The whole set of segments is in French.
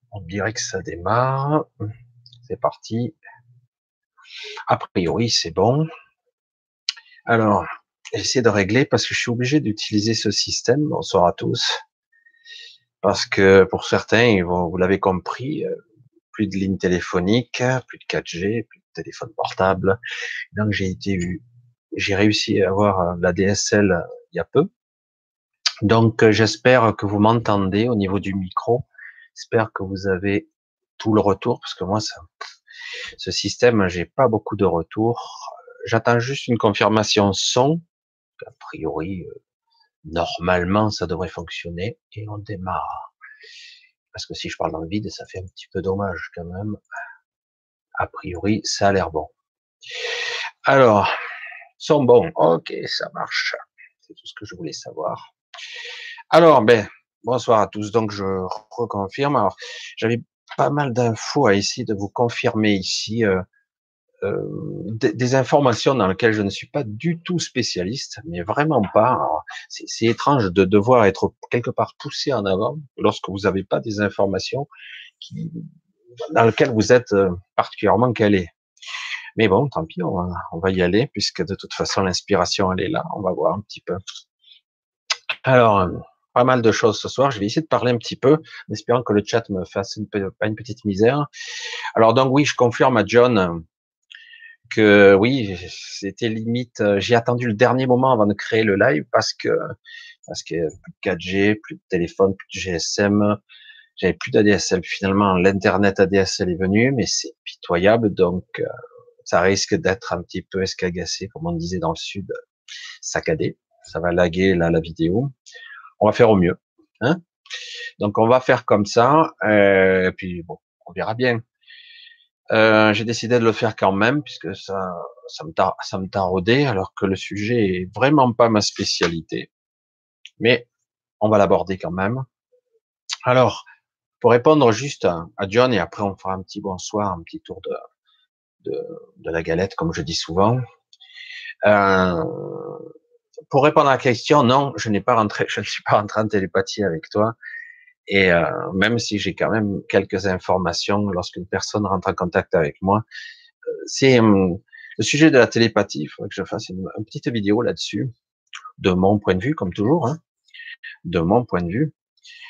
On dirait que ça démarre. C'est parti. A priori, c'est bon. Alors, j'essaie de régler parce que je suis obligé d'utiliser ce système. Bonsoir à tous. Parce que pour certains, vous l'avez compris, plus de ligne téléphonique, plus de 4G, plus de téléphone portable. Donc j'ai réussi à avoir la DSL il y a peu. Donc j'espère que vous m'entendez au niveau du micro. J'espère que vous avez tout le retour parce que moi, ce système, j'ai pas beaucoup de retour. J'attends juste une confirmation son. A priori, normalement, ça devrait fonctionner et on démarre. Parce que si je parle dans le vide, ça fait un petit peu dommage quand même. A priori, ça a l'air bon. Alors, son bon. Ok, ça marche. C'est tout ce que je voulais savoir. Alors, bonsoir à tous. Donc, je reconfirme. Alors, j'avais pas mal d'infos à essayer de vous confirmer ici. Des informations dans lesquelles je ne suis pas du tout spécialiste, mais vraiment pas. C'est étrange de devoir être quelque part poussé en avant lorsque vous n'avez pas des informations dans lesquelles vous êtes particulièrement calé. Mais bon, tant pis, on va y aller, puisque de toute façon l'inspiration elle est là. On va voir un petit peu. Alors, pas mal de choses ce soir. Je vais essayer de parler un petit peu, en espérant que le chat me fasse pas une petite misère. Alors donc oui, je confirme à John que oui, c'était limite. J'ai attendu le dernier moment avant de créer le live parce que plus de 4G, plus de téléphone, plus de GSM, j'avais plus d'ADSL. Finalement, l'internet ADSL est venu, mais c'est pitoyable, donc ça risque d'être un petit peu escagacé, comme on disait dans le sud, saccadé. Ça va laguer là la vidéo. On va faire au mieux, hein. Donc on va faire comme ça, et puis bon, on verra bien. J'ai décidé de le faire quand même, puisque ça me taraudait, alors que le sujet est vraiment pas ma spécialité. Mais on va l'aborder quand même. Alors, pour répondre juste à John, et après on fera un petit bonsoir, un petit tour de, de la galette, comme je dis souvent. Euh, pour répondre à la question, non, je ne suis pas rentré en télépathie avec toi. Et même si j'ai quand même quelques informations lorsqu'une personne rentre en contact avec moi, c'est le sujet de la télépathie. Il faudrait que je fasse une petite vidéo là-dessus, de mon point de vue, comme toujours, hein, de mon point de vue.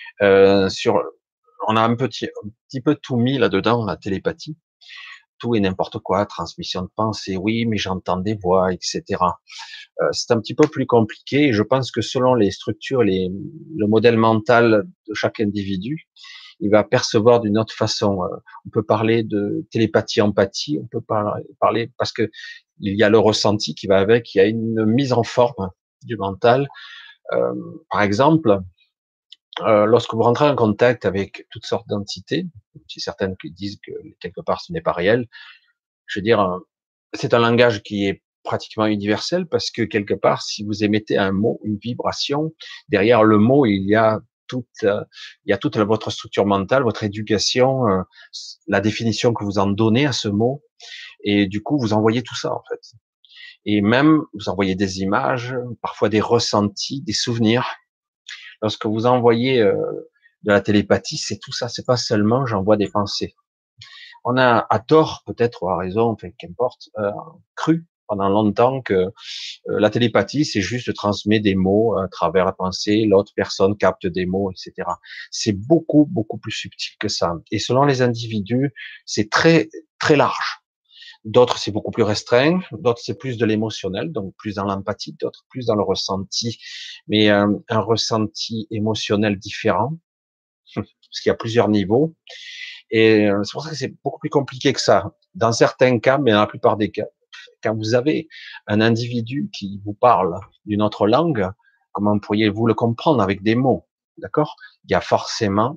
Sur, on a un petit peu tout mis là-dedans, la télépathie, tout et n'importe quoi, transmission de pensée, oui, mais j'entends des voix, etc. C'est un petit peu plus compliqué. Et je pense que selon les structures, le modèle mental de chaque individu, il va percevoir d'une autre façon. On peut parler de télépathie, empathie, on peut parler parce que il y a le ressenti qui va avec, il y a une mise en forme du mental. Euh, Par exemple, lorsque vous rentrez en contact avec toutes sortes d'entités, si certaines qui disent que quelque part ce n'est pas réel, je veux dire, c'est un langage qui est pratiquement universel parce que quelque part, si vous émettez un mot, une vibration, derrière le mot, il y a toute votre structure mentale, votre éducation, la définition que vous en donnez à ce mot, et du coup, vous envoyez tout ça en fait. Et même, vous envoyez des images, parfois des ressentis, des souvenirs. Lorsque vous envoyez de la télépathie, c'est tout ça. C'est pas seulement j'envoie des pensées. On a à tort, peut-être ou à raison, enfin qu'importe, cru pendant longtemps que la télépathie, c'est juste de transmettre des mots à travers la pensée, l'autre personne capte des mots, etc. C'est beaucoup, beaucoup plus subtil que ça. Et selon les individus, c'est très, très large. D'autres, c'est beaucoup plus restreint. D'autres, c'est plus de l'émotionnel, donc plus dans l'empathie. D'autres, plus dans le ressenti. Mais un ressenti émotionnel différent, parce qu'il y a plusieurs niveaux. Et c'est pour ça que c'est beaucoup plus compliqué que ça. Dans certains cas, mais dans la plupart des cas, quand vous avez un individu qui vous parle d'une autre langue, comment pourriez-vous le comprendre avec des mots? D'accord? Il y a forcément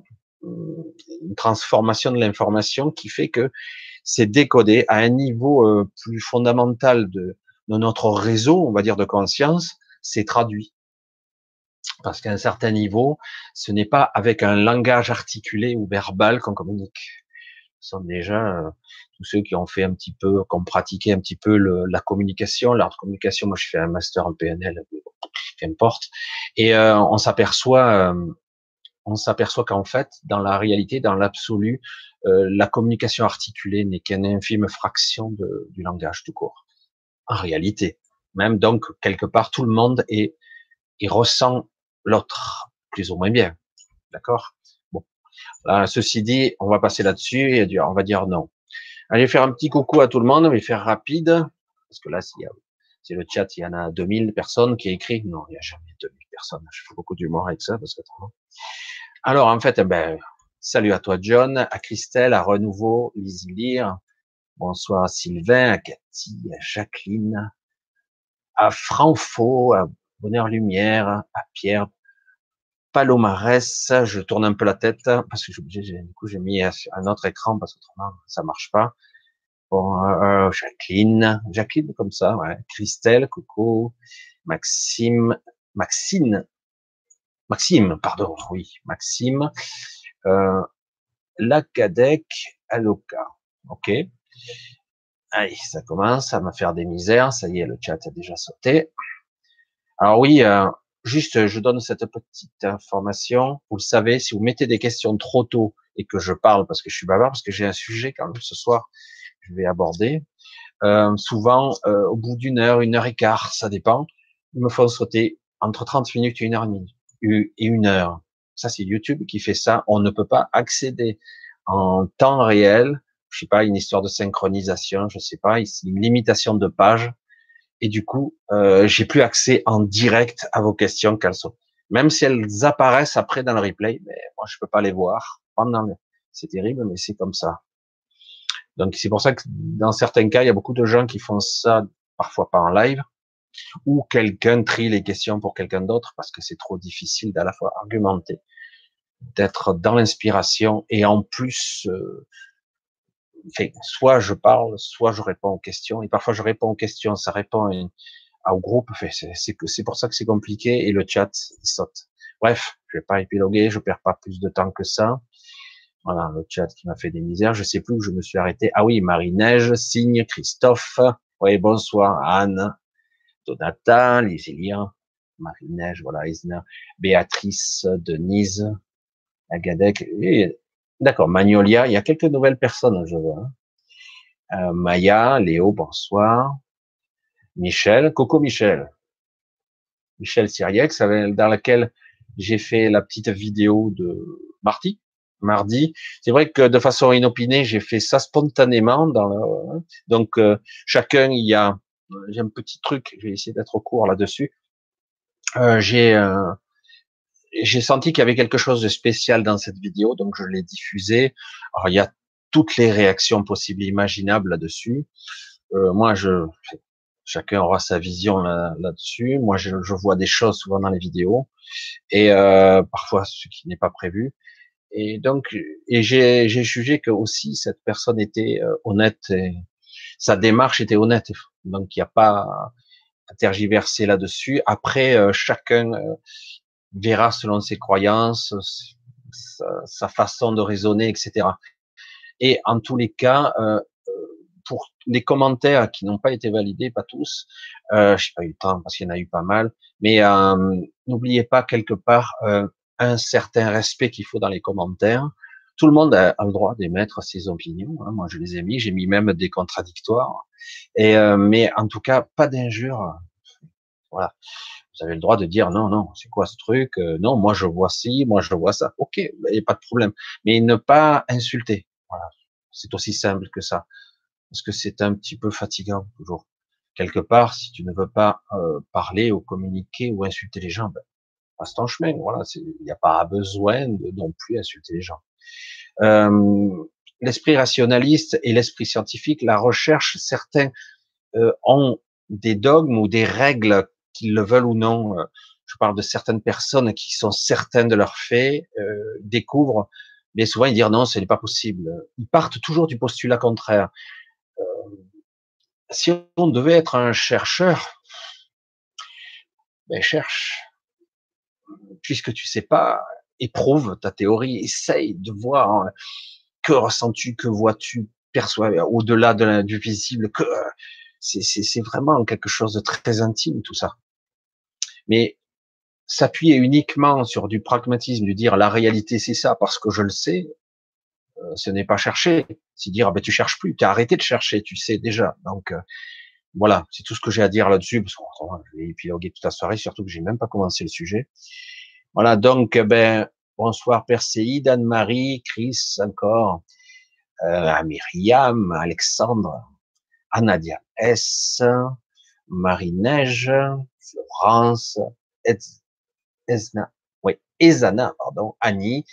une transformation de l'information qui fait que c'est décodé à un niveau plus fondamental de notre réseau, on va dire, de conscience, c'est traduit. Parce qu'à un certain niveau, ce n'est pas avec un langage articulé ou verbal qu'on communique. Ce sont déjà tous ceux qui ont fait un petit peu, qui ont pratiqué un petit peu la communication, l'art de communication. Moi, je fais un master en PNL, mais bon, qu'importe. Et on s'aperçoit on s'aperçoit qu'en fait, dans la réalité, dans l'absolu, la communication articulée n'est qu'une infime fraction du langage tout court. En réalité, même donc quelque part, tout le monde il ressent l'autre plus ou moins bien, d'accord. Bon, là, ceci dit, on va passer là-dessus et on va dire non. Allez faire un petit coucou à tout le monde, on va faire rapide, parce que là, c'est le chat, il y en a 2000 personnes qui écrit. Non, il n'y a jamais 2000 personnes. Je fais beaucoup d'humour avec ça, parce que alors, en fait, ben, salut à toi, John, à Christelle, à Renouveau, Lizzie Lear, bonsoir à Sylvain, à Cathy, à Jacqueline, à Franfo, à Bonheur Lumière, à Pierre, Palomares, je tourne un peu la tête, parce que du coup, j'ai mis un autre écran, parce qu'autrement, ça marche pas. Bon, Jacqueline comme ça, ouais. Christelle, Coco, Maxime, Maxine, Maxime, pardon, oui, Maxime, euh, Lacadec, Aloca. Ok. Allez, ça commence à me faire des misères. Ça y est, le chat a déjà sauté. Alors oui, juste, je donne cette petite information. Vous le savez, si vous mettez des questions trop tôt et que je parle parce que je suis bavard, parce que j'ai un sujet quand même ce soir, je vais aborder. Souvent, au bout d'une heure et quart, ça dépend, ils me font sauter entre 30 minutes et une heure et demie, et une heure. Ça, c'est YouTube qui fait ça. On ne peut pas accéder en temps réel. Je sais pas, une histoire de synchronisation, je sais pas, ici, une limitation de page. Et du coup, j'ai plus accès en direct à vos questions qu'elles sont. Même si elles apparaissent après dans le replay, mais moi, je peux pas les voir pendant c'est terrible, mais c'est comme ça. Donc c'est pour ça que dans certains cas, il y a beaucoup de gens qui font ça parfois pas en live, ou quelqu'un trie les questions pour quelqu'un d'autre parce que c'est trop difficile d'à la fois argumenter, d'être dans l'inspiration et en plus, enfin, soit je parle, soit je réponds aux questions. Et parfois je réponds aux questions, ça répond au groupe. Enfin, c'est pour ça que c'est compliqué et le chat il saute. Bref, je vais pas épiloguer, je perds pas plus de temps que ça. Voilà, le chat qui m'a fait des misères. Je sais plus où je me suis arrêté. Ah oui, Marie-Neige, Signe, Christophe. Oui, bonsoir, Anne, Donata, Lysilia, Marie-Neige, voilà, Isna, Béatrice, Denise, Agadec. D'accord, Magnolia. Il y a quelques nouvelles personnes, je vois. Maya, Léo, bonsoir. Michel, Coco Michel. Michel Siriex, dans laquelle j'ai fait la petite vidéo de mardi. C'est vrai que de façon inopinée, j'ai fait ça spontanément donc chacun j'ai un petit truc, je vais essayer d'être au court là-dessus. Euh, j'ai euh, j'ai senti qu'il y avait quelque chose de spécial dans cette vidéo, donc je l'ai diffusée. Alors il y a toutes les réactions possibles et imaginables là-dessus. Moi, chacun aura sa vision là-dessus. Moi, je vois des choses souvent dans les vidéos et parfois ce qui n'est pas prévu. Et donc, j'ai jugé que aussi cette personne était honnête, et sa démarche était honnête. Donc, il n'y a pas à tergiverser là-dessus. Après, chacun verra selon ses croyances, sa façon de raisonner, etc. Et en tous les cas, pour les commentaires qui n'ont pas été validés, pas tous, j'ai pas eu le temps parce qu'il y en a eu pas mal, mais n'oubliez pas quelque part un certain respect qu'il faut dans les commentaires. Tout le monde a le droit d'émettre ses opinions. Hein. Moi, je les ai mis, j'ai mis même des contradictoires. Et mais en tout cas, pas d'injures. Voilà. Vous avez le droit de dire non, non, c'est quoi ce truc? Non, moi je vois ci, moi je vois ça. Ok, il n'y a pas de problème. Mais ne pas insulter. Voilà. C'est aussi simple que ça parce que c'est un petit peu fatigant toujours. Quelque part, si tu ne veux pas parler ou communiquer ou insulter les gens, ben, passe ton chemin. Voilà, il n'y a pas besoin de non plus insulter les gens. L'esprit rationaliste et l'esprit scientifique, la recherche, certains ont des dogmes ou des règles qu'ils le veulent ou non. Je parle de certaines personnes qui sont certaines de leurs faits, découvrent, mais souvent ils disent non, ce n'est pas possible. Ils partent toujours du postulat contraire. Si on devait être un chercheur, ben cherche, puisque tu sais pas, éprouve ta théorie, essaye de voir que ressens-tu, que vois-tu, perçois au-delà du visible, que c'est vraiment quelque chose de très intime tout ça. Mais s'appuyer uniquement sur du pragmatisme, de dire la réalité c'est ça parce que je le sais, ce n'est pas chercher. C'est dire, ah ben tu cherches plus, tu as arrêté de chercher, tu sais déjà. Donc voilà, c'est tout ce que j'ai à dire là-dessus, parce que je vais épiloguer toute la soirée, surtout que j'ai même pas commencé le sujet. Voilà, donc ben bonsoir Perséide, Anne-Marie, Chris encore, à Myriam, Alexandre, Anadia S, Marie-Neige, Florence, Esna, oui, Ezana, pardon, Annie,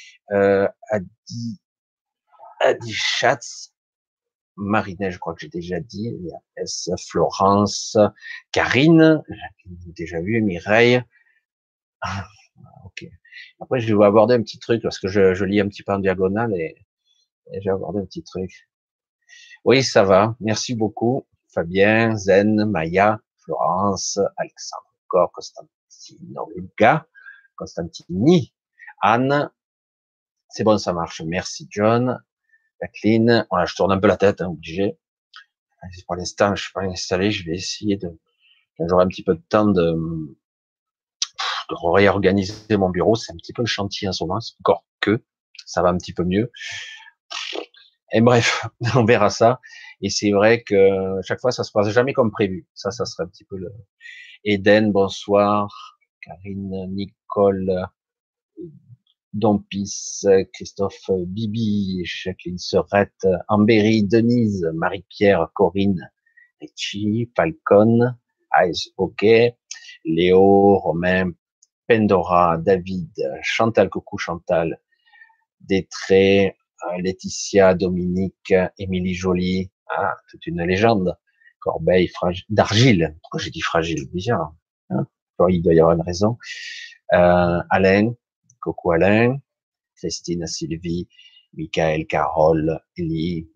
Adi Schatz, Marie-Neige, je crois que j'ai déjà dit, il y a S, Florence, Karine, j'ai déjà vu, Mireille, ah, ok. Après, je vais aborder un petit truc, parce que je lis un petit peu en diagonale, et j'ai abordé un petit truc. Oui, ça va, merci beaucoup, Fabien, Zen, Maya, Florence, Alexandre, encore, Constantino, Lucas, Constantini, Anne, c'est bon, ça marche, merci John, Jacqueline, voilà, je tourne un peu la tête, hein, obligé. Pour l'instant, je suis pas installé, je vais essayer de, quand j'aurai un petit peu de temps de réorganiser mon bureau, c'est un petit peu le chantier en ce moment, encore que ça va un petit peu mieux. Et bref, on verra ça. Et c'est vrai que chaque fois, ça se passe jamais comme prévu. Ça serait un petit peu le. Eden, bonsoir. Karine, Nicole, Dompis, Christophe, Bibi, Jacqueline Serette, Ambéry, Denise, Marie-Pierre, Corinne, Richie, Falcon, Ice Hockey, Léo, Romain, Pendora, David, Chantal, coucou Chantal, Détré, Laetitia, Dominique, Émilie Joly, ah, toute une légende, Corbeil, d'Argile, pourquoi j'ai dit fragile, bizarre, hein, il doit y avoir une raison, Alain, coucou Alain, Christine, Sylvie, Michael, Carole, Ellie,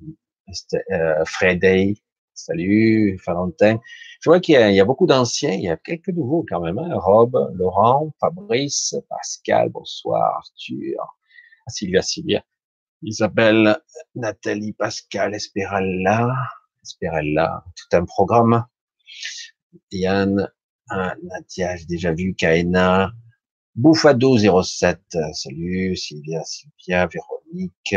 Freddy, salut, Valentin. Je vois qu'il y a beaucoup d'anciens, il y a quelques nouveaux quand même, hein. Rob, Laurent, Fabrice, Pascal, bonsoir, Arthur, Sylvia, Isabelle, Nathalie, Pascal, Esperella, tout un programme. Yann, Nadia, j'ai déjà vu, Kaena, Bouffado 07, salut, Sylvia, Véronique,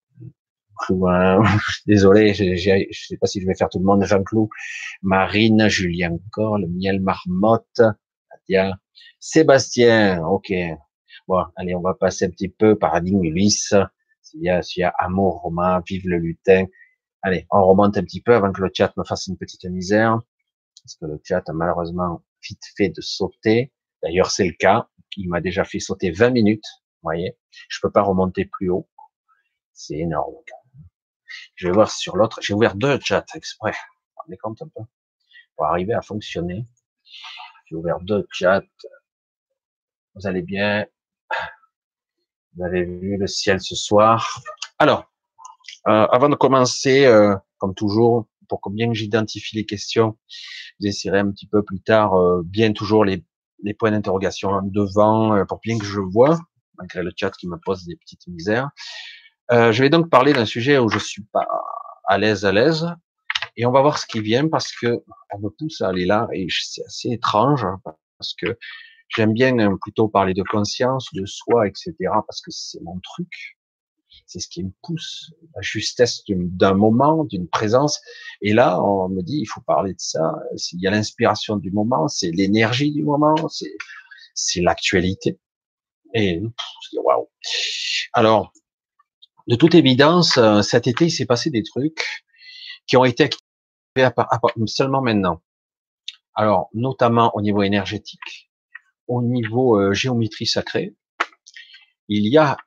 Clouin, désolé, je sais pas si je vais faire tout le monde, Jean-Clou, Marine, Julien Corle, Miel Marmotte, Nadia, Sébastien, ok. Bon, allez, on va passer un petit peu, Paradigme, Ulysse, s'il y a Amour, Romain, Vive le lutin. Allez, on remonte un petit peu avant que le chat me fasse une petite misère, parce que le chat a malheureusement vite fait de sauter. D'ailleurs, c'est le cas. Il m'a déjà fait sauter 20 minutes. Vous voyez, je peux pas remonter plus haut. C'est énorme. Je vais voir sur l'autre. J'ai ouvert deux chats exprès. Vous vous rendez compte un peu pour arriver à fonctionner. J'ai ouvert deux chats. Vous allez bien. Vous avez vu le ciel ce soir. Alors, avant de commencer, comme toujours, pour que bien que j'identifie les questions, j'essaierai un petit peu plus tard, bien toujours les points d'interrogation devant, pour bien que je vois, malgré le chat qui me pose des petites misères. Je vais donc parler d'un sujet où je suis pas à l'aise, et on va voir ce qui vient parce que on me pousse à aller là, et c'est assez étrange, hein, parce que j'aime bien plutôt parler de conscience, de soi, etc., parce que c'est mon truc. C'est ce qui me pousse, la justesse d'un moment, d'une présence. Et là, on me dit, il faut parler de ça. Il y a l'inspiration du moment, c'est l'énergie du moment, c'est l'actualité. Et je dis, waouh. Alors, de toute évidence, cet été, il s'est passé des trucs qui ont été activés seulement maintenant. Alors, notamment au niveau énergétique, au niveau géométrie sacrée, il y a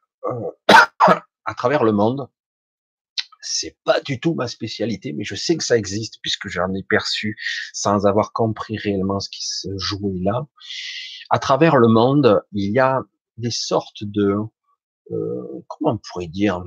à travers le monde, c'est pas du tout ma spécialité, mais je sais que ça existe puisque j'en ai perçu sans avoir compris réellement ce qui se jouait là. À travers le monde, il y a des sortes de, comment on pourrait dire,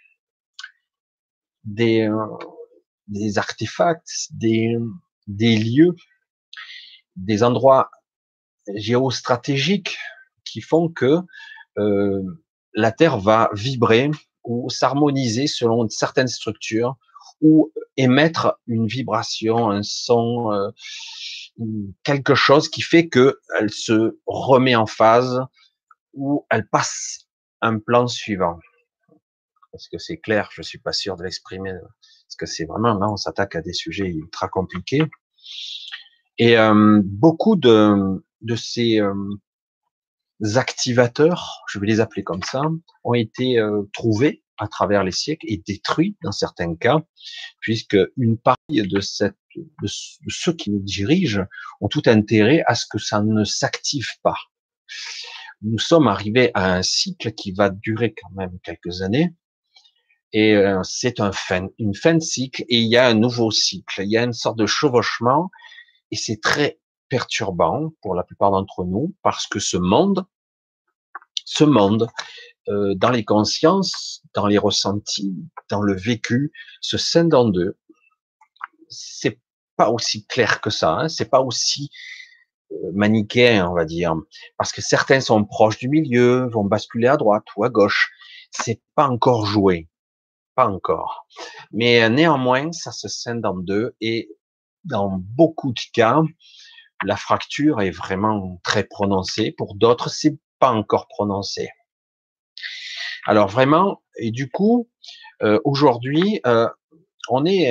des, euh, des artefacts, des lieux, des endroits géostratégiques qui font que euh, la Terre va vibrer ou s'harmoniser selon certaines structures ou émettre une vibration, un son, quelque chose qui fait que elle se remet en phase ou elle passe un plan suivant. Est-ce que c'est clair? Je suis pas sûr de l'exprimer parce que c'est vraiment là on s'attaque à des sujets ultra compliqués et beaucoup de ces activateurs, je vais les appeler comme ça, ont été trouvés à travers les siècles et détruits dans certains cas, puisque une partie de ceux qui nous dirigent ont tout intérêt à ce que ça ne s'active pas. Nous sommes arrivés à un cycle qui va durer quand même quelques années, et c'est une fin de cycle, et il y a un nouveau cycle, il y a une sorte de chevauchement, et c'est très perturbant pour la plupart d'entre nous, parce que ce monde, dans les consciences, dans les ressentis, dans le vécu, se scinde en deux. C'est pas aussi clair que ça, hein, c'est pas aussi manichéen, on va dire, parce que certains sont proches du milieu, vont basculer à droite ou à gauche. C'est pas encore joué, pas encore. Mais néanmoins, ça se scinde en deux, et dans beaucoup de cas, la fracture est vraiment très prononcée. Pour d'autres, c'est pas encore prononcé. Alors vraiment, et du coup, aujourd'hui, on est,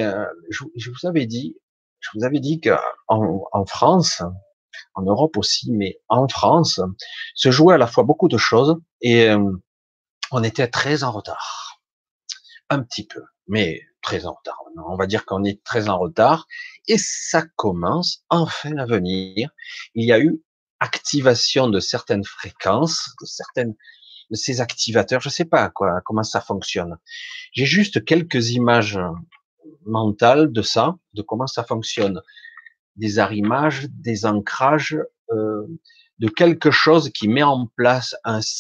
je vous avais dit qu'en en France, en Europe aussi, mais en France, se jouait à la fois beaucoup de choses, et on était très en retard, un petit peu, mais très en retard. On va dire qu'on est très en retard, et ça commence enfin à venir. Il y a eu activation de certaines fréquences, de ces activateurs. Je sais pas quoi, comment ça fonctionne. J'ai juste quelques images mentales de ça, de comment ça fonctionne, des arrimages, des ancrages, euh, de quelque chose qui met en place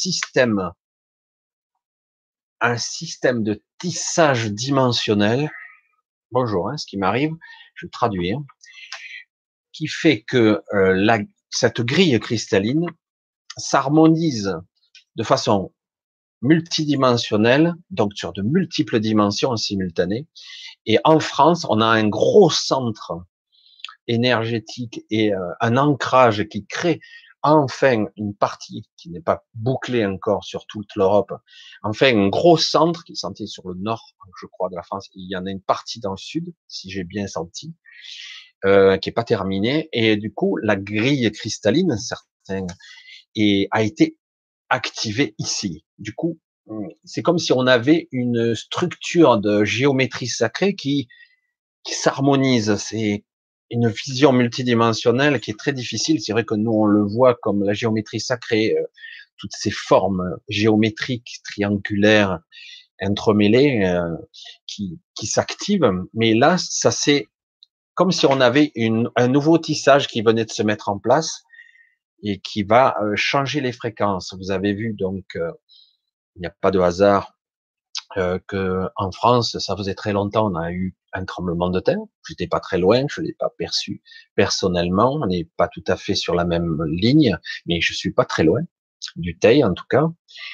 un système de tissage dimensionnel. Bonjour, hein, ce qui m'arrive, je traduis, hein, qui fait que cette grille cristalline s'harmonise de façon multidimensionnelle, donc sur de multiples dimensions en simultané. Et en France, on a un gros centre énergétique et un ancrage qui crée enfin une partie qui n'est pas bouclée encore sur toute l'Europe. Enfin, un gros centre qui est senti sur le nord, je crois, de la France. Il y en a une partie dans le sud, si j'ai bien senti, qui est pas terminée. Et du coup, la grille cristalline, certains, a été activée ici. Du coup, c'est comme si on avait une structure de géométrie sacrée qui s'harmonise. C'est une vision multidimensionnelle qui est très difficile. C'est vrai que nous, on le voit comme la géométrie sacrée, toutes ces formes géométriques, triangulaires, entremêlées, qui s'activent. Mais là, ça c'est comme si on avait un nouveau tissage qui venait de se mettre en place et qui va changer les fréquences. Vous avez vu, donc, il n'y a pas de hasard que en France, ça faisait très longtemps, on a eu un tremblement de terre. J'étais pas très loin, je l'ai pas perçu personnellement. On n'est pas tout à fait sur la même ligne, mais je suis pas très loin du Teil en tout cas.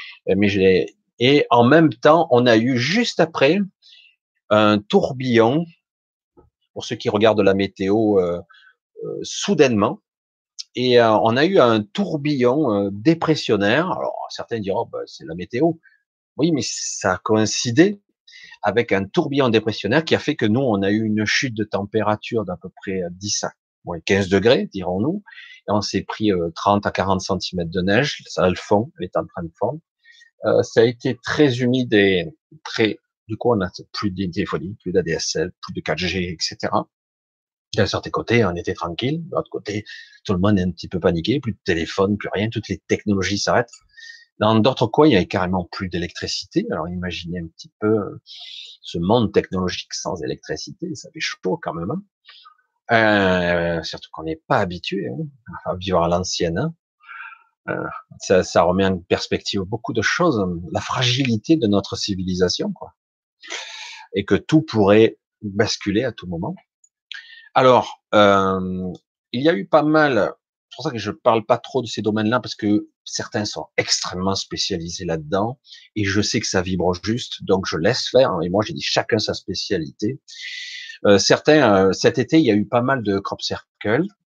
Et en même temps, on a eu juste après un tourbillon. Pour ceux qui regardent la météo, soudainement, et on a eu un tourbillon dépressionnaire. Alors certains diront, bah, c'est la météo. Oui, mais ça a coïncidé avec un tourbillon dépressionnaire qui a fait que nous, on a eu une chute de température d'à peu près 10 à moins 15 degrés, dirons-nous, et on s'est pris 30 à 40 centimètres de neige. Ça le fond, elle est en train de fondre. Ça a été très humide et très, du coup, on a plus de téléphonie, plus d'ADSL, plus de 4G, etc. D'un certain côté, on était tranquille. De l'autre côté, tout le monde est un petit peu paniqué. Plus de téléphone, plus rien. Toutes les technologies s'arrêtent. Dans d'autres coins, il y avait carrément plus d'électricité. Alors imaginez un petit peu ce monde technologique sans électricité. Ça fait chaud quand même, hein. Surtout qu'on n'est pas habitué, hein, à vivre à l'ancienne, hein. Ça remet en perspective beaucoup de choses. La fragilité de notre civilisation, quoi. Et que tout pourrait basculer à tout moment. Alors, il y a eu pas mal, c'est pour ça que je parle pas trop de ces domaines-là, parce que certains sont extrêmement spécialisés là-dedans, et je sais que ça vibre juste, donc je laisse faire, hein, et moi j'ai dit chacun sa spécialité. Certains, cet été, il y a eu pas mal de crop circle,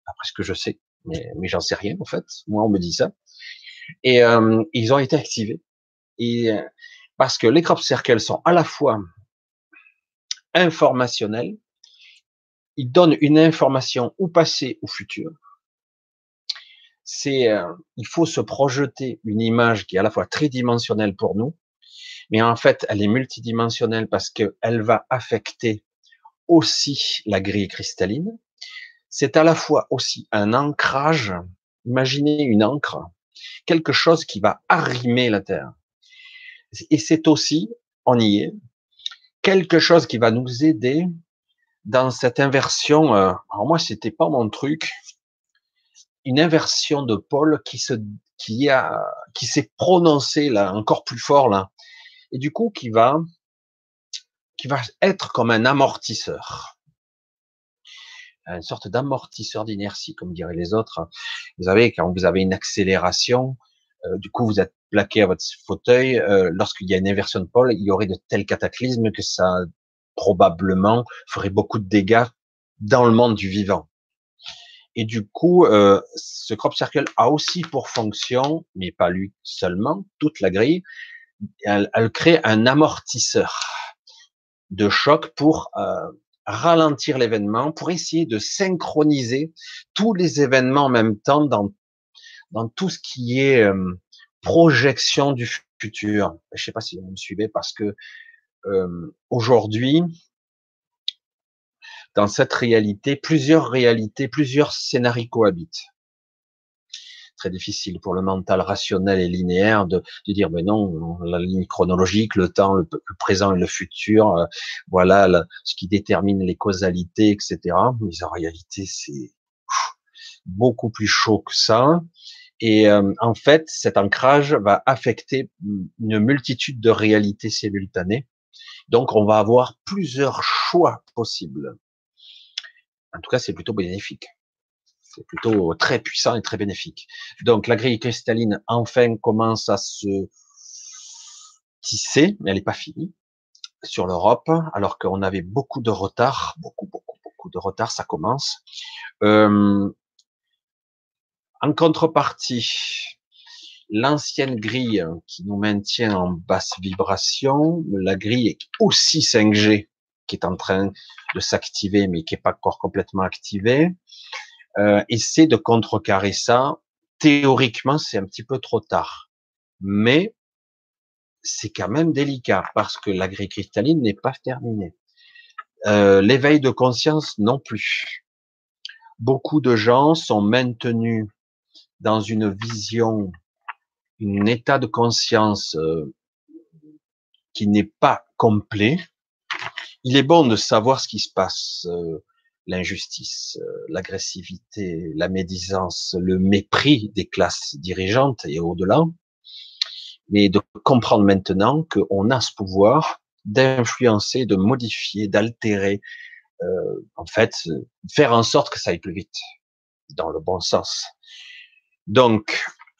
après ce que je sais, mais j'en sais rien en fait. Moi, on me dit ça. Et ils ont été activés. Et parce que les crop circles sont à la fois informationnels, ils donnent une information ou passée ou future. C'est, il faut se projeter une image qui est à la fois tridimensionnelle pour nous, mais en fait, elle est multidimensionnelle parce qu'elle va affecter aussi la grille cristalline. C'est à la fois aussi un ancrage. Imaginez une encre, quelque chose qui va arrimer la Terre. Et c'est aussi, on y est, quelque chose qui va nous aider dans cette inversion. Alors moi, c'était pas mon truc. Une inversion de pôle qui s'est prononcée là encore plus fort là, et du coup qui va être comme un amortisseur, une sorte d'amortisseur d'inertie, comme diraient les autres. Vous savez, quand vous avez une accélération, du coup vous êtes plaqué à votre fauteuil, lorsqu'il y a une inversion de pôle, il y aurait de tels cataclysmes que ça probablement ferait beaucoup de dégâts dans le monde du vivant. Et du coup, ce crop circle a aussi pour fonction, mais pas lui seulement, toute la grille, elle crée un amortisseur de choc pour ralentir l'événement, pour essayer de synchroniser tous les événements en même temps dans tout ce qui est projection du futur. Je ne sais pas si vous me suivez, parce que aujourd'hui, dans cette réalités, plusieurs scénarios cohabitent. Très difficile pour le mental rationnel et linéaire de dire mais non, la ligne chronologique, le temps, le présent et le futur, voilà ce qui détermine les causalités, etc. Mais en réalité, c'est beaucoup plus chaud que ça. Et en fait, cet ancrage va affecter une multitude de réalités simultanées. Donc, on va avoir plusieurs choix possibles. En tout cas, c'est plutôt bénéfique. C'est plutôt très puissant et très bénéfique. Donc la grille cristalline enfin commence à se tisser, mais elle n'est pas finie sur l'Europe, alors qu'on avait beaucoup de retard, beaucoup de retard. Ça commence. En contrepartie, l'ancienne grille qui nous maintient en basse vibration, la grille aussi 5G qui est en train de s'activer, mais qui n'est pas encore complètement activée, essaie de contrecarrer ça. Théoriquement, c'est un petit peu trop tard, mais c'est quand même délicat parce que la grille cristalline n'est pas terminée. L'éveil de conscience non plus. Beaucoup de gens sont maintenus dans une vision, un état de conscience qui n'est pas complet. Il est bon de savoir ce qui se passe, l'injustice, l'agressivité, la médisance, le mépris des classes dirigeantes et au-delà, mais de comprendre maintenant qu'on a ce pouvoir d'influencer, de modifier, d'altérer, en fait, faire en sorte que ça aille plus vite, dans le bon sens. Donc,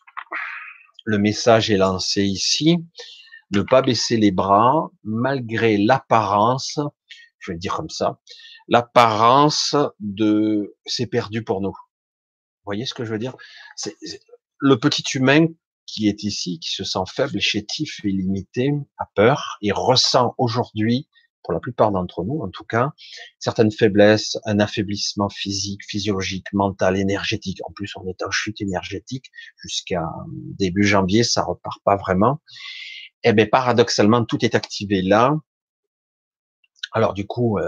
le message est lancé ici, ne pas baisser les bras, malgré l'apparence, je vais le dire comme ça, l'apparence de c'est perdu pour nous. Vous voyez ce que je veux dire? C'est le petit humain qui est ici, qui se sent faible, chétif et limité, a peur et ressent aujourd'hui, pour la plupart d'entre nous en tout cas, certaines faiblesses, un affaiblissement physique, physiologique, mental, énergétique. En plus, on est en chute énergétique jusqu'à début janvier, ça repart pas vraiment. Eh bien, paradoxalement, tout est activé là. Alors du coup,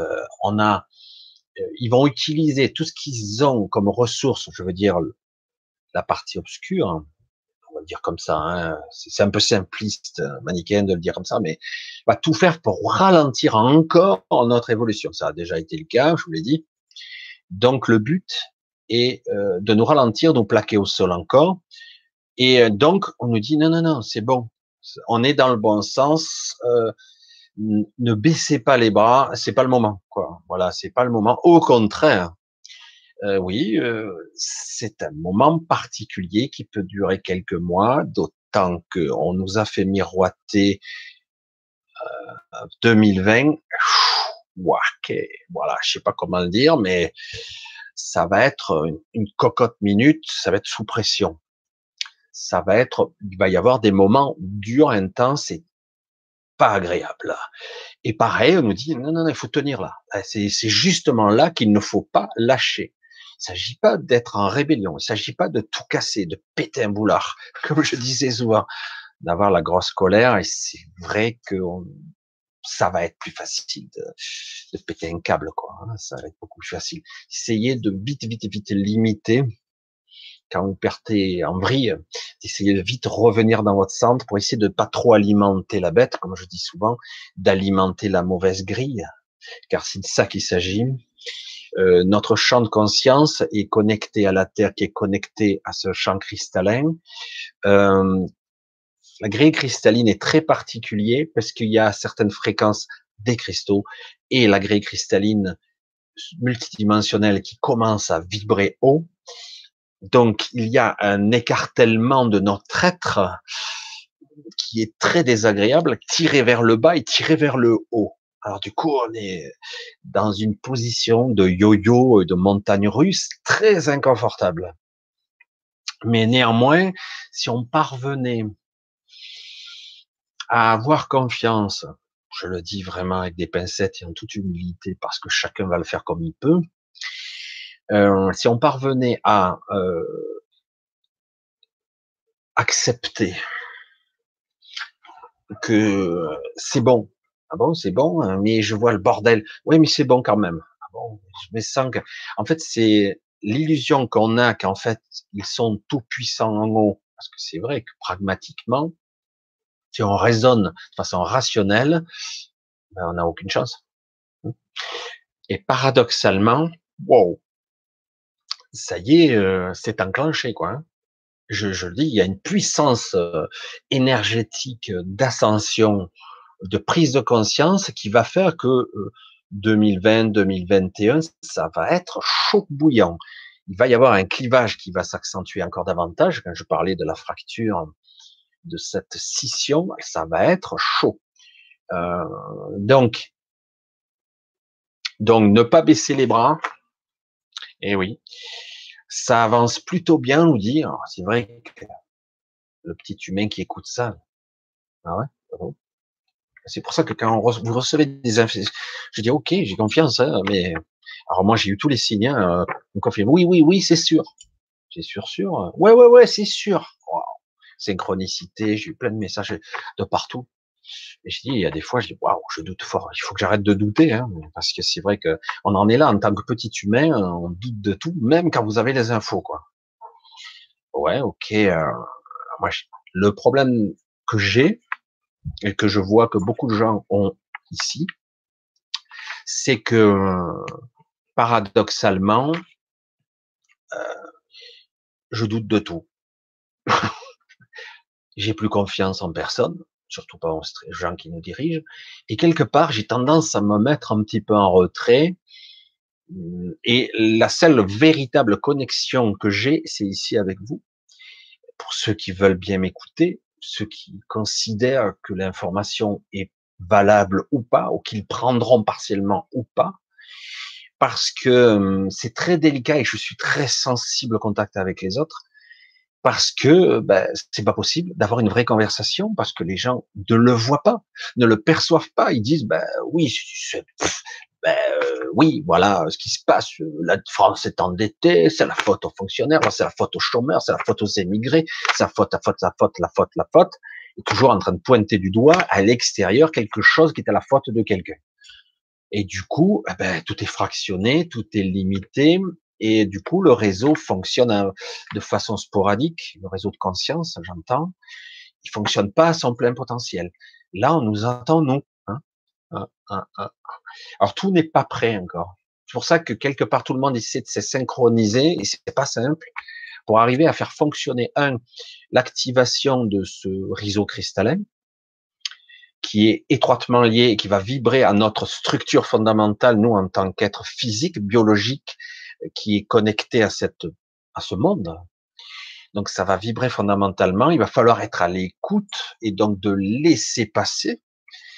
ils vont utiliser tout ce qu'ils ont comme ressources, je veux dire la partie obscure, hein, on va le dire comme ça, hein, c'est un peu simpliste, manichéen de le dire comme ça, mais va tout faire pour ralentir encore notre évolution. Ça a déjà été le cas, je vous l'ai dit. Donc le but est de nous ralentir, de nous plaquer au sol encore. Et donc on nous dit non, non, non, c'est bon, on est dans le bon sens. Ne baissez pas les bras, c'est pas le moment, quoi. Voilà, c'est pas le moment. Au contraire, oui, c'est un moment particulier qui peut durer quelques mois, d'autant qu'on nous a fait miroiter 2020. Ouah, voilà, je sais pas comment le dire, mais ça va être une cocotte minute, ça va être sous pression. Il va y avoir des moments durs, intenses et pas agréables. Et pareil, on nous dit, non, non, non, il faut tenir là. C'est justement là qu'il ne faut pas lâcher. Il s'agit pas d'être en rébellion. Il s'agit pas de tout casser, de péter un boulard. Comme je disais souvent, d'avoir la grosse colère. Et c'est vrai que ça va être plus facile de péter un câble, quoi. Hein. Ça va être beaucoup plus facile. Essayez de vite, vite, vite limiter quand vous partez en vrille, d'essayer de vite revenir dans votre centre pour essayer de pas trop alimenter la bête, comme je dis souvent, d'alimenter la mauvaise grille, car c'est de ça qu'il s'agit. Notre champ de conscience est connecté à la Terre, qui est connecté à ce champ cristallin. Euh, la grille cristalline est très particulière parce qu'il y a certaines fréquences des cristaux et la grille cristalline multidimensionnelle qui commence à vibrer haut. Donc, il y a un écartèlement de notre être qui est très désagréable, tiré vers le bas et tiré vers le haut. Alors du coup, on est dans une position de yo-yo, de montagne russe, très inconfortable. Mais néanmoins, si on parvenait à avoir confiance, je le dis vraiment avec des pincettes et en toute humilité, parce que chacun va le faire comme il peut, si on parvenait à accepter que c'est bon. Ah bon, c'est bon, hein, mais je vois le bordel. Oui, mais c'est bon quand même. Ah bon, je me sens que, en fait, c'est l'illusion qu'on a qu'en fait, ils sont tout puissants en haut. Parce que c'est vrai que pragmatiquement, si on raisonne de façon rationnelle, ben, on n'a aucune chance. Et paradoxalement, wow, ça y est, c'est enclenché, quoi. Hein. Je le dis, il y a une puissance énergétique d'ascension, de prise de conscience qui va faire que 2020, 2021, ça va être chaud bouillant. Il va y avoir un clivage qui va s'accentuer encore davantage. Quand je parlais de la fracture, de cette scission, ça va être chaud. Euh, donc, donc, ne pas baisser les bras. Et oui, ça avance plutôt bien, nous dire. C'est vrai que le petit humain qui écoute ça, ah ouais, ah bon. C'est pour ça que quand vous recevez des informations, je dis ok, j'ai confiance, hein, mais alors moi j'ai eu tous les signes, hein, me confirment, oui, oui, oui, c'est sûr, c'est sûr, sûr, ouais, ouais, ouais, c'est sûr. Wow. Synchronicité, j'ai eu plein de messages de partout. Et je dis, il y a des fois, je dis waouh, je doute fort. Il faut que j'arrête de douter, hein, parce que c'est vrai que on en est là en tant que petit humain, on doute de tout, même quand vous avez les infos, quoi. Ouais, ok. Moi, le problème que j'ai et que je vois que beaucoup de gens ont ici, c'est que paradoxalement, je doute de tout. J'ai plus confiance en personne, surtout pas aux gens qui nous dirigent. Et quelque part, j'ai tendance à me mettre un petit peu en retrait. Et la seule véritable connexion que j'ai, c'est ici avec vous. Pour ceux qui veulent bien m'écouter, ceux qui considèrent que l'information est valable ou pas, ou qu'ils prendront partiellement ou pas, parce que c'est très délicat et je suis très sensible au contact avec les autres, parce que ben, c'est pas possible d'avoir une vraie conversation, parce que les gens ne le voient pas, ne le perçoivent pas. Ils disent ben oui, ben, oui, voilà ce qui se passe. La France est endettée, c'est la faute aux fonctionnaires, c'est la faute aux chômeurs, c'est la faute aux émigrés, c'est la faute, la faute, la faute, la faute, la faute. Et toujours en train de pointer du doigt à l'extérieur quelque chose qui est à la faute de quelqu'un. Et du coup, eh ben, tout est fractionné, tout est limité, et du coup, le réseau fonctionne de façon sporadique, le réseau de conscience, j'entends, il fonctionne pas à son plein potentiel. Là, on nous entend, nous. Hein, hein. Alors, tout n'est pas prêt encore. C'est pour ça que quelque part, tout le monde essaie de se synchroniser, et c'est pas simple, pour arriver à faire fonctionner, l'activation de ce réseau cristallin, qui est étroitement lié et qui va vibrer à notre structure fondamentale, nous, en tant qu'être physique, biologique, qui est connecté à ce monde. Donc, ça va vibrer fondamentalement. Il va falloir être à l'écoute et donc de laisser passer.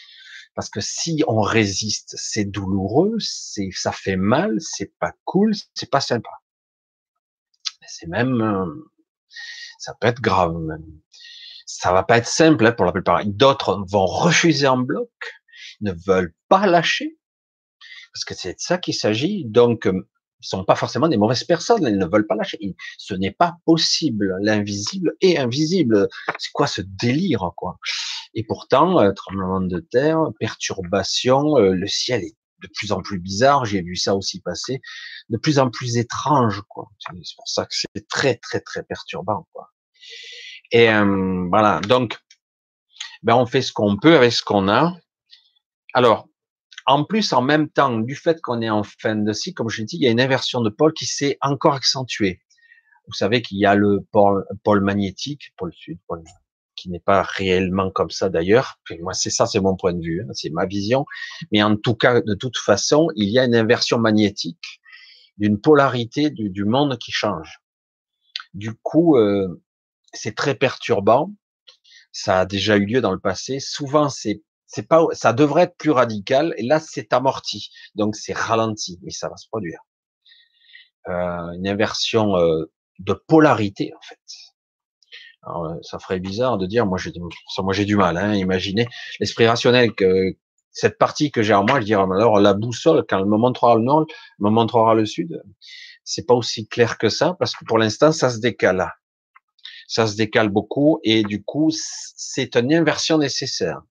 Parce que si on résiste, c'est douloureux, ça fait mal, c'est pas cool, c'est pas sympa. C'est même, ça peut être grave même. Ça va pas être simple hein, pour la plupart. D'autres vont refuser en bloc, ne veulent pas lâcher, parce que c'est de ça qu'il s'agit. Donc, ils sont pas forcément des mauvaises personnes, ils ne veulent pas lâcher. Ce n'est pas possible. L'invisible est invisible. C'est quoi ce délire, quoi? Et pourtant, tremblement de terre, perturbation, le ciel est de plus en plus bizarre. J'ai vu ça aussi passer, de plus en plus étrange, quoi. C'est pour ça que c'est très, très, très perturbant, quoi. Et voilà. Donc, ben on fait ce qu'on peut avec ce qu'on a. Alors, en plus, en même temps, du fait qu'on est en fin de cycle, comme je l'ai dit, il y a une inversion de pôle qui s'est encore accentuée. Vous savez qu'il y a le pôle magnétique, pôle sud, pôle qui n'est pas réellement comme ça d'ailleurs. Moi, c'est ça, c'est mon point de vue, hein, c'est ma vision. Mais en tout cas, de toute façon, il y a une inversion magnétique d'une polarité du monde qui change. Du coup, c'est très perturbant. Ça a déjà eu lieu dans le passé. Souvent, c'est pas, ça devrait être plus radical. Et là, c'est amorti. Donc, c'est ralenti, mais ça va se produire. Une inversion de polarité, en fait. Alors, ça ferait bizarre de dire, moi j'ai du mal, hein, imaginer l'esprit rationnel que cette partie que j'ai en moi, je dirais, alors la boussole, quand elle me montrera le nord, me montrera le sud, c'est pas aussi clair que ça, parce que pour l'instant, ça se décale. Ça se décale beaucoup, et du coup, c'est une inversion nécessaire.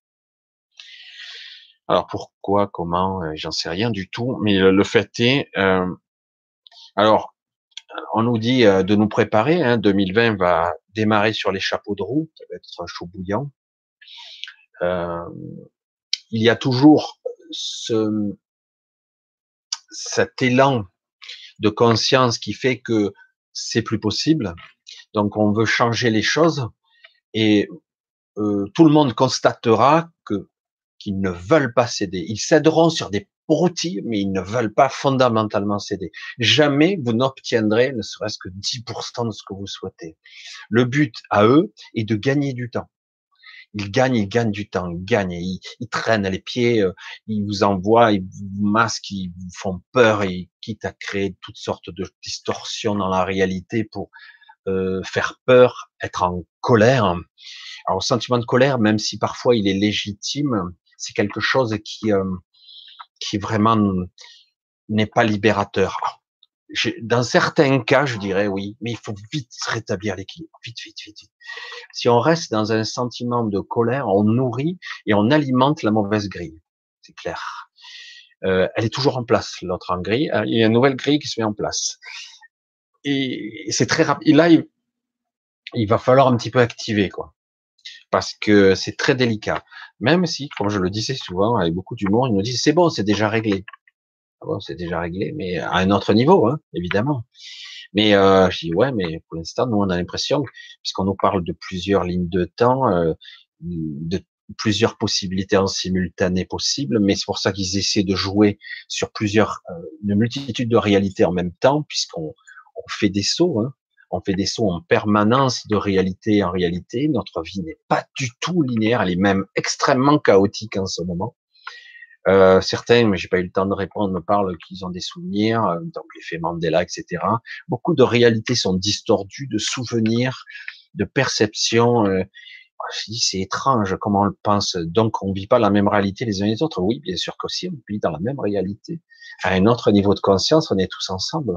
Alors pourquoi, comment, j'en sais rien du tout, mais le fait est, alors on nous dit de nous préparer, hein, 2020 va démarrer sur les chapeaux de roue, ça va être un chaud bouillant. Euh, il y a toujours cet élan de conscience qui fait que c'est plus possible. Donc on veut changer les choses et tout le monde constatera que qu'ils ne veulent pas céder. Ils céderont sur des broutilles, mais ils ne veulent pas fondamentalement céder. Jamais vous n'obtiendrez ne serait-ce que 10% de ce que vous souhaitez. Le but à eux est de gagner du temps. Ils gagnent du temps, ils gagnent, et ils traînent les pieds, ils vous envoient, ils vous masquent, ils vous font peur, et quitte à créer toutes sortes de distorsions dans la réalité pour faire peur, être en colère. Alors, le sentiment de colère, même si parfois il est légitime, c'est quelque chose qui vraiment n'est pas libérateur. Dans certains cas, je dirais oui, mais il faut vite rétablir l'équilibre, vite, vite, vite, vite. Si on reste dans un sentiment de colère, on nourrit et on alimente la mauvaise grille. C'est clair. Elle est toujours en place, l'autre en grille. Il y a une nouvelle grille qui se met en place. Et c'est très rapide. Et là, il va falloir un petit peu activer, quoi. Parce que c'est très délicat. Même si, comme je le disais souvent, avec beaucoup d'humour, ils nous disent c'est bon, c'est déjà réglé. Ah bon, c'est déjà réglé, mais à un autre niveau, hein, évidemment. Mais je dis ouais, mais pour l'instant, nous on a l'impression, puisqu'on nous parle de plusieurs lignes de temps, de plusieurs possibilités en simultané possibles, mais c'est pour ça qu'ils essaient de jouer sur une multitude de réalités en même temps, puisqu'on fait des sauts, hein. On fait des sauts en permanence de réalité en réalité. Notre vie n'est pas du tout linéaire, elle est même extrêmement chaotique en ce moment. Certains, mais j'ai pas eu le temps de répondre, me parlent qu'ils ont des souvenirs, donc l'effet Mandela, etc. Beaucoup de réalités sont distordues, de souvenirs, de perceptions. Je dis, c'est étrange comment on le pense. Donc, on vit pas la même réalité les uns les autres. Oui, bien sûr qu'aussi, on vit dans la même réalité. À un autre niveau de conscience, on est tous ensemble.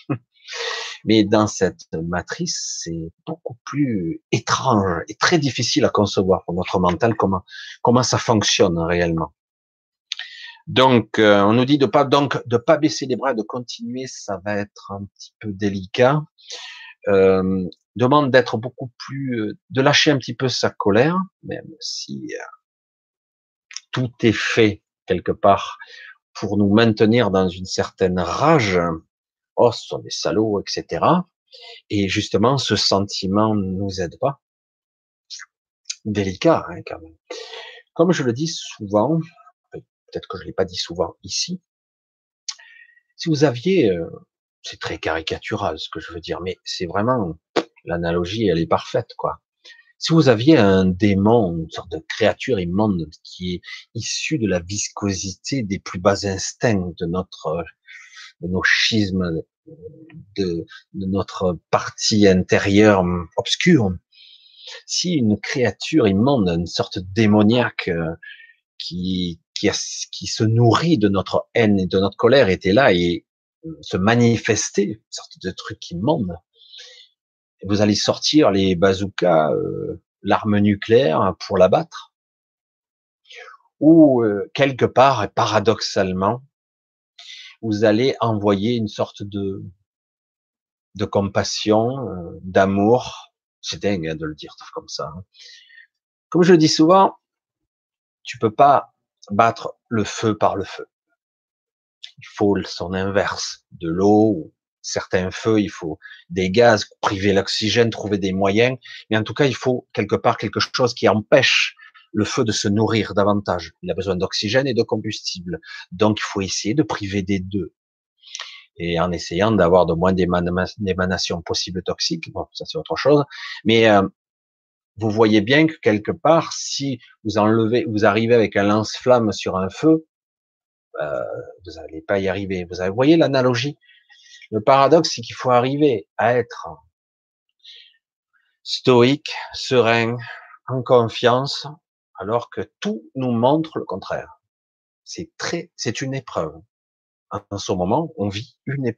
Mais dans cette matrice, c'est beaucoup plus étrange et très difficile à concevoir pour notre mental comment ça fonctionne réellement. Donc, on nous dit de pas baisser les bras, de continuer, ça va être un petit peu délicat. Demande d'être beaucoup plus, de lâcher un petit peu sa colère, même si tout est fait quelque part pour nous maintenir dans une certaine rage. Oh, ce sont des salauds, etc. Et justement, ce sentiment ne nous aide pas. Délicat, hein, quand même. Comme je le dis souvent, peut-être que je l'ai pas dit souvent ici, si vous aviez, c'est très caricatural ce que je veux dire, mais c'est vraiment, l'analogie, elle est parfaite, quoi. Si vous aviez un démon, une sorte de créature immonde qui est issue de la viscosité des plus bas instincts de nos schismes, de notre partie intérieure obscure, si une créature immonde, une sorte de démoniaque qui se nourrit de notre haine et de notre colère était là et se manifestait, une sorte de truc immonde, vous allez sortir les bazookas, l'arme nucléaire pour l'abattre, ou quelque part, paradoxalement, vous allez envoyer une sorte de compassion, d'amour. C'est dingue hein, de le dire comme ça. Hein. Comme je le dis souvent, tu peux pas battre le feu par le feu. Il faut son inverse, de l'eau, certains feux, il faut des gaz, priver l'oxygène, trouver des moyens, mais en tout cas, il faut quelque part quelque chose qui empêche le feu de se nourrir davantage. Il a besoin d'oxygène et de combustible. Donc, il faut essayer de priver des deux. Et en essayant d'avoir de moins d'émanations possibles toxiques, bon, ça c'est autre chose, mais vous voyez bien que quelque part, si vous arrivez avec un lance-flamme sur un feu, euh, vous n'allez pas y arriver. Vous voyez l'analogie? Le paradoxe, c'est qu'il faut arriver à être stoïque, serein, en confiance, alors que tout nous montre le contraire. C'est une épreuve. En ce moment, on vit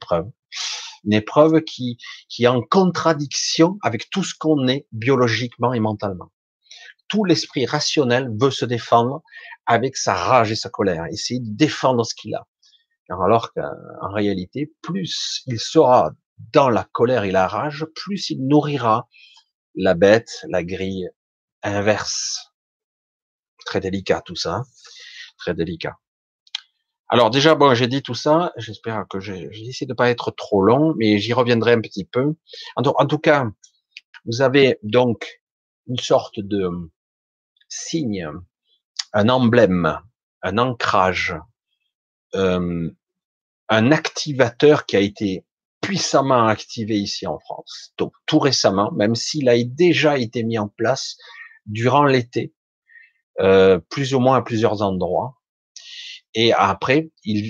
une épreuve qui est en contradiction avec tout ce qu'on est biologiquement et mentalement. Tout l'esprit rationnel veut se défendre avec sa rage et sa colère, essayer de défendre ce qu'il a. Alors qu'en réalité, plus il sera dans la colère et la rage, plus il nourrira la bête, la grille inverse. Très délicat tout ça, hein, très délicat. Alors déjà, bon, j'ai dit tout ça, j'espère que j'ai essayé de pas être trop long, mais j'y reviendrai un petit peu. En tout cas, vous avez donc une sorte de signe, un emblème, un ancrage, euh, un activateur qui a été puissamment activé ici en France, donc tout récemment, même s'il a déjà été mis en place durant l'été, plus ou moins à plusieurs endroits. Et après,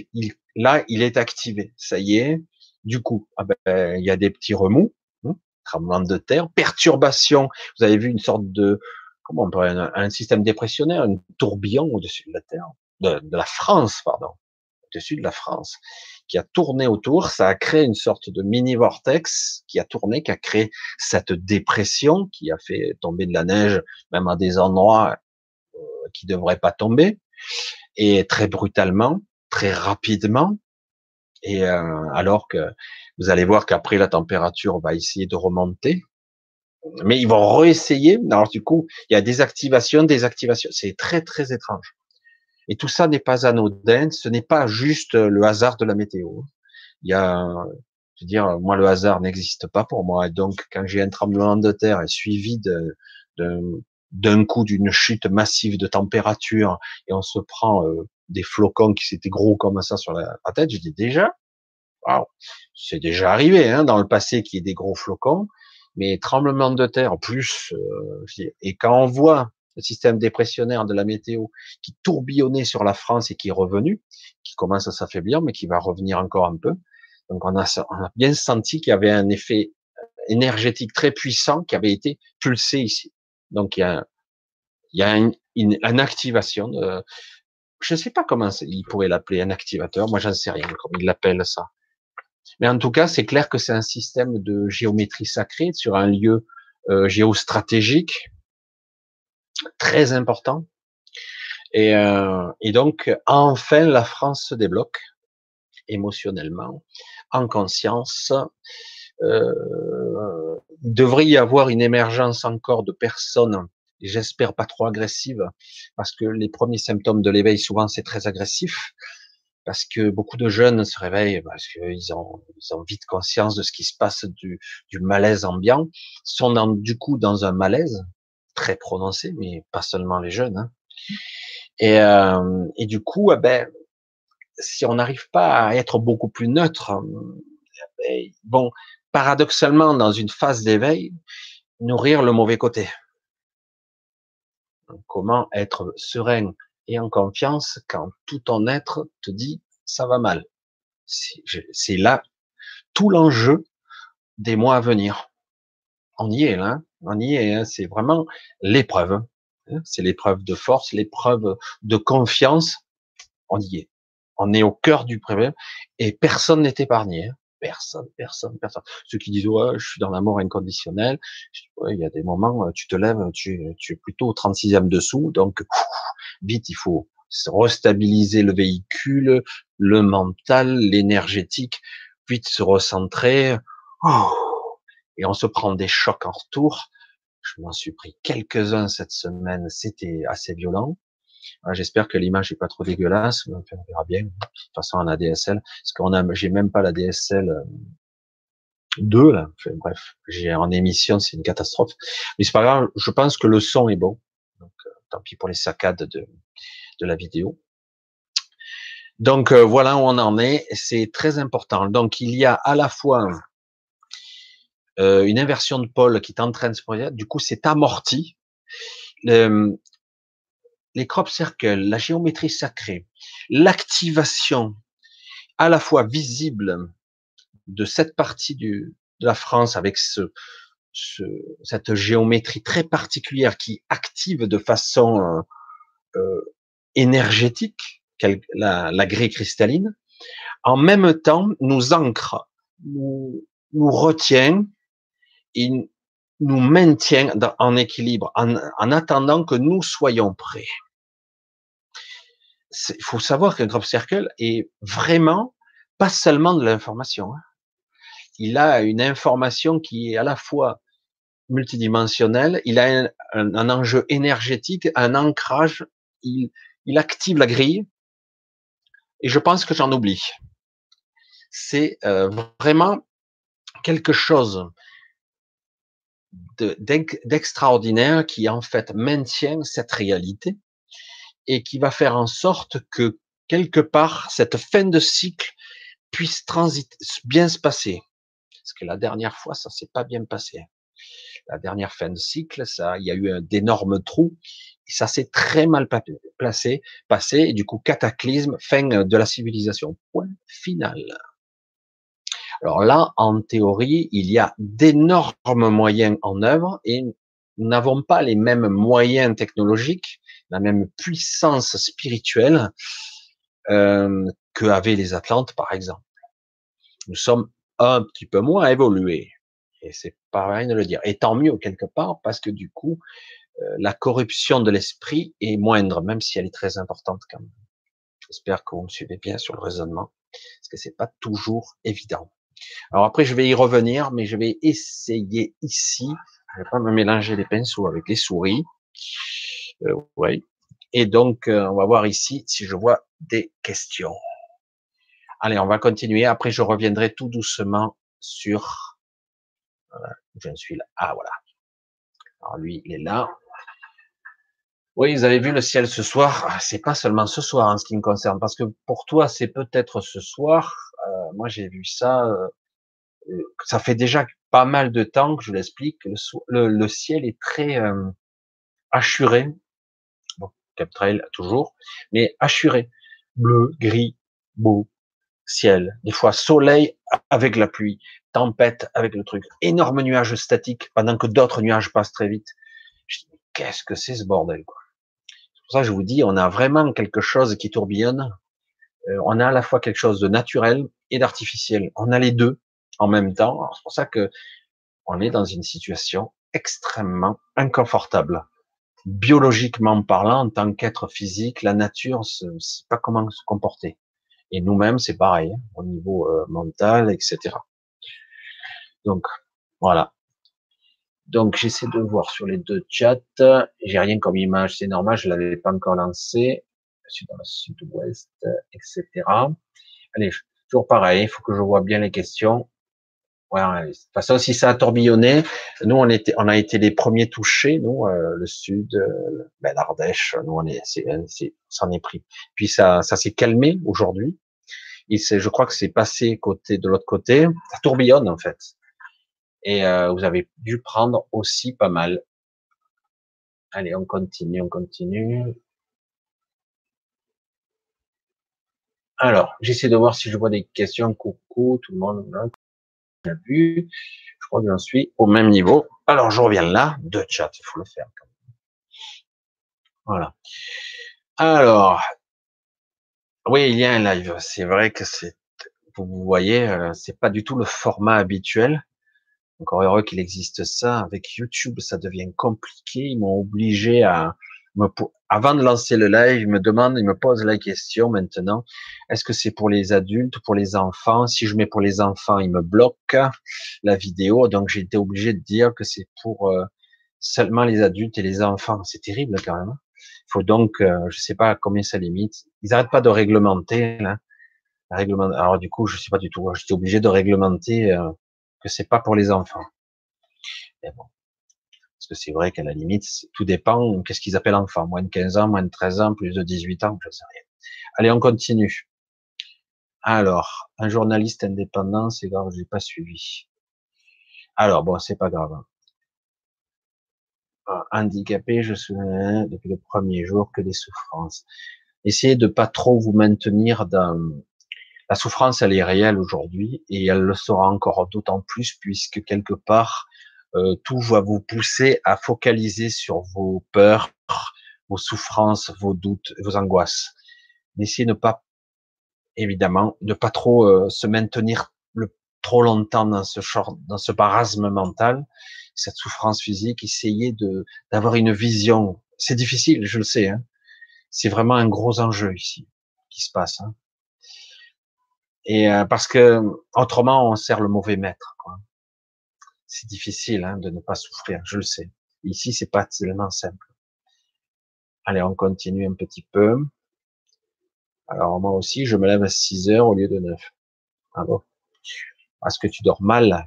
là, il est activé. Ça y est. Du coup, ah ben, il y a des petits remous, tremblements de terre, perturbations. Vous avez vu une sorte de, comment on pourrait, un système dépressionnaire, un tourbillon au-dessus de la Terre, de la France, pardon, au-dessus de la France, qui a tourné autour. Ça a créé une sorte de mini vortex qui a tourné, qui a créé cette dépression, qui a fait tomber de la neige, même à des endroits qui devraient pas tomber, et très brutalement, très rapidement. Et alors que vous allez voir qu'après la température va essayer de remonter, mais ils vont réessayer. Alors du coup, il y a des activations, des activations. C'est très très étrange. Et tout ça n'est pas anodin. Ce n'est pas juste le hasard de la météo. Il y a, je veux dire, moi le hasard n'existe pas pour moi. Et donc quand j'ai un tremblement de terre et suivi d'un d'un coup d'une chute massive de température et on se prend des flocons qui s'étaient gros comme ça sur la tête, je dis déjà, waouh, c'est déjà arrivé hein, dans le passé qu'il y ait des gros flocons, mais tremblement de terre plus, et quand on voit le système dépressionnaire de la météo qui tourbillonnait sur la France et qui est revenu, qui commence à s'affaiblir, mais qui va revenir encore un peu. Donc on a bien senti qu'il y avait un effet énergétique très puissant qui avait été pulsé ici. Donc il y a une activation. Je ne sais pas comment il pourrait l'appeler un activateur. Moi, j'en sais rien comment il l'appelle ça. Mais en tout cas, c'est clair que c'est un système de géométrie sacrée sur un lieu géostratégique très important. Et donc, enfin, la France se débloque émotionnellement, en conscience. Il devrait y avoir une émergence encore de personnes, j'espère pas trop agressives, parce que les premiers symptômes de l'éveil, souvent, c'est très agressif. Parce que beaucoup de jeunes se réveillent parce qu'ils ont vite conscience de ce qui se passe du malaise ambiant, sont du coup dans un malaise très prononcé, mais pas seulement les jeunes. Hein. Et du coup, ben, si on n'arrive pas à être beaucoup plus neutre, bon, paradoxalement, dans une phase d'éveil, nourrir le mauvais côté. Comment être serein et en confiance quand tout ton être te dit ça va mal. C'est là tout l'enjeu des mois à venir. On y est là, hein. On y est, hein. C'est vraiment l'épreuve, hein. C'est l'épreuve de force, l'épreuve de confiance. On y est. On est au cœur du problème et personne n'est épargné, hein. Personne, personne, personne. Ceux qui disent ouais, je suis dans l'amour inconditionnel, je dis, ouais, il y a des moments, tu te lèves, tu es plutôt au 36e dessous, donc vite, il faut restabiliser le véhicule, le mental, l'énergétique, vite se recentrer. Oh, et on se prend des chocs en retour. Je m'en suis pris quelques-uns cette semaine, c'était assez violent. J'espère que l'image est pas trop dégueulasse, on verra bien. De toute façon, on a DSL, parce j'ai même pas la DSL 2 là. Enfin, bref, j'ai en émission, c'est une catastrophe. Mais c'est pas grave, je pense que le son est bon. Donc, tant pis pour les saccades de la vidéo. Donc voilà où on en est, c'est très important. Donc il y a à la fois une inversion de pôle qui est en train de se produire, du coup c'est amorti. Le- les crop circles, la géométrie sacrée, l'activation à la fois visible de cette partie de la France avec cette géométrie très particulière qui active de façon énergétique la grille cristalline, en même temps nous ancre, nous retient et nous maintient en équilibre, en attendant que nous soyons prêts. Il faut savoir qu'un crop circle est vraiment pas seulement de l'information, hein. Il a une information qui est à la fois multidimensionnelle, il a un enjeu énergétique, un ancrage, il active la grille, et je pense que j'en oublie. C'est vraiment quelque chose d'extraordinaire qui en fait maintient cette réalité et qui va faire en sorte que quelque part cette fin de cycle puisse bien se passer. Parce que la dernière fois, ça s'est pas bien passé. La dernière fin de cycle, il y a eu d'énormes trous et ça s'est très mal passé, et du coup cataclysme, fin de la civilisation. Point final. Alors là, en théorie, il y a d'énormes moyens en œuvre et nous n'avons pas les mêmes moyens technologiques, la même puissance spirituelle que avaient les Atlantes, par exemple. Nous sommes un petit peu moins évolués. Et c'est pareil de le dire. Et tant mieux quelque part, parce que du coup, la corruption de l'esprit est moindre, même si elle est très importante quand même. J'espère que vous me suivez bien sur le raisonnement, parce que c'est pas toujours évident. Alors après, je vais y revenir, mais je vais essayer ici. Je vais pas me mélanger les pinceaux avec les souris. Ouais. Et donc, on va voir ici si je vois des questions. Allez, on va continuer. Après, je reviendrai tout doucement sur. Je suis là. Ah voilà. Alors lui, il est là. Oui, vous avez vu le ciel ce soir. C'est pas seulement ce soir en ce qui me concerne, parce que pour toi, c'est peut-être ce soir. Moi, j'ai vu ça. Ça fait déjà pas mal de temps que je l'explique. Le ciel est très hachuré. Bon, chemtrail toujours, mais hachuré. Bleu, gris, beau, ciel. Des fois soleil avec la pluie, tempête avec le truc. Énorme nuage statique pendant que d'autres nuages passent très vite. Je dis, mais qu'est-ce que c'est ce bordel, quoi. C'est pour ça que je vous dis, on a vraiment quelque chose qui tourbillonne. On a à la fois quelque chose de naturel et d'artificiel. On a les deux en même temps. Alors, c'est pour ça que on est dans une situation extrêmement inconfortable. Biologiquement parlant, en tant qu'être physique, la nature ne sait pas comment se comporter. Et nous-mêmes, c'est pareil, hein, au niveau mental, etc. Donc, voilà. Donc, j'essaie de voir sur les deux chats. J'ai rien comme image, c'est normal, je l'avais pas encore lancé. Je suis dans le sud-ouest, etc. Allez, toujours pareil, il faut que je vois bien les questions. Ouais, ouais, de toute façon, si ça a tourbillonné, nous on a été les premiers touchés, nous, le sud, l'Ardèche, nous s'en est pris. Puis ça s'est calmé aujourd'hui. Je crois que c'est passé de l'autre côté. Ça tourbillonne en fait. Et vous avez dû prendre aussi pas mal. Allez, on continue, on continue. Alors, j'essaie de voir si je vois des questions. Coucou, tout le monde, hein, on a vu. Je crois que j'en suis au même niveau. Alors, je reviens là, de chat, il faut le faire. Voilà. Alors, oui, il y a un live. C'est vrai que vous voyez, c'est pas du tout le format habituel. Encore heureux qu'il existe ça. Avec YouTube, ça devient compliqué. Ils m'ont obligé à avant de lancer le live, ils me posent la question maintenant. Est-ce que c'est pour les adultes ou pour les enfants? Si je mets pour les enfants, ils me bloquent la vidéo. Donc, j'ai été obligé de dire que c'est pour seulement les adultes et les enfants. C'est terrible, quand même. Il faut donc, je sais pas combien ça limite. Ils n'arrêtent pas de réglementer, là. Alors, du coup, je sais pas du tout. J'étais obligé de réglementer que c'est pas pour les enfants. Mais bon, parce que c'est vrai qu'à la limite, tout dépend, qu'est-ce qu'ils appellent enfant, moins de 15 ans, moins de 13 ans, plus de 18 ans, je sais rien. Allez, on continue. Alors, un journaliste indépendant, c'est grave, j'ai pas suivi. Alors, bon, c'est pas grave. Handicapé, je suis depuis le premier jour que des souffrances. Essayez de pas trop vous maintenir dans la souffrance, elle est réelle aujourd'hui et elle le sera encore d'autant plus puisque quelque part tout va vous pousser à focaliser sur vos peurs, vos souffrances, vos doutes, vos angoisses. N'essayez de ne pas, évidemment, de pas trop se maintenir trop longtemps dans dans ce parasme mental, cette souffrance physique. Essayez d'avoir une vision. C'est difficile, je le sais. Hein. C'est vraiment un gros enjeu ici qui se passe. Hein. Et parce que autrement, on sert le mauvais maître. Quoi. C'est difficile hein, de ne pas souffrir, je le sais. Ici, c'est pas tellement simple. Allez, on continue un petit peu. Alors moi aussi, je me lève à 6 heures au lieu de 9. Ah bon? Parce que tu dors mal.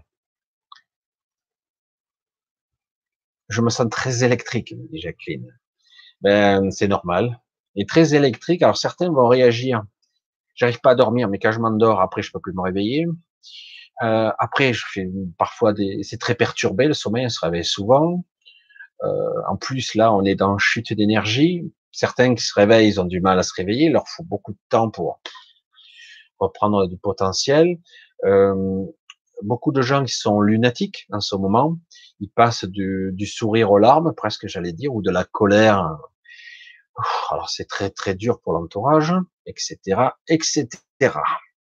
Je me sens très électrique, me dit Jacqueline. Ben, c'est normal. Et très électrique. Alors certains vont réagir. J'arrive pas à dormir, mais quand je m'endors, après, je peux plus me réveiller. Après, je fais parfois c'est très perturbé le sommeil, on se réveille souvent. En plus, là, on est dans chute d'énergie. Certains qui se réveillent, ils ont du mal à se réveiller. Il leur faut beaucoup de temps pour reprendre du potentiel. Euh, Beaucoup de gens qui sont lunatiques en ce moment. Ils passent du sourire aux larmes, presque, j'allais dire, ou de la colère. Alors, c'est très, très dur pour l'entourage, etc., etc.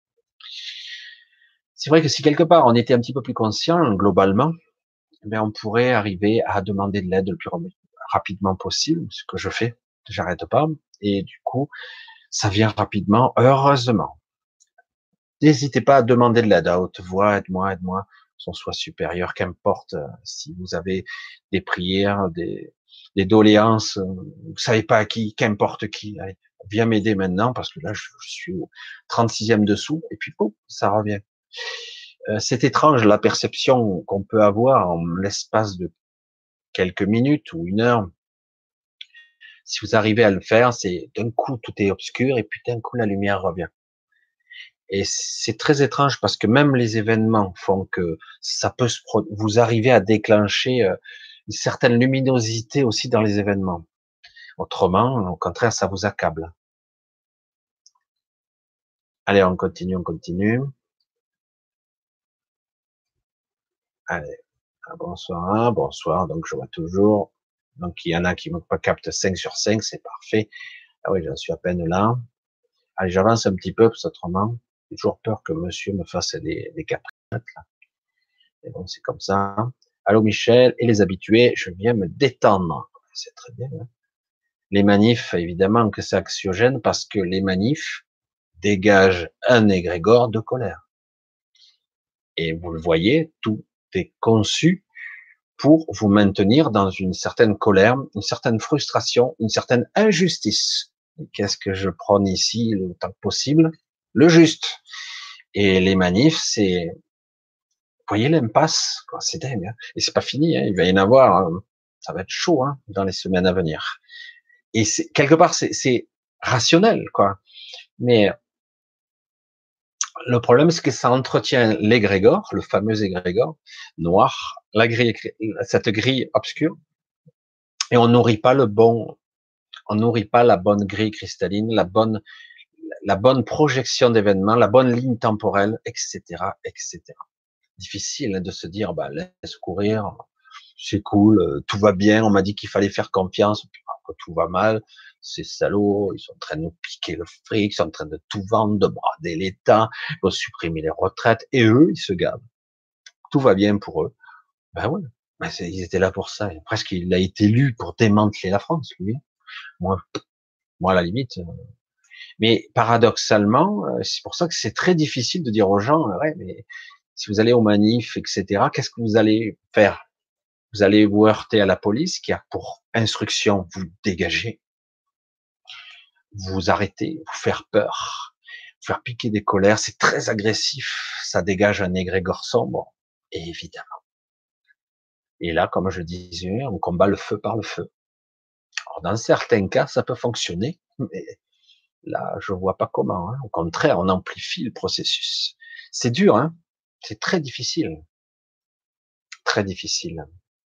C'est vrai que si quelque part on était un petit peu plus conscient globalement, ben on pourrait arriver à demander de l'aide le plus rapidement possible, ce que je fais, j'arrête pas, et du coup, ça vient rapidement, heureusement. N'hésitez pas à demander de l'aide à haute voix, aide-moi, aide-moi, son soi supérieur, qu'importe, si vous avez des prières, des doléances, vous savez pas à qui, qu'importe qui, allez, viens m'aider maintenant, parce que là, je suis au 36e dessous, et puis, pouf, ça revient. C'est étrange la perception qu'on peut avoir en l'espace de quelques minutes ou une heure. Si vous arrivez à le faire, c'est d'un coup tout est obscur et puis d'un coup la lumière revient. Et c'est très étrange parce que même les événements font que ça peut vous arriver à déclencher une certaine luminosité aussi dans les événements. Autrement, au contraire, ça vous accable. Allez, on continue, on continue. Allez, bonsoir, bonsoir. Donc je vois toujours. Donc il y en a qui me captent 5 sur 5, c'est parfait. Ah oui, j'en suis à peine là. Allez, j'avance un petit peu, parce autrement, j'ai toujours peur que monsieur me fasse des caprices. Mais bon, c'est comme ça. Allô Michel et les habitués, je viens me détendre. C'est très bien. Hein. Les manifs, évidemment que c'est anxiogène parce que les manifs dégagent un égrégore de colère. Et vous le voyez, tout est conçu pour vous maintenir dans une certaine colère, une certaine frustration, une certaine injustice. Qu'est-ce que je prône ici le temps possible? Le juste. Et les manifs, c'est, vous voyez l'impasse, quoi, c'est dingue. Hein. Et c'est pas fini, hein, il va y en avoir, hein. Ça va être chaud hein, dans les semaines à venir. Et quelque part, c'est rationnel, quoi. Mais le problème, c'est que ça entretient l'égrégore, le fameux égrégore noir, cette grille obscure, Et on nourrit pas le bon, on nourrit pas la bonne grille cristalline, la bonne projection d'événements, la bonne ligne temporelle, etc., etc. Difficile hein, de se dire, bah, laisse courir, c'est cool, tout va bien, on m'a dit qu'il fallait faire confiance, que tout va mal, ces salauds, ils sont en train de nous piquer le fric, ils sont en train de tout vendre, de brader l'État, ils vont supprimer les retraites, et eux, ils se gardent. Tout va bien pour eux. Ben ouais, ben ils étaient là pour ça. Et presque il a été élu pour démanteler la France, lui. Moi, moi à la limite. Mais paradoxalement, c'est pour ça que c'est très difficile de dire aux gens, ouais, mais si vous allez aux manifs, etc., qu'est-ce que vous allez faire? Vous allez vous heurter à la police qui a pour instruction vous dégager, vous arrêter, vous faire peur, vous faire piquer des colères. C'est très agressif. Ça dégage un égrégore sombre, et évidemment. Et là, comme je disais, on combat le feu par le feu. Alors, dans certains cas, ça peut fonctionner, mais là, je vois pas comment. Hein. Au contraire, on amplifie le processus. C'est dur, hein. C'est très difficile, très difficile.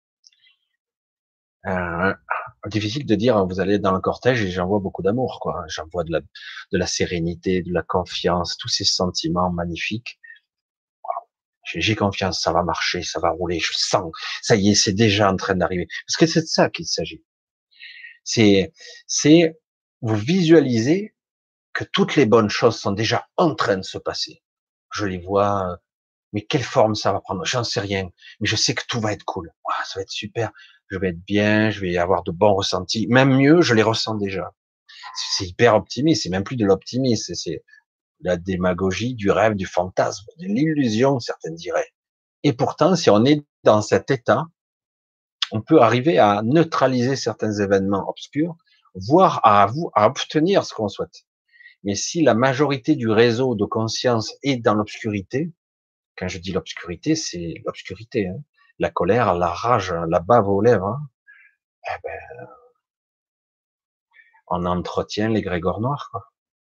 Euh, difficile de dire, vous allez dans le cortège et j'envoie beaucoup d'amour, quoi. J'envoie de la sérénité, de la confiance, tous ces sentiments magnifiques. J'ai confiance, ça va marcher, ça va rouler, je sens, ça y est, c'est déjà en train d'arriver. Parce que c'est de ça qu'il s'agit. C'est, c'est, vous visualisez que toutes les bonnes choses sont déjà en train de se passer. Je les vois, mais quelle forme ça va prendre? J'en sais rien. Mais je sais que tout va être cool. Ouah, ça va être super. Je vais être bien, je vais avoir de bons ressentis. Même mieux, je les ressens déjà. C'est hyper optimiste. C'est même plus de l'optimisme. C'est la démagogie, du rêve, du fantasme, de l'illusion, certains diraient. Et pourtant, si on est dans cet état, on peut arriver à neutraliser certains événements obscurs, voire à obtenir ce qu'on souhaite. Mais si la majorité du réseau de conscience est dans l'obscurité, quand je dis l'obscurité, c'est l'obscurité, hein, la colère, la rage, la bave aux lèvres, hein, eh ben, on entretient les grégores noirs, quoi.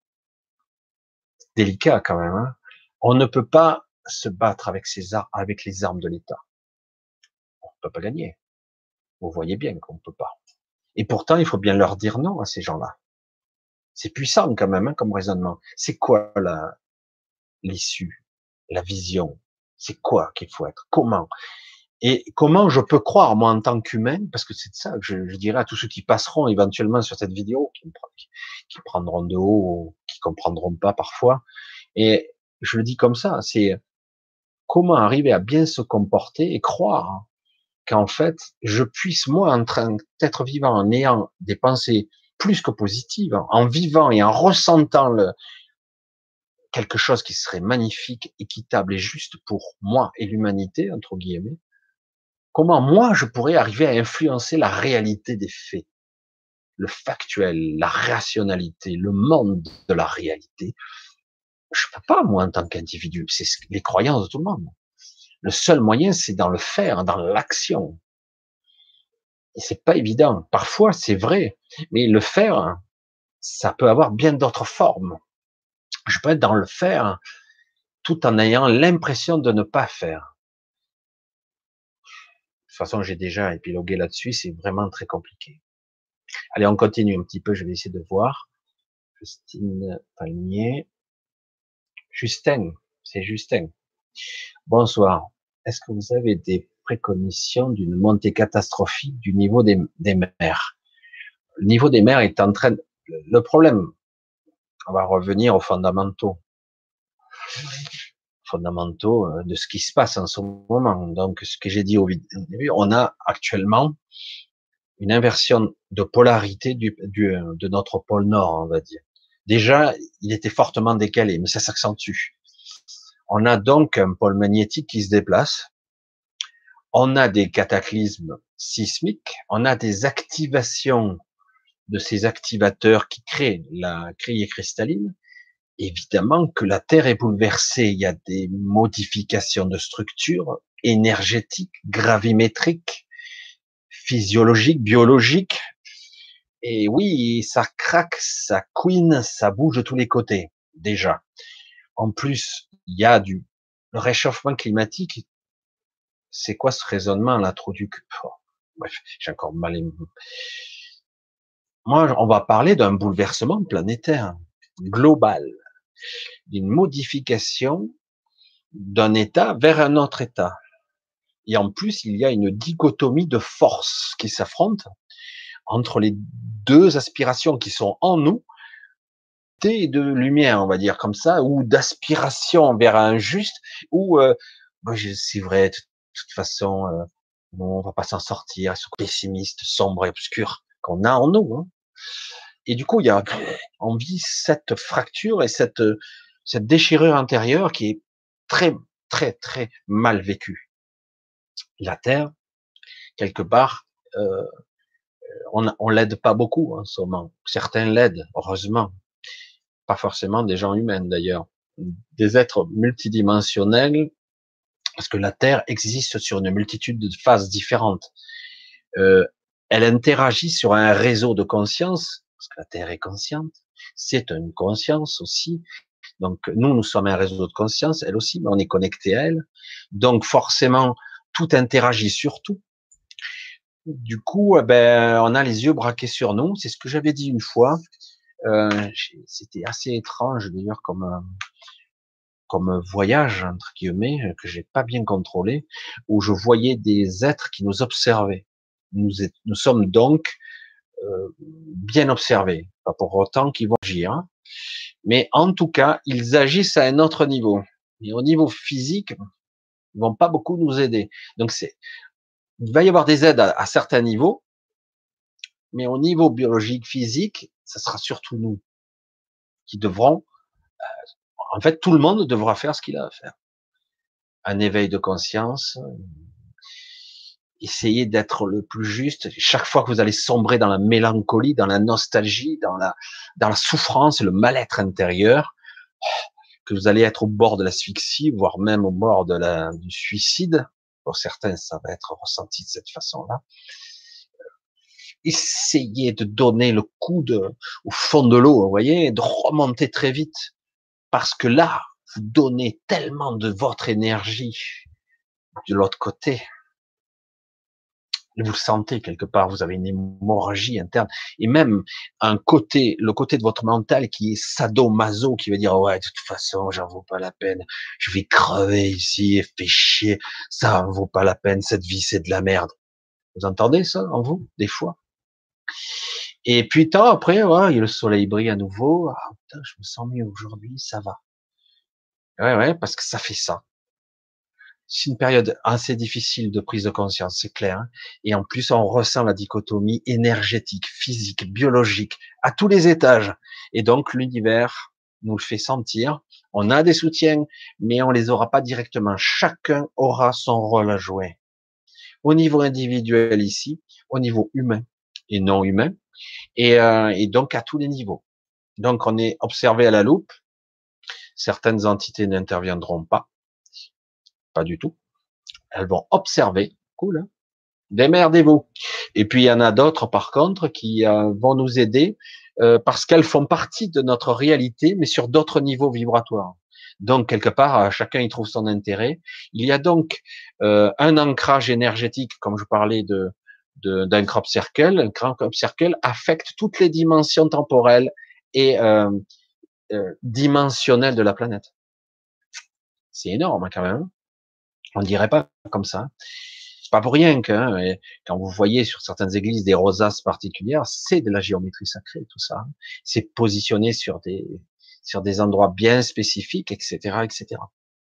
Délicat quand même. Hein. On ne peut pas se battre avec avec les armes de l'État. On ne peut pas gagner. Vous voyez bien qu'on ne peut pas. Et pourtant, il faut bien leur dire non à ces gens-là. C'est puissant quand même hein, comme raisonnement. C'est quoi l'issue, la vision? C'est quoi qu'il faut être? Comment? Et comment je peux croire, moi, en tant qu'humain, parce que c'est ça que je dirais à tous ceux qui passeront éventuellement sur cette vidéo, qui prendront de haut, ou qui comprendront pas parfois. Et je le dis comme ça, c'est comment arriver à bien se comporter et croire qu'en fait, je puisse, moi, en train d'être vivant, en ayant des pensées plus que positives, en vivant et en ressentant quelque chose qui serait magnifique, équitable et juste pour moi et l'humanité, entre guillemets, comment moi je pourrais arriver à influencer la réalité des faits, le factuel, la rationalité, le monde de la réalité. Je peux pas, moi, en tant qu'individu. C'est les croyances de tout le monde. Le seul moyen, c'est dans le faire, dans l'action. Et c'est pas évident. Parfois, c'est vrai. Mais le faire, ça peut avoir bien d'autres formes. Je peux être dans le faire tout en ayant l'impression de ne pas faire. De toute façon, j'ai déjà épilogué là-dessus. C'est vraiment très compliqué. Allez, on continue un petit peu. Je vais essayer de voir. Justine Palmier. Justin, c'est Justin. Bonsoir. Est-ce que vous avez des préconitions d'une montée catastrophique du niveau des mers? Le niveau des mers est en train de... Le problème, on va revenir aux fondamentaux de ce qui se passe en ce moment. Donc, ce que j'ai dit au début, on a actuellement une inversion de polarité de notre pôle nord, on va dire. Déjà, il était fortement décalé, mais ça s'accentue. On a donc un pôle magnétique qui se déplace. On a des cataclysmes sismiques. On a des activations de ces activateurs qui créent la criée cristalline. Évidemment que la Terre est bouleversée. Il y a des modifications de structure énergétiques, gravimétriques, physiologiques, biologiques. Et oui, ça craque, ça couine, ça bouge de tous les côtés, déjà. En plus, il y a le réchauffement climatique. C'est quoi ce raisonnement là, trou du cul? Bref, j'ai encore mal. Moi, on va parler d'un bouleversement planétaire, global, d'une modification d'un état vers un autre état. Et en plus, il y a une dichotomie de forces qui s'affrontent entre les deux aspirations qui sont en nous, et de lumière, on va dire comme ça, ou d'aspiration vers un juste, ou c'est vrai, de toute façon, non, on va pas s'en sortir, ce pessimiste, sombre et obscur qu'on a en nous. Hein. Et du coup, on vit cette fracture et cette déchirure intérieure qui est très, très, très mal vécue. La Terre, quelque part, euh, on l'aide pas beaucoup en ce moment. Certains l'aident, heureusement. Pas forcément des gens humains d'ailleurs. Des êtres multidimensionnels, parce que la Terre existe sur une multitude de phases différentes. Euh, Elle interagit sur un réseau de conscience, parce que la Terre est consciente. C'est une conscience aussi. Donc nous sommes un réseau de conscience, elle aussi, mais on est connecté à elle. Donc forcément, tout interagit sur tout. Du coup, on a les yeux braqués sur nous. C'est ce que j'avais dit une fois. C'était assez étrange d'ailleurs comme voyage entre guillemets que j'ai pas bien contrôlé, où je voyais des êtres qui nous observaient. Nous sommes donc bien observés, pas pour autant qu'ils vont agir, hein. Mais en tout cas, ils agissent à un autre niveau. Et au niveau physique, ils vont pas beaucoup nous aider. Donc il va y avoir des aides à certains niveaux, mais au niveau biologique, physique, ça sera surtout nous qui devrons, en fait, tout le monde devra faire ce qu'il a à faire. Un éveil de conscience, essayez d'être le plus juste. Chaque fois que vous allez sombrer dans la mélancolie, dans la nostalgie, dans la souffrance, le mal-être intérieur, que vous allez être au bord de l'asphyxie, voire même au bord du suicide. Pour certains, ça va être ressenti de cette façon-là. Essayez de donner le coup au fond de l'eau, vous voyez, de remonter très vite. Parce que là, vous donnez tellement de votre énergie de l'autre côté. Vous le sentez quelque part, vous avez une hémorragie interne, et même le côté de votre mental qui est sadomaso, qui veut dire ouais, de toute façon, j'en vaut pas la peine, je vais crever ici, et fait chier, ça en vaut pas la peine, cette vie c'est de la merde. Vous entendez ça en vous des fois? Et puis tant après, ouais, le soleil brille à nouveau, ah putain, je me sens mieux aujourd'hui, ça va. Ouais, ouais, parce que ça fait ça. C'est une période assez difficile de prise de conscience, c'est clair. Hein. Et en plus, on ressent la dichotomie énergétique, physique, biologique, à tous les étages. Et donc, l'univers nous le fait sentir. On a des soutiens, mais on les aura pas directement. Chacun aura son rôle à jouer. Au niveau individuel ici, au niveau humain et non humain, et donc à tous les niveaux. Donc, on est observé à la loupe. Certaines entités n'interviendront pas du tout. Elles vont observer. Cool, hein. Démerdez-vous. Et puis il y en a d'autres par contre qui vont nous aider parce qu'elles font partie de notre réalité, mais sur d'autres niveaux vibratoires. Donc quelque part, chacun y trouve son intérêt. Il y a donc un ancrage énergétique, comme je parlais d'un crop circle. Un crop circle affecte toutes les dimensions temporelles et dimensionnelles de la planète. C'est énorme quand même. On dirait pas comme ça. C'est pas pour rien que quand vous voyez sur certaines églises des rosaces particulières, c'est de la géométrie sacrée, tout ça. C'est positionné sur des endroits bien spécifiques, etc., etc.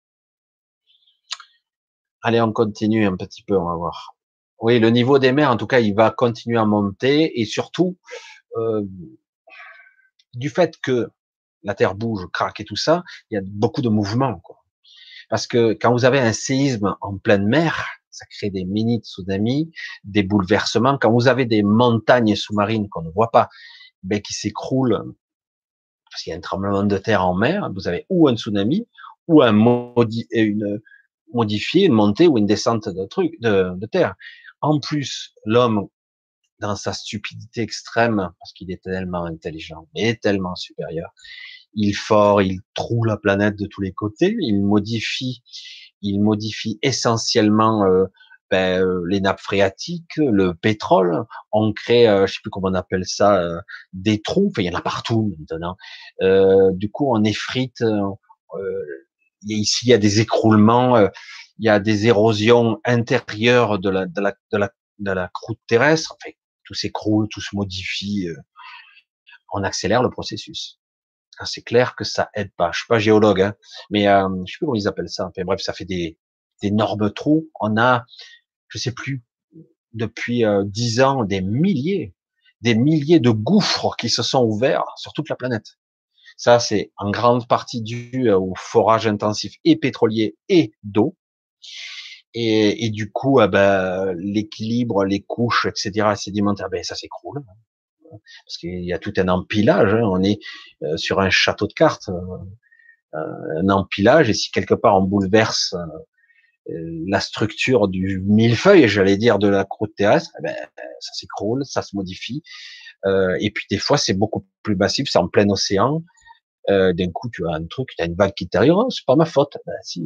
Allez, on continue un petit peu, on va voir. Oui, le niveau des mers, en tout cas, il va continuer à monter, et surtout euh, du fait que la terre bouge, craque et tout ça, il y a beaucoup de mouvements, quoi. Parce que quand vous avez un séisme en pleine mer, ça crée des mini tsunamis, des bouleversements. Quand vous avez des montagnes sous-marines qu'on ne voit pas, ben, qui s'écroulent parce qu'il y a un tremblement de terre en mer, vous avez ou un tsunami ou une modifié, une montée ou une descente de terre. En plus, l'homme, dans sa stupidité extrême, parce qu'il est tellement intelligent et tellement supérieur, il fort, il troue la planète de tous les côtés, il modifie essentiellement les nappes phréatiques, le pétrole, on crée, je sais plus comment on appelle ça, des trous. Enfin, il y en a partout maintenant. Du coup, on effrite. Ici, il y a des écroulements, il y a des érosions intérieures de la croûte terrestre. Enfin, tout s'écroule, tout se modifie. On accélère le processus. C'est clair que ça aide pas. Je suis pas géologue, hein, mais je sais plus comment ils appellent ça. Enfin, bref, ça fait d'énormes trous. On a, je sais plus, depuis 10 ans, des milliers de gouffres qui se sont ouverts sur toute la planète. Ça, c'est en grande partie dû au forage intensif et pétrolier et d'eau. Et du coup, l'équilibre, les couches, etc., sédimentaires, ça s'écroule. Parce qu'il y a tout un empilage. Hein. On est sur un château de cartes, un empilage. Et si quelque part on bouleverse la structure du millefeuille, j'allais dire, de la croûte terrestre, ça s'écroule, ça se modifie. Et puis des fois, c'est beaucoup plus massif, c'est en plein océan. D'un coup, tu as un truc, tu as une vague qui t'arrive, oh, c'est pas ma faute. Si.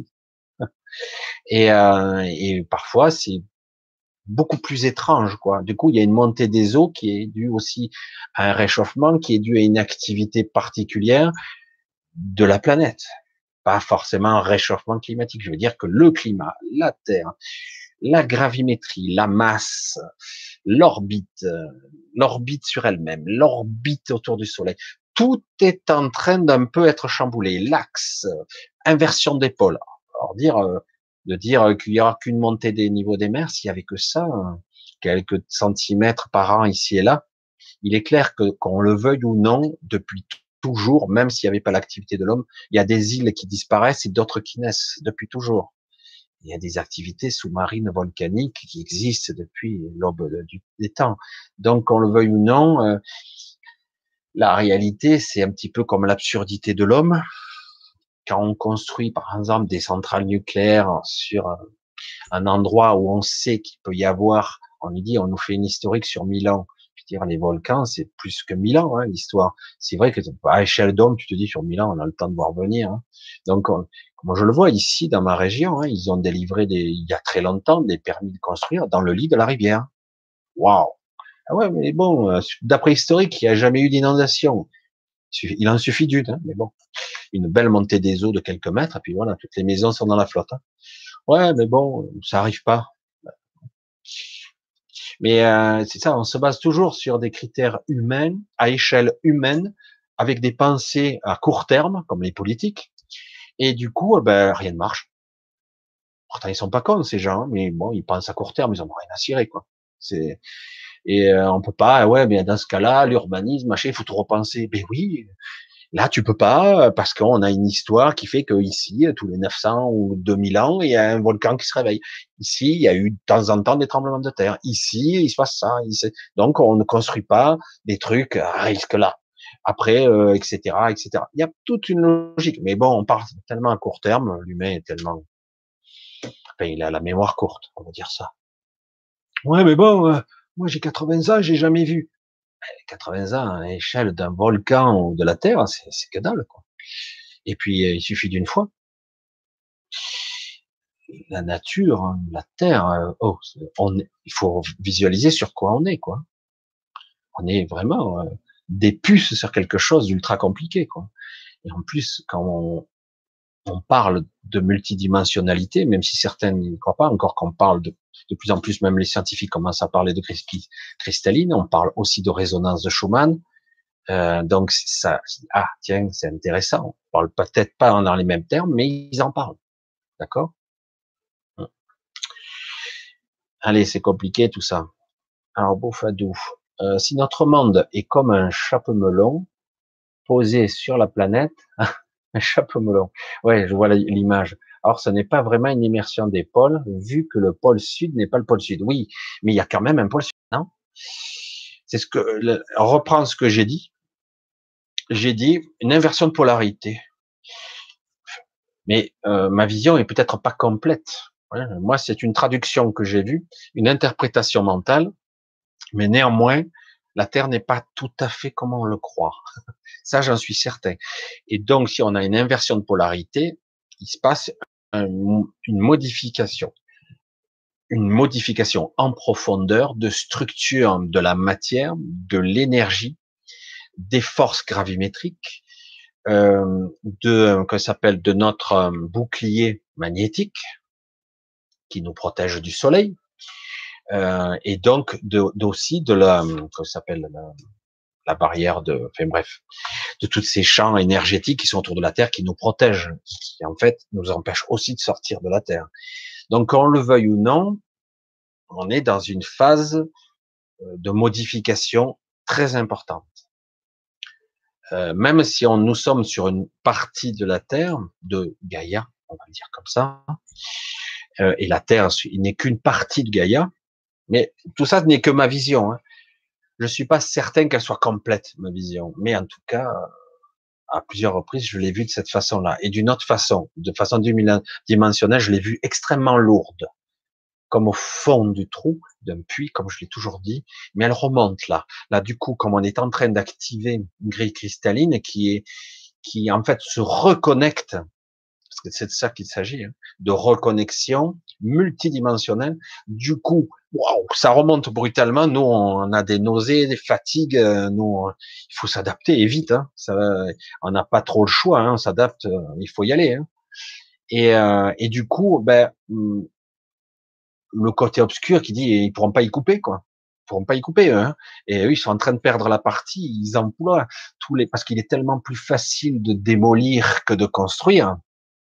Et parfois, c'est beaucoup plus étrange, quoi. Du coup, il y a une montée des eaux qui est due aussi à un réchauffement, qui est due à une activité particulière de la planète. Pas forcément un réchauffement climatique. Je veux dire que le climat, la Terre, la gravimétrie, la masse, l'orbite, l'orbite sur elle-même, l'orbite autour du Soleil, tout est en train d'un peu être chamboulé. L'axe, inversion des pôles. Alors de dire qu'il y aura qu'une montée des niveaux des mers, s'il y avait que ça, quelques centimètres par an ici et là, il est clair que qu'on le veuille ou non, depuis toujours, même s'il n'y avait pas l'activité de l'homme, il y a des îles qui disparaissent et d'autres qui naissent depuis toujours. Il y a des activités sous-marines volcaniques qui existent depuis l'aube des temps. Donc, qu'on le veuille ou non, la réalité, c'est un petit peu comme l'absurdité de l'homme. Quand on construit, par exemple, des centrales nucléaires sur un endroit où on sait qu'il peut y avoir, on nous dit, on nous fait une historique sur 1000 ans. Je veux dire, les volcans, c'est plus que 1000 ans, hein, l'histoire. C'est vrai que à échelle d'homme, tu te dis sur 1000 ans, on a le temps de voir venir. Hein. Donc, moi, je le vois ici, dans ma région, hein, ils ont délivré il y a très longtemps des permis de construire dans le lit de la rivière. Waouh! Ah ouais, mais bon, d'après historique, il n'y a jamais eu d'inondation. Il en suffit d'une, hein, mais bon, une belle montée des eaux de quelques mètres, et puis voilà, toutes les maisons sont dans la flotte. Hein. Ouais, mais bon, ça arrive pas. Mais c'est ça, on se base toujours sur des critères humains, à échelle humaine, avec des pensées à court terme, comme les politiques, et du coup, rien ne marche. Pourtant, ils sont pas cons ces gens, hein, mais bon, ils pensent à court terme, ils en ont rien à cirer, quoi. C'est on peut pas, ouais, mais dans ce cas-là, l'urbanisme, machin, il faut tout repenser. Ben oui, là, tu peux pas, parce qu'on a une histoire qui fait que ici, tous les 900 ou 2000 ans, il y a un volcan qui se réveille. Ici, il y a eu de temps en temps des tremblements de terre. Ici, il se passe ça. Ici. Donc, on ne construit pas des trucs à risque là. Après, etc., etc. Il y a toute une logique. Mais bon, on part tellement à court terme. L'humain est tellement, enfin, il a la mémoire courte, on va dire ça. Ouais, mais bon, moi j'ai 80 ans, j'ai jamais vu. 80 ans à l'échelle d'un volcan ou de la Terre, c'est que dalle, quoi. Et puis, il suffit d'une fois. La nature, hein, la terre, il faut visualiser sur quoi on est, quoi. On est vraiment des puces sur quelque chose d'ultra compliqué, quoi. Et en plus, quand on parle de multidimensionnalité, même si certains n'y croient pas, encore qu'on parle de plus en plus, même les scientifiques commencent à parler de cristalline, on parle aussi de résonance de Schumann. Donc ça, ah tiens, c'est intéressant. On parle peut-être pas dans les mêmes termes, mais ils en parlent, d'accord? Allez, c'est compliqué tout ça. Alors, Boufadou, si notre monde est comme un chapeau melon posé sur la planète, un chapeau melon. Ouais, je vois l'image. Alors, ce n'est pas vraiment une immersion des pôles, vu que le pôle sud n'est pas le pôle sud. Oui, mais il y a quand même un pôle sud, non? C'est on reprend ce que j'ai dit. J'ai dit une inversion de polarité. Mais ma vision est peut-être pas complète. Ouais, moi, c'est une traduction que j'ai vue, une interprétation mentale, mais néanmoins, la Terre n'est pas tout à fait comme on le croit. Ça, j'en suis certain. Et donc, si on a une inversion de polarité, il se passe une modification. une modification en profondeur de structure de la matière, de l'énergie, des forces gravimétriques, que s'appelle de notre bouclier magnétique qui nous protège du soleil, et donc aussi de la que s'appelle la barrière de, enfin bref, de tous ces champs énergétiques qui sont autour de la Terre qui nous protègent, qui en fait nous empêchent aussi de sortir de la Terre. Donc qu'on le veuille ou non, on est dans une phase de modification très importante. Même si nous sommes sur une partie de la Terre, de Gaïa, on va le dire comme ça, et la Terre n'est qu'une partie de Gaïa, mais tout ça n'est que ma vision. Hein. Je suis pas certain qu'elle soit complète, ma vision, mais en tout cas, à plusieurs reprises, je l'ai vue de cette façon-là, et d'une autre façon, de façon dimensionnelle, je l'ai vue extrêmement lourde, comme au fond du trou d'un puits, comme je l'ai toujours dit, mais elle remonte là. Là, du coup, comme on est en train d'activer une grille cristalline qui en fait se reconnecte, parce que c'est de ça qu'il s'agit, hein, de reconnexion multidimensionnelle. Du coup, waouh, ça remonte brutalement. Nous, on a des nausées, des fatigues. Il faut s'adapter et vite. Hein. On n'a pas trop le choix. Hein, on s'adapte. Il faut y aller. Hein. Et du coup, le côté obscur qui dit ils pourront pas y couper quoi. Ils pourront pas y couper eux, hein. Et eux ils sont en train de perdre la partie, ils emploient parce qu'il est tellement plus facile de démolir que de construire,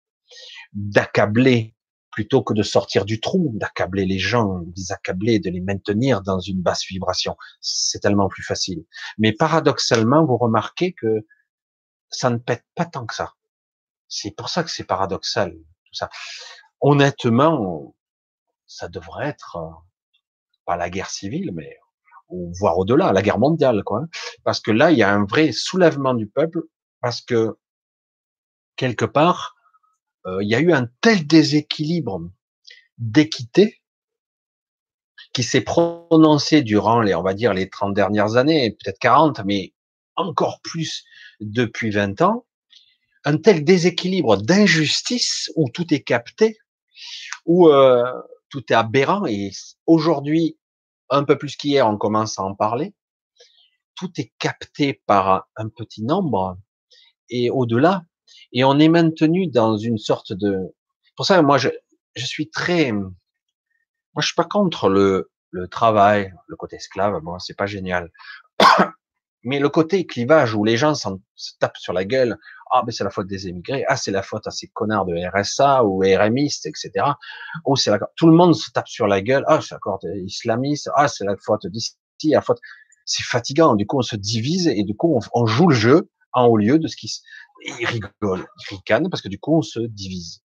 d'accabler plutôt que de sortir du trou, d'accabler les gens, de les accabler, de les maintenir dans une basse vibration. C'est tellement plus facile. Mais paradoxalement, vous remarquez que ça ne pète pas tant que ça. C'est pour ça que c'est paradoxal, tout ça. Honnêtement, ça devrait être pas la guerre civile, mais ou voire au-delà, la guerre mondiale, quoi. Parce que là, il y a un vrai soulèvement du peuple, parce que quelque part, il y a eu un tel déséquilibre d'équité qui s'est prononcé durant les, on va dire, les 30 dernières années, peut-être 40, mais encore plus depuis 20 ans, un tel déséquilibre d'injustice où tout est capté, où tout est aberrant, et aujourd'hui, un peu plus qu'hier, on commence à en parler, tout est capté par un petit nombre et au-delà, et on est maintenu dans une sorte de. Pour ça, moi, je suis très, moi, je suis pas contre le travail, le côté esclave, bon, c'est pas génial, mais le côté clivage où les gens se tapent sur la gueule, ah ben c'est la faute des émigrés, ah c'est la faute à ces connards de RSA ou RMistes, etc. Oh c'est tout le monde se tape sur la gueule, ah c'est la faute des islamistes, ah c'est la faute d'ici, la faute, c'est fatigant. Du coup on se divise et du coup on joue le jeu en haut lieu de ce qui, ils rigolent, ils ricanent parce que du coup on se divise.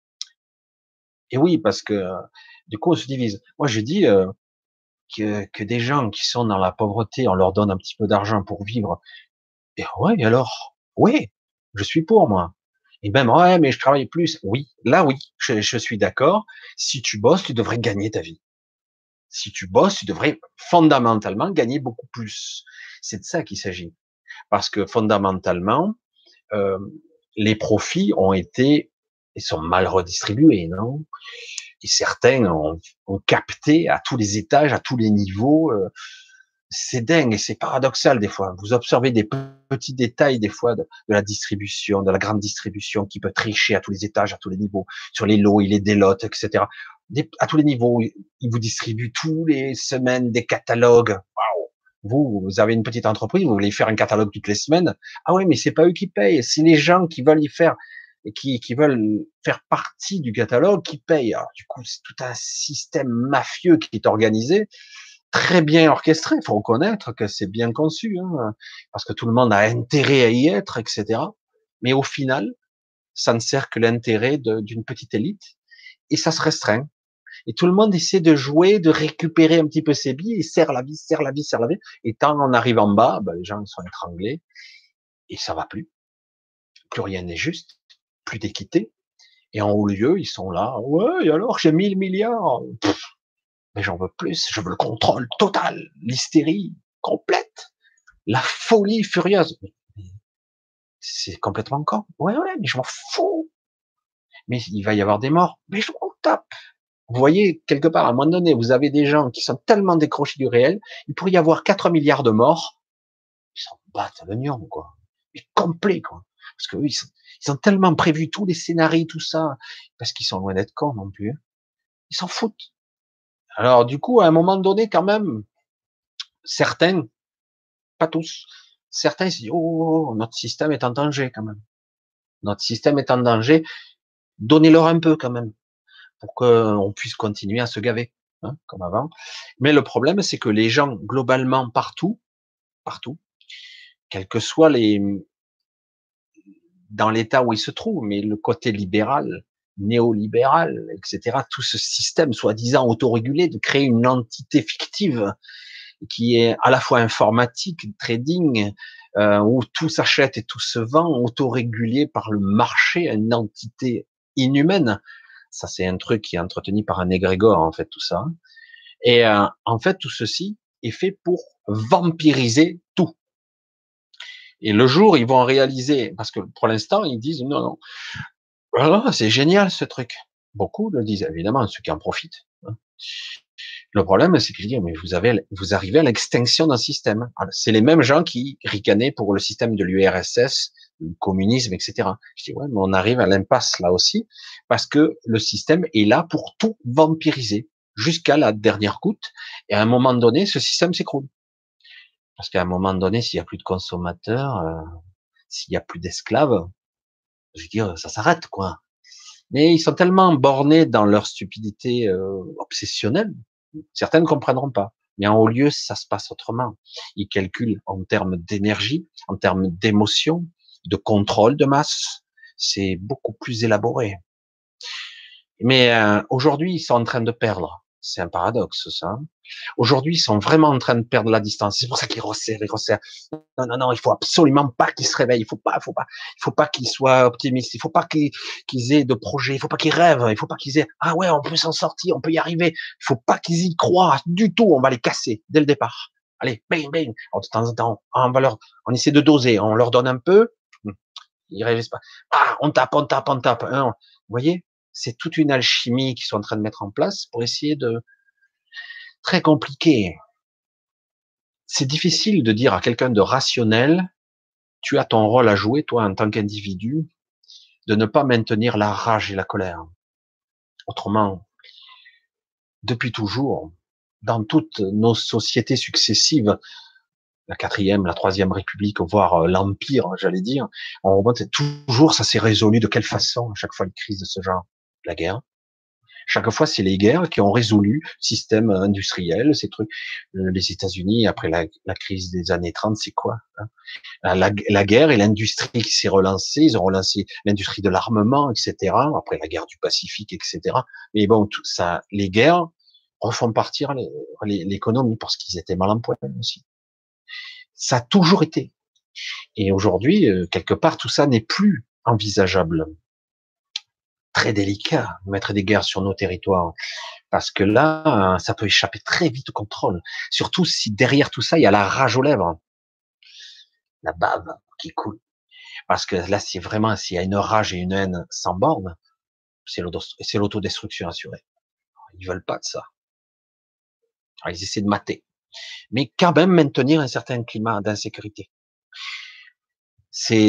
Et oui parce que du coup on se divise. Moi je dis que des gens qui sont dans la pauvreté, on leur donne un petit peu d'argent pour vivre. Et ouais, et alors? Oui, je suis pour moi. Et même, ouais, mais je travaille plus. Oui, là, oui, je suis d'accord. Si tu bosses, tu devrais gagner ta vie. Si tu bosses, tu devrais fondamentalement gagner beaucoup plus. C'est de ça qu'il s'agit. Parce que fondamentalement, euh, les profits ont été, ils sont mal redistribués, non? Et certains ont capté à tous les étages, à tous les niveaux. C'est dingue et c'est paradoxal des fois. Vous observez des petits détails des fois de la distribution, de la grande distribution qui peut tricher à tous les étages, à tous les niveaux, sur les lots, il les délote, etc. À tous les niveaux, ils vous distribuent tous les semaines des catalogues. Waouh. Vous avez une petite entreprise, vous voulez faire un catalogue toutes les semaines. Ah oui, mais c'est pas eux qui payent, c'est les gens qui veulent y faire et qui veulent faire partie du catalogue qui payent. Alors, du coup, c'est tout un système mafieux qui est organisé, très bien orchestré. Il faut reconnaître que c'est bien conçu, hein, parce que tout le monde a intérêt à y être, etc. Mais au final, ça ne sert que l'intérêt d'une petite élite et ça se restreint. Et tout le monde essaie de jouer, de récupérer un petit peu ses billes et serre la vie, serre la vie, serre la vie. Et quand on arrive en bas, ben, les gens sont étranglés et ça va plus. Plus rien n'est juste, plus d'équité. Et en haut lieu, ils sont là. Ouais, et alors j'ai 1000 milliards. Mais j'en veux plus. Je veux le contrôle total, l'hystérie complète. La folie furieuse. C'est complètement con. Ouais, ouais, mais je m'en fous. Mais il va y avoir des morts. Mais je m'en tape. Vous voyez, quelque part, à un moment donné, vous avez des gens qui sont tellement décrochés du réel, il pourrait y avoir 4 milliards de morts, ils s'en battent l'oignon, quoi. Mais complet, quoi. Parce que eux, ils ont tellement prévu tous les scénarios, tout ça, parce qu'ils sont loin d'être cons non plus. Ils s'en foutent. Alors, du coup, à un moment donné, quand même, certains, pas tous, certains se disent, oh, oh, oh, notre système est en danger, quand même. Notre système est en danger. Donnez-leur un peu, quand même, pour qu'on puisse continuer à se gaver, hein, comme avant. Mais le problème, c'est que les gens, globalement, partout, partout, quels que soient dans l'état où ils se trouvent, mais le côté libéral, néolibéral, etc., tout ce système soi-disant autorégulé de créer une entité fictive qui est à la fois informatique, trading, où tout s'achète et tout se vend, autorégulé par le marché, une entité inhumaine. Ça, c'est un truc qui est entretenu par un égrégore, en fait, tout ça. Et en fait, tout ceci est fait pour vampiriser tout. Et le jour, ils vont réaliser, parce que pour l'instant, ils disent non, non, voilà, c'est génial ce truc. Beaucoup le disent, évidemment, ceux qui en profitent, hein. Le problème, c'est que je dis, mais vous arrivez à l'extinction d'un système. C'est les mêmes gens qui ricanaient pour le système de l'URSS, le communisme, etc. Je dis, ouais, mais on arrive à l'impasse là aussi, parce que le système est là pour tout vampiriser, jusqu'à la dernière goutte, et à un moment donné, ce système s'écroule. Parce qu'à un moment donné, s'il y a plus de consommateurs, s'il y a plus d'esclaves, je veux dire, ça s'arrête, quoi. Mais ils sont tellement bornés dans leur stupidité obsessionnelle, certains ne comprendront pas. Mais en haut lieu, ça se passe autrement. Ils calculent en termes d'énergie, en termes d'émotion, de contrôle de masse. C'est beaucoup plus élaboré. Mais aujourd'hui, ils sont en train de perdre. C'est un paradoxe, ça. Aujourd'hui, ils sont vraiment en train de perdre la distance. C'est pour ça qu'ils resserrent, ils resserrent. Non, non, non, il faut absolument pas qu'ils se réveillent. Il faut pas qu'ils soient optimistes. Il faut pas qu'ils aient de projets. Il faut pas qu'ils rêvent. Il faut pas qu'ils aient, ah ouais, on peut s'en sortir, on peut y arriver. Il faut pas qu'ils y croient du tout. On va les casser dès le départ. Allez, bing, bing. Alors, de temps en temps, on essaie de doser. On leur donne un peu. Ils réalisent pas. Ah, on tape, on tape, on tape. Hein. Vous voyez? C'est toute une alchimie qu'ils sont en train de mettre en place pour essayer de, très compliqué. C'est difficile de dire à quelqu'un de rationnel, tu as ton rôle à jouer, toi, en tant qu'individu, de ne pas maintenir la rage et la colère. Autrement, depuis toujours, dans toutes nos sociétés successives, la quatrième, la troisième république, voire l'empire, j'allais dire, on remonte toujours, ça s'est résolu de quelle façon, à chaque fois une crise de ce genre? La guerre. Chaque fois, c'est les guerres qui ont résolu le système industriel, ces trucs. Les États-Unis, après la crise des années 30, c'est quoi, hein? La guerre et l'industrie qui s'est relancée, ils ont relancé l'industrie de l'armement, etc. Après la guerre du Pacifique, etc. Mais bon, tout ça, les guerres refont partir l'économie parce qu'ils étaient mal en point aussi. Ça a toujours été. Et aujourd'hui, quelque part, tout ça n'est plus envisageable. Très délicat, mettre des guerres sur nos territoires, parce que là, ça peut échapper très vite au contrôle. Surtout si derrière tout ça, il y a la rage aux lèvres, la bave qui coule. Parce que là, c'est vraiment, s'il y a une rage et une haine sans borne, c'est l'autodestruction assurée. Ils veulent pas de ça. Alors, ils essaient de mater. Mais quand même maintenir un certain climat d'insécurité. C'est,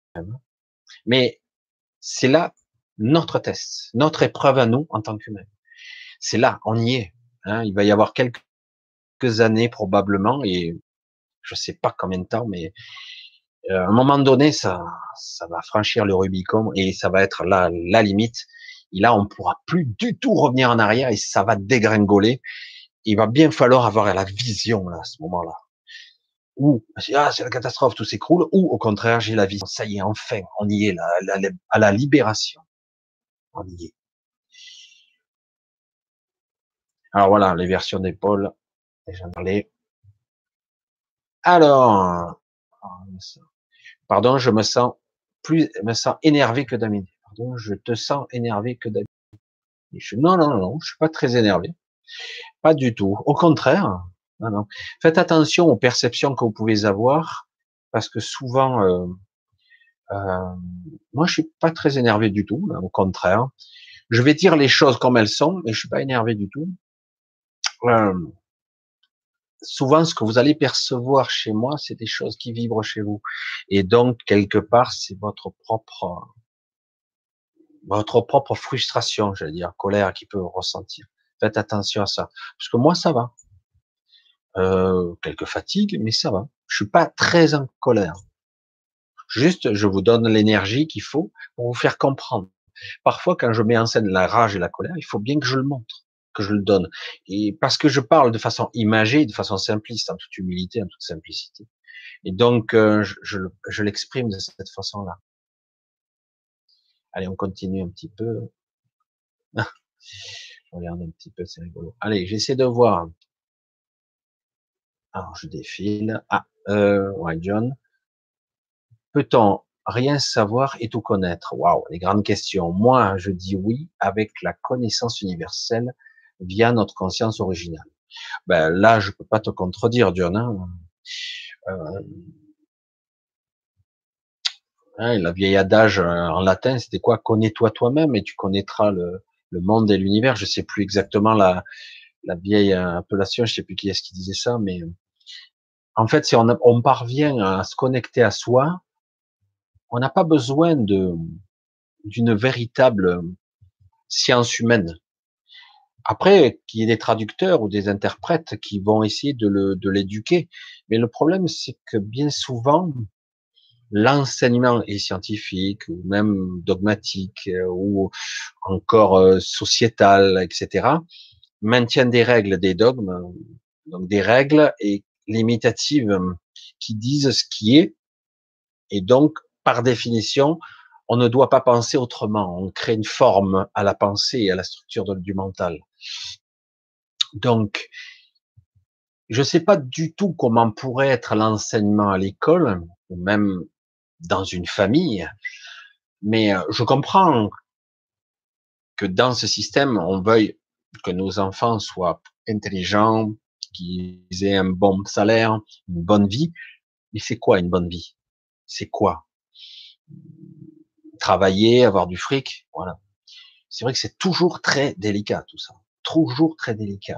mais c'est là notre test, notre épreuve à nous en tant qu'humains. C'est là, on y est. Hein, il va y avoir quelques années probablement, et je sais pas combien de temps, mais à un moment donné, ça va franchir le Rubicon et ça va être la limite. Et là, on pourra plus du tout revenir en arrière et ça va dégringoler. Il va bien falloir avoir la vision là, à ce moment-là. Ou ah, c'est la catastrophe, tout s'écroule. Ou au contraire, j'ai la vision. Ça y est, enfin, on y est là, à la libération. On y est. Alors voilà, les versions d'épaule. Déjà parlé. Alors, pardon, je me sens énervé que d'habitude. Pardon, je te sens énervé que d'habitude. Non, non, non, je suis pas très énervé. Pas du tout. Au contraire. Non, non. Faites attention aux perceptions que vous pouvez avoir, parce que souvent, moi, je suis pas très énervé du tout. Là, au contraire, Je vais dire les choses comme elles sont, mais je suis pas énervé du tout. Euh, Souvent, ce que vous allez percevoir chez moi, c'est des choses qui vibrent chez vous. Et donc, quelque part, c'est votre propre frustration, j'allais dire, colère qui peut ressentir. Faites attention à ça. Parce que moi, ça va. Quelques fatigues, mais ça va. Je suis pas très en colère. Juste, je vous donne l'énergie qu'il faut pour vous faire comprendre. Parfois, quand je mets en scène la rage et la colère, il faut bien que je le montre, que je le donne. Et parce que je parle de façon imagée, de façon simpliste, en toute humilité, en toute simplicité. Et donc, je l'exprime de cette façon-là. Allez, on continue un petit peu. Je regarde un petit peu, c'est rigolo. Allez, j'essaie de voir. Alors, je défile. Ah, ouais, John. Peut-on rien savoir et tout connaître? Waouh, les grandes questions. Moi, je dis oui avec la connaissance universelle via notre conscience originale. Ben là, je peux pas te contredire, John. Hein. Euh, la vieille adage en latin, c'était quoi? Connais-toi toi-même et tu connaîtras le monde et l'univers. Je sais plus exactement la vieille appellation. Je sais plus qui est-ce qui disait ça, mais en fait, si on parvient à se connecter à soi, on n'a pas besoin d'une véritable science humaine. Après, qu'il y ait des traducteurs ou des interprètes qui vont essayer de l'éduquer. Mais le problème, c'est que bien souvent, l'enseignement est scientifique ou même dogmatique ou encore sociétal, etc., maintient des règles, des dogmes, donc des règles et limitatives qui disent ce qui est. Et donc, par définition, on ne doit pas penser autrement. On crée une forme à la pensée et à la structure du mental. Donc, je ne sais pas du tout comment pourrait être l'enseignement à l'école ou même dans une famille, mais je comprends que dans ce système, on veuille que nos enfants soient intelligents, qu'ils aient un bon salaire, une bonne vie. Mais c'est quoi une bonne vie? C'est quoi? Travailler, avoir du fric, voilà. C'est vrai que c'est toujours très délicat tout ça, toujours très délicat.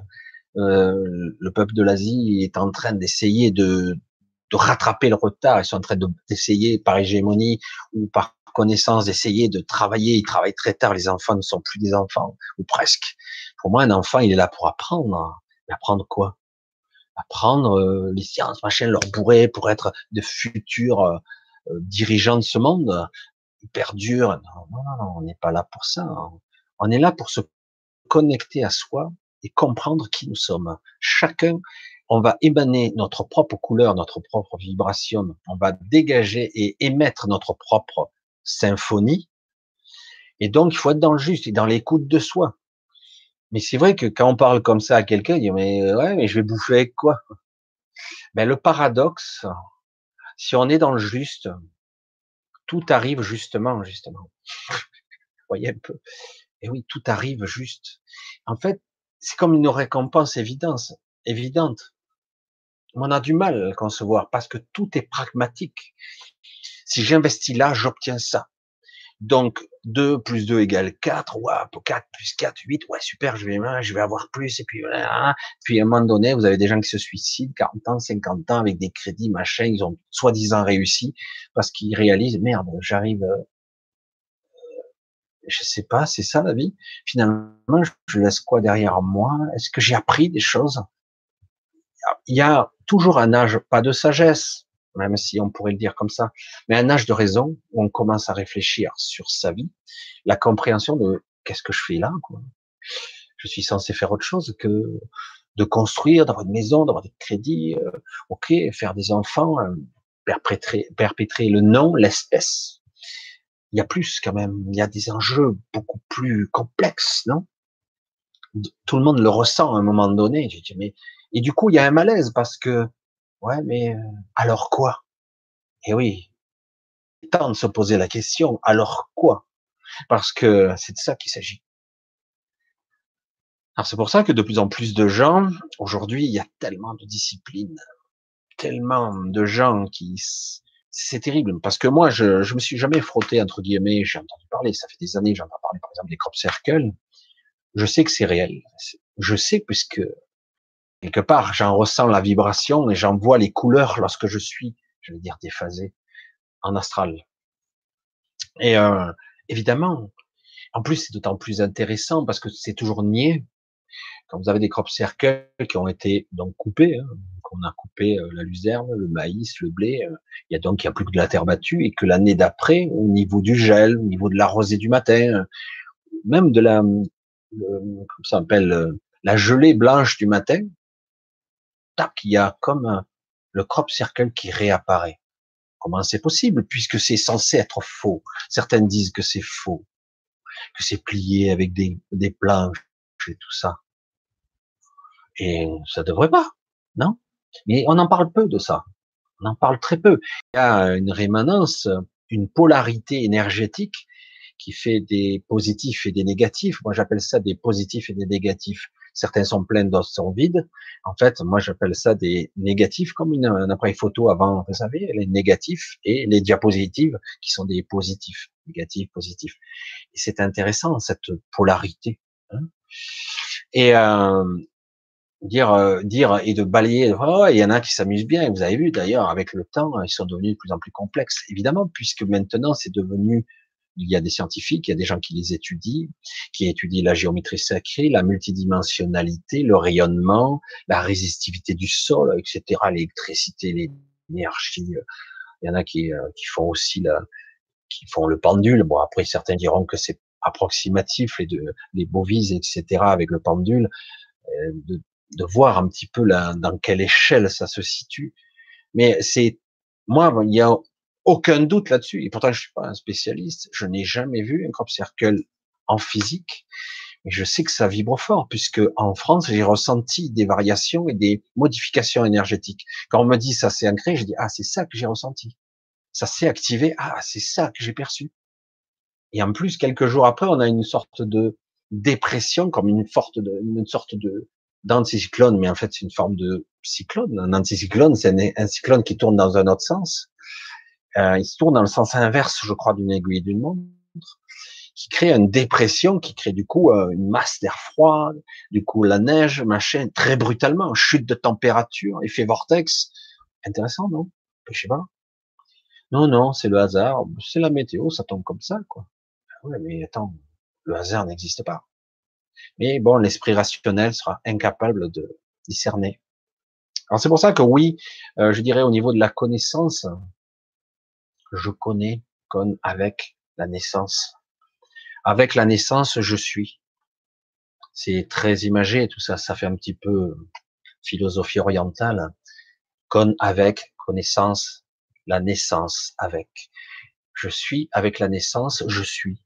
Le peuple de l'Asie est en train d'essayer de rattraper le retard. Ils sont en train d'essayer par hégémonie ou par connaissance d'essayer de travailler. Ils travaillent très tard. Les enfants ne sont plus des enfants ou presque. Pour moi, un enfant, il est là pour apprendre. Mais apprendre quoi? Apprendre les sciences, machin, leur bourrer pour être de futurs dirigeants de ce monde. Hyper dur. Non, non, non, on n'est pas là pour ça. On est là pour se connecter à soi et comprendre qui nous sommes. Chacun, on va émaner notre propre couleur, notre propre vibration, on va dégager et émettre notre propre symphonie. Et donc, il faut être dans le juste et dans l'écoute de soi. Mais c'est vrai que quand on parle comme ça à quelqu'un, il dit, mais ouais, mais je vais bouffer avec quoi? Ben, le paradoxe, si on est dans le juste, tout arrive justement, justement. Vous voyez un peu? Et oui, tout arrive juste. En fait, c'est comme une récompense évidente. On a du mal à le concevoir parce que tout est pragmatique. Si j'investis là, j'obtiens ça. Donc, 2 plus 2 égale 4. Ouais, 4 plus 4, 8. Ouais, super, je vais avoir plus. Et puis, voilà. Puis, à un moment donné, vous avez des gens qui se suicident, 40 ans, 50 ans, avec des crédits, machin. Ils ont soi-disant réussi parce qu'ils réalisent, merde, j'arrive, je sais pas, c'est ça la vie. Finalement, je laisse quoi derrière moi? Est-ce que j'ai appris des choses? Il y a toujours un âge, pas de sagesse, même si on pourrait le dire comme ça, mais un âge de raison où on commence à réfléchir sur sa vie, la compréhension de qu'est-ce que je fais là, quoi. Je suis censé faire autre chose que de construire, d'avoir une maison, d'avoir des crédits, ok, faire des enfants, perpétrer le nom, l'espèce. Il y a plus quand même, il y a des enjeux beaucoup plus complexes, non? Tout le monde le ressent à un moment donné. J'ai dit, mais et du coup, il y a un malaise parce que ouais, mais alors quoi? Eh oui, il est temps de se poser la question, alors quoi? Parce que c'est de ça qu'il s'agit. Alors c'est pour ça que de plus en plus de gens, aujourd'hui, il y a tellement de disciplines, tellement de gens qui c'est terrible, parce que moi, je me suis jamais frotté, entre guillemets, j'ai entendu parler, ça fait des années, j'entends parler, par exemple, des crop circles. Je sais que c'est réel. Je sais puisque, quelque part, j'en ressens la vibration et j'en vois les couleurs lorsque je suis, je vais dire, déphasé en astral. Et évidemment, en plus, c'est d'autant plus intéressant parce que c'est toujours nié. Quand vous avez des crop circles qui ont été donc coupés, hein, qu'on a coupé la luzerne, le maïs, le blé, il y a plus que de la terre battue et que l'année d'après, au niveau du gel, au niveau de la rosée du matin, même de comme ça s'appelle, la gelée blanche du matin, tac, il y a comme le crop circle qui réapparaît. Comment c'est possible puisque c'est censé être faux? Certains disent que c'est faux, que c'est plié avec des planches et tout ça. Et ça devrait pas, non? Mais on en parle peu de ça. On en parle très peu. Il y a une rémanence, une polarité énergétique qui fait des positifs et des négatifs. Moi, j'appelle ça des positifs et des négatifs. Certains sont pleins, d'autres sont vides. En fait, moi, j'appelle ça des négatifs, comme un appareil photo avant, vous savez, les négatifs et les diapositives qui sont des positifs, négatifs, positifs. Et c'est intéressant, cette polarité, hein. Et dire et de balayer. Oh, il y en a qui s'amusent bien. Vous avez vu d'ailleurs, avec le temps, ils sont devenus de plus en plus complexes, évidemment, puisque maintenant c'est devenu. Il y a des scientifiques, il y a des gens qui les étudient, qui étudient la géométrie sacrée, la multidimensionnalité, le rayonnement, la résistivité du sol, etc., l'électricité, l'énergie. Il y en a qui font aussi qui font le pendule. Bon, après certains diront que c'est approximatif, les bovises, etc., avec le pendule, de, de voir un petit peu dans quelle échelle ça se situe. Mais moi, il y a aucun doute là-dessus. Et pourtant, je suis pas un spécialiste. Je n'ai jamais vu un crop circle en physique. Mais je sais que ça vibre fort, puisque en France, j'ai ressenti des variations et des modifications énergétiques. Quand on me dit ça s'est ancré, je dis, ah, c'est ça que j'ai ressenti. Ça s'est activé. Ah, c'est ça que j'ai perçu. Et en plus, quelques jours après, on a une sorte de dépression, comme une sorte de d'anticyclone, mais en fait, c'est une forme de cyclone. Un anticyclone, c'est un cyclone qui tourne dans un autre sens. Il se tourne dans le sens inverse, je crois, d'une aiguille d'une montre, qui crée une dépression, qui crée du coup une masse d'air froid, du coup la neige, machin, très brutalement, chute de température, effet vortex. Intéressant, non? Je sais pas. Non, non, c'est le hasard, c'est la météo, ça tombe comme ça, quoi. Ouais, mais attends, le hasard n'existe pas. Mais bon, l'esprit rationnel sera incapable de discerner. Alors c'est pour ça que oui, je dirais au niveau de la connaissance, je connais comme avec la naissance. Avec la naissance, je suis. C'est très imagé, tout ça, ça fait un petit peu philosophie orientale. Con avec connaissance, la naissance avec. Je suis avec la naissance, je suis.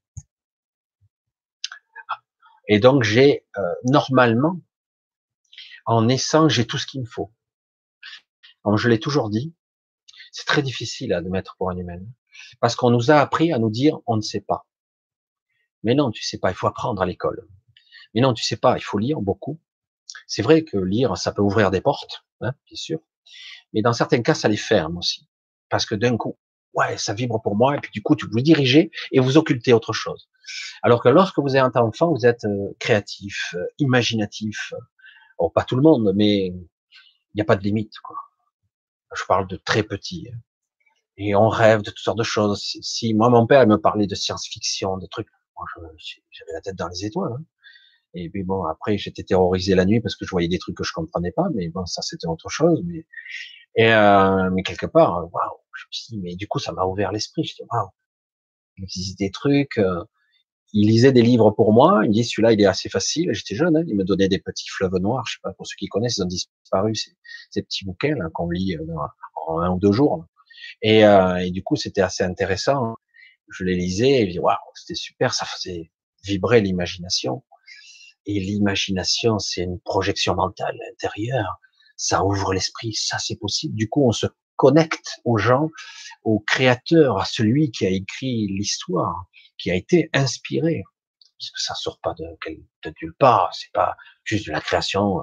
Et donc j'ai normalement, en naissant, j'ai tout ce qu'il me faut. Comme je l'ai toujours dit, c'est très difficile à admettre pour un humain. Parce qu'on nous a appris à nous dire on ne sait pas. Mais non, tu sais pas, il faut apprendre à l'école. Mais non, tu sais pas, il faut lire beaucoup. C'est vrai que lire, ça peut ouvrir des portes, hein, bien sûr. Mais dans certains cas, ça les ferme aussi. Parce que d'un coup, ouais, ça vibre pour moi, et puis du coup, tu vous dirigez et vous occultez autre chose. Alors que lorsque vous êtes enfant, vous êtes créatif, imaginatif. Bon, pas tout le monde, mais il n'y a pas de limite, quoi. Je parle de très petits, hein. Et on rêve de toutes sortes de choses. Si moi, mon père, il me parlait de science-fiction, de trucs, moi, j'avais la tête dans les étoiles, hein. Et puis bon, après, j'étais terrorisé la nuit parce que je voyais des trucs que je comprenais pas, mais bon, ça, c'était autre chose. Mais quelque part, waouh, je me suis dit, mais du coup, ça m'a ouvert l'esprit. Je dis, waouh, il existe des trucs. Il lisait des livres pour moi. Il me dit, celui-là, il est assez facile. J'étais jeune, hein. Il me donnait des petits fleuves noirs. Je sais pas, pour ceux qui connaissent, ils ont disparu, ces petits bouquins, là, qu'on lit en 1 ou 2 jours. Et du coup, c'était assez intéressant. Je les lisais et je dis, waouh, c'était super. Ça faisait vibrer l'imagination. Et l'imagination, c'est une projection mentale intérieure. Ça ouvre l'esprit. Ça, c'est possible. Du coup, on se connecte aux gens, au créateur, à celui qui a écrit l'histoire, qui a été inspiré. Parce que ça sort pas de nulle part. C'est pas juste de la création.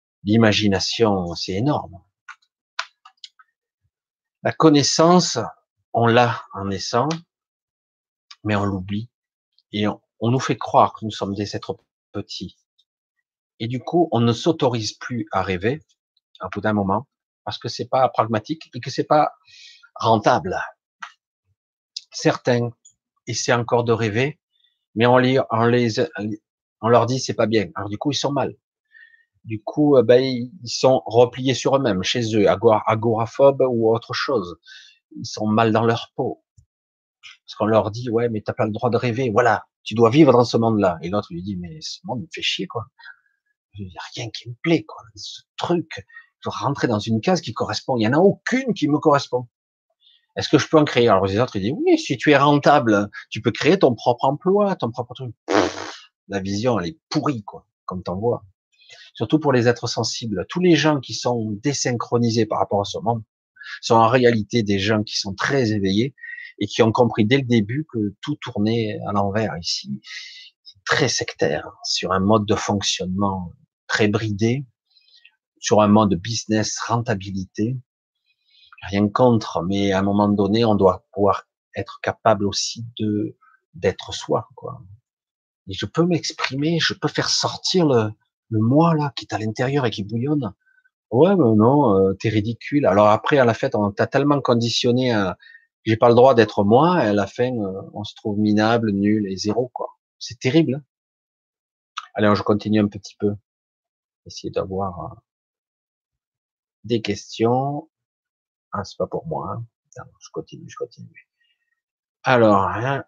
L'imagination, c'est énorme. La connaissance, On l'a en naissant, mais on l'oublie. Et on nous fait croire que nous sommes des êtres petits. Et du coup, on ne s'autorise plus à rêver, à bout d'un moment, parce que c'est pas pragmatique et que c'est pas rentable. Certains essaient encore de rêver, mais on leur dit c'est pas bien. Alors du coup, ils sont mal. Du coup, ben, ils sont repliés sur eux-mêmes, chez eux, agoraphobes ou autre chose. Ils sont mal dans leur peau. Parce qu'on leur dit, ouais, mais t'as pas le droit de rêver. Voilà, tu dois vivre dans ce monde-là. Et l'autre lui dit, mais ce monde me fait chier, quoi. Il n'y a rien qui me plaît, quoi. Ce truc, je dois rentrer dans une case qui correspond. Il y en a aucune qui me correspond. Est-ce que je peux en créer? Alors les autres, ils disent, oui, si tu es rentable, tu peux créer ton propre emploi, ton propre truc. La vision, elle est pourrie, quoi, comme t'en vois. Surtout pour les êtres sensibles. Tous les gens qui sont désynchronisés par rapport à ce monde sont en réalité des gens qui sont très éveillés et qui ont compris dès le début que tout tournait à l'envers ici. Très sectaire, sur un mode de fonctionnement très bridé, sur un mode business rentabilité. Rien contre, mais à un moment donné, on doit pouvoir être capable aussi d'être soi, quoi. Et je peux m'exprimer, je peux faire sortir le moi là qui est à l'intérieur et qui bouillonne. Ouais, mais non, t'es ridicule. Alors après, à la fête, on t'a tellement conditionné à, j'ai pas le droit d'être moi, et à la fin, on se trouve minable, nul et zéro, quoi. C'est terrible, hein. Allez, je continue un petit peu, essayer d'avoir des questions. Ah, c'est pas pour moi, hein. Attends, je continue, je continue. Alors, hein,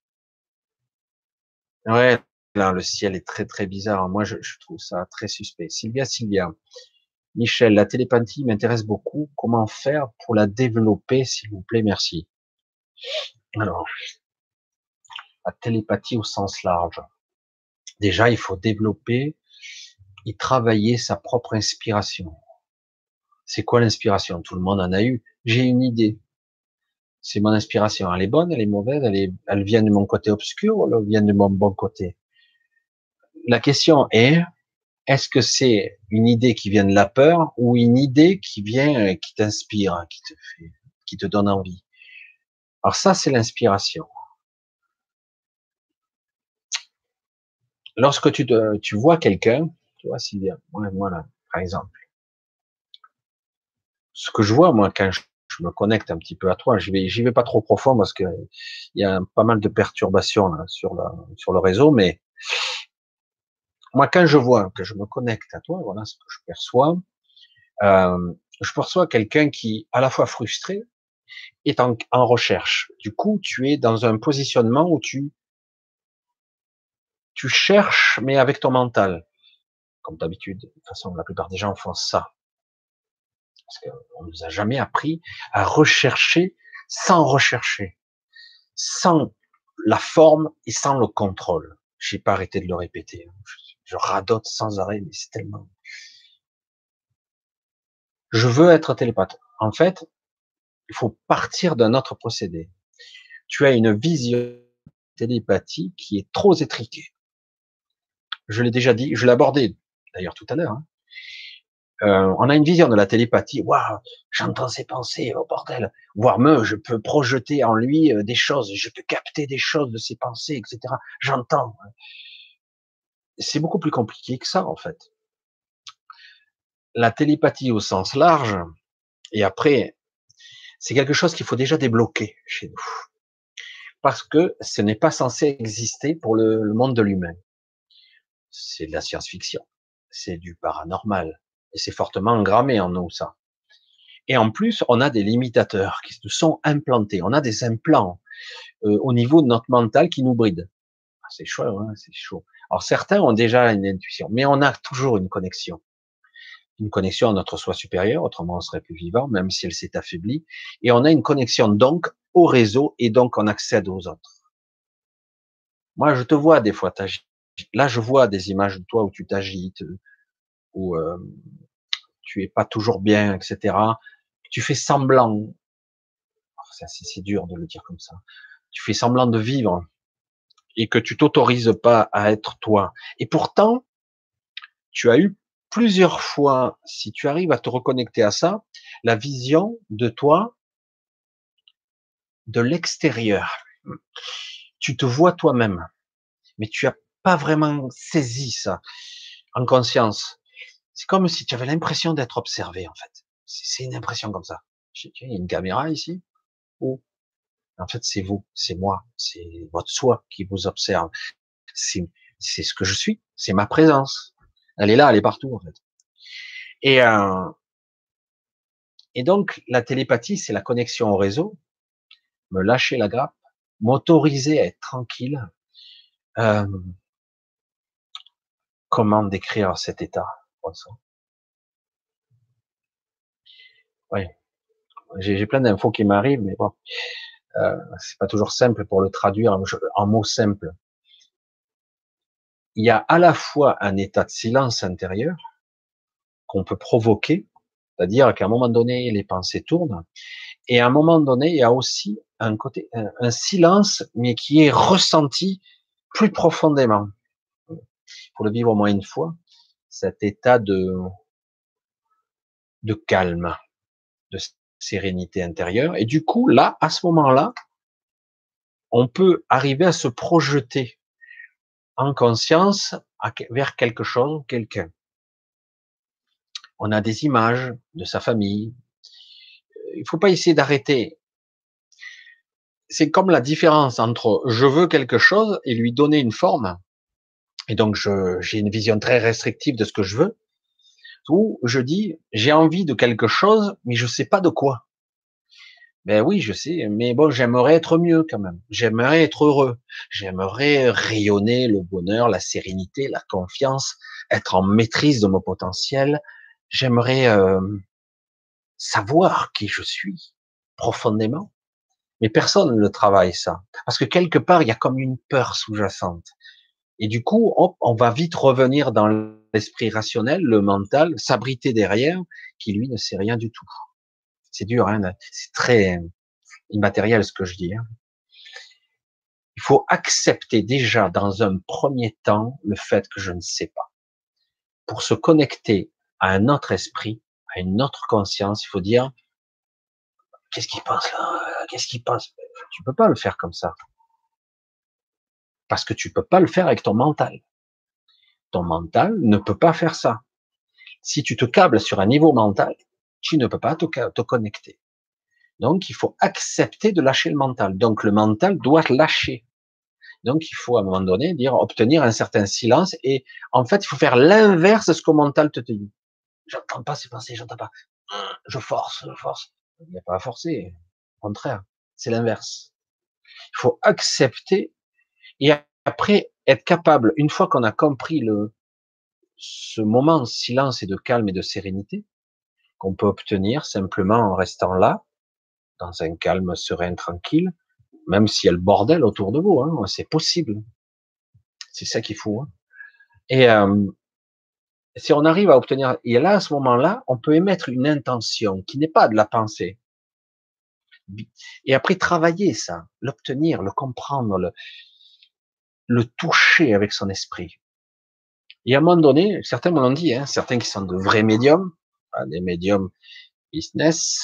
ouais, là, le ciel est très très bizarre. Moi, je trouve ça très suspect. Sylvia, Michel, la télépathie m'intéresse beaucoup. Comment faire pour la développer, s'il vous plaît, merci. Alors, la télépathie au sens large. Déjà, il faut développer et travailler sa propre inspiration. C'est quoi l'inspiration? Tout le monde en a eu. J'ai une idée. C'est mon inspiration. Elle est bonne, elle est mauvaise, elle vient de mon côté obscur ou elle vient de mon bon côté? La question est-ce que c'est une idée qui vient de la peur ou une idée qui vient, qui t'inspire, qui te donne envie? Alors ça, c'est l'inspiration. Lorsque tu vois quelqu'un, tu vois, Sylvia, voilà, par exemple, ce que je vois, moi, quand je me connecte un petit peu à toi, j'y vais pas trop profond parce que il y a pas mal de perturbations là, sur le réseau, mais moi, quand je vois que je me connecte à toi, voilà ce que je perçois quelqu'un qui, à la fois frustré, est en recherche. Du coup, tu es dans un positionnement où tu cherches, mais avec ton mental, comme d'habitude. De toute façon, la plupart des gens font ça. Parce qu'on nous a jamais appris à rechercher sans rechercher, sans la forme et sans le contrôle. J'ai pas arrêté de le répéter. Je radote sans arrêt, mais c'est tellement. Je veux être télépathe. En fait, il faut partir d'un autre procédé. Tu as une vision télépathie qui est trop étriquée. Je l'ai déjà dit, je l'ai abordé d'ailleurs tout à l'heure, hein. On a une vision de la télépathie. Waouh, j'entends ses pensées, oh bordel. Voire même, je peux projeter en lui des choses, je peux capter des choses de ses pensées, etc. J'entends. C'est beaucoup plus compliqué que ça, en fait. La télépathie au sens large, et après, c'est quelque chose qu'il faut déjà débloquer chez nous. Parce que ce n'est pas censé exister pour le monde de l'humain. C'est de la science-fiction. C'est du paranormal. Et c'est fortement engrammé en nous, ça. Et en plus, on a des limitateurs qui nous sont implantés. On a des implants au niveau de notre mental qui nous brident. Ah, c'est chaud, hein, c'est chaud. Alors certains ont déjà une intuition, mais on a toujours une connexion à notre soi supérieur, autrement on serait plus vivant, même si elle s'est affaiblie. Et on a une connexion donc au réseau et donc on accède aux autres. Moi, je te vois des fois t'agir. Là, je vois des images de toi où tu t'agites, où tu es pas toujours bien, etc. Tu fais semblant. C'est dur de le dire comme ça. Tu fais semblant de vivre et que tu t'autorises pas à être toi. Et pourtant, tu as eu plusieurs fois, si tu arrives à te reconnecter à ça, la vision de toi de l'extérieur. Tu te vois toi-même, mais tu as pas vraiment saisi ça en conscience. C'est comme si tu avais l'impression d'être observé, en fait. C'est une impression comme ça. Je dis, tiens, il y a une caméra ici. Oh, en fait, c'est vous, c'est moi, c'est votre soi qui vous observe. C'est, c'est ce que je suis, c'est ma présence. Elle est là, elle est partout, en fait. Et, euh, et donc, la télépathie, c'est la connexion au réseau, me lâcher la grappe, m'autoriser à être tranquille. Euh, comment décrire cet état? Ouais, j'ai plein d'infos qui m'arrivent, mais bon, c'est pas toujours simple pour le traduire en mots simples. Il y a à la fois un état de silence intérieur qu'on peut provoquer, c'est-à-dire qu'à un moment donné, les pensées tournent, et à un moment donné, il y a aussi un côté, un silence, mais qui est ressenti plus profondément. Pour le vivre au moins une fois, cet état de calme, de sérénité intérieure, et du coup, là, à ce moment-là, on peut arriver à se projeter en conscience vers quelque chose, quelqu'un. On a des images de sa famille. Il faut pas essayer d'arrêter. C'est comme la différence entre je veux quelque chose et lui donner une forme. Et donc j'ai une vision très restrictive de ce que je veux. Ou je dis j'ai envie de quelque chose, mais je sais pas de quoi. Ben oui, je sais, mais bon, j'aimerais être mieux quand même. J'aimerais être heureux. J'aimerais rayonner le bonheur, la sérénité, la confiance, être en maîtrise de mon potentiel. J'aimerais savoir qui je suis profondément. Mais personne ne le travaille ça. Parce que quelque part, il y a comme une peur sous-jacente. Et du coup, hop, on va vite revenir dans l'esprit rationnel, le mental, s'abriter derrière, qui lui ne sait rien du tout. C'est dur, hein, c'est très immatériel ce que je dis. Hein. Il faut accepter déjà dans un premier temps le fait que je ne sais pas. Pour se connecter à un autre esprit, à une autre conscience, il faut dire, qu'est-ce qu'il pense là? Qu'est-ce qu'il pense? Tu peux pas le faire comme ça. Parce que tu peux pas le faire avec ton mental. Ton mental ne peut pas faire ça. Si tu te câbles sur un niveau mental, tu ne peux pas te connecter. Donc, il faut accepter de lâcher le mental. Donc, le mental doit lâcher. Donc, il faut à un moment donné dire, obtenir un certain silence. Et en fait, il faut faire l'inverse de ce que le mental te dit. J'entends pas ces pensées, j'entends pas. Je force, je force. Il n'y a pas à forcer. Au contraire, c'est l'inverse. Il faut accepter et après être capable, une fois qu'on a compris ce moment de silence et de calme et de sérénité, qu'on peut obtenir simplement en restant là, dans un calme serein, tranquille, même s'il y a le bordel autour de vous, hein, c'est possible. C'est ça qu'il faut. Hein. Et si on arrive à obtenir, et là, à ce moment-là, on peut émettre une intention qui n'est pas de la pensée. Et après, travailler ça, l'obtenir, le comprendre, le toucher avec son esprit. Et à un moment donné, certains me l'ont dit, hein, certains qui sont de vrais médiums, des médiums business,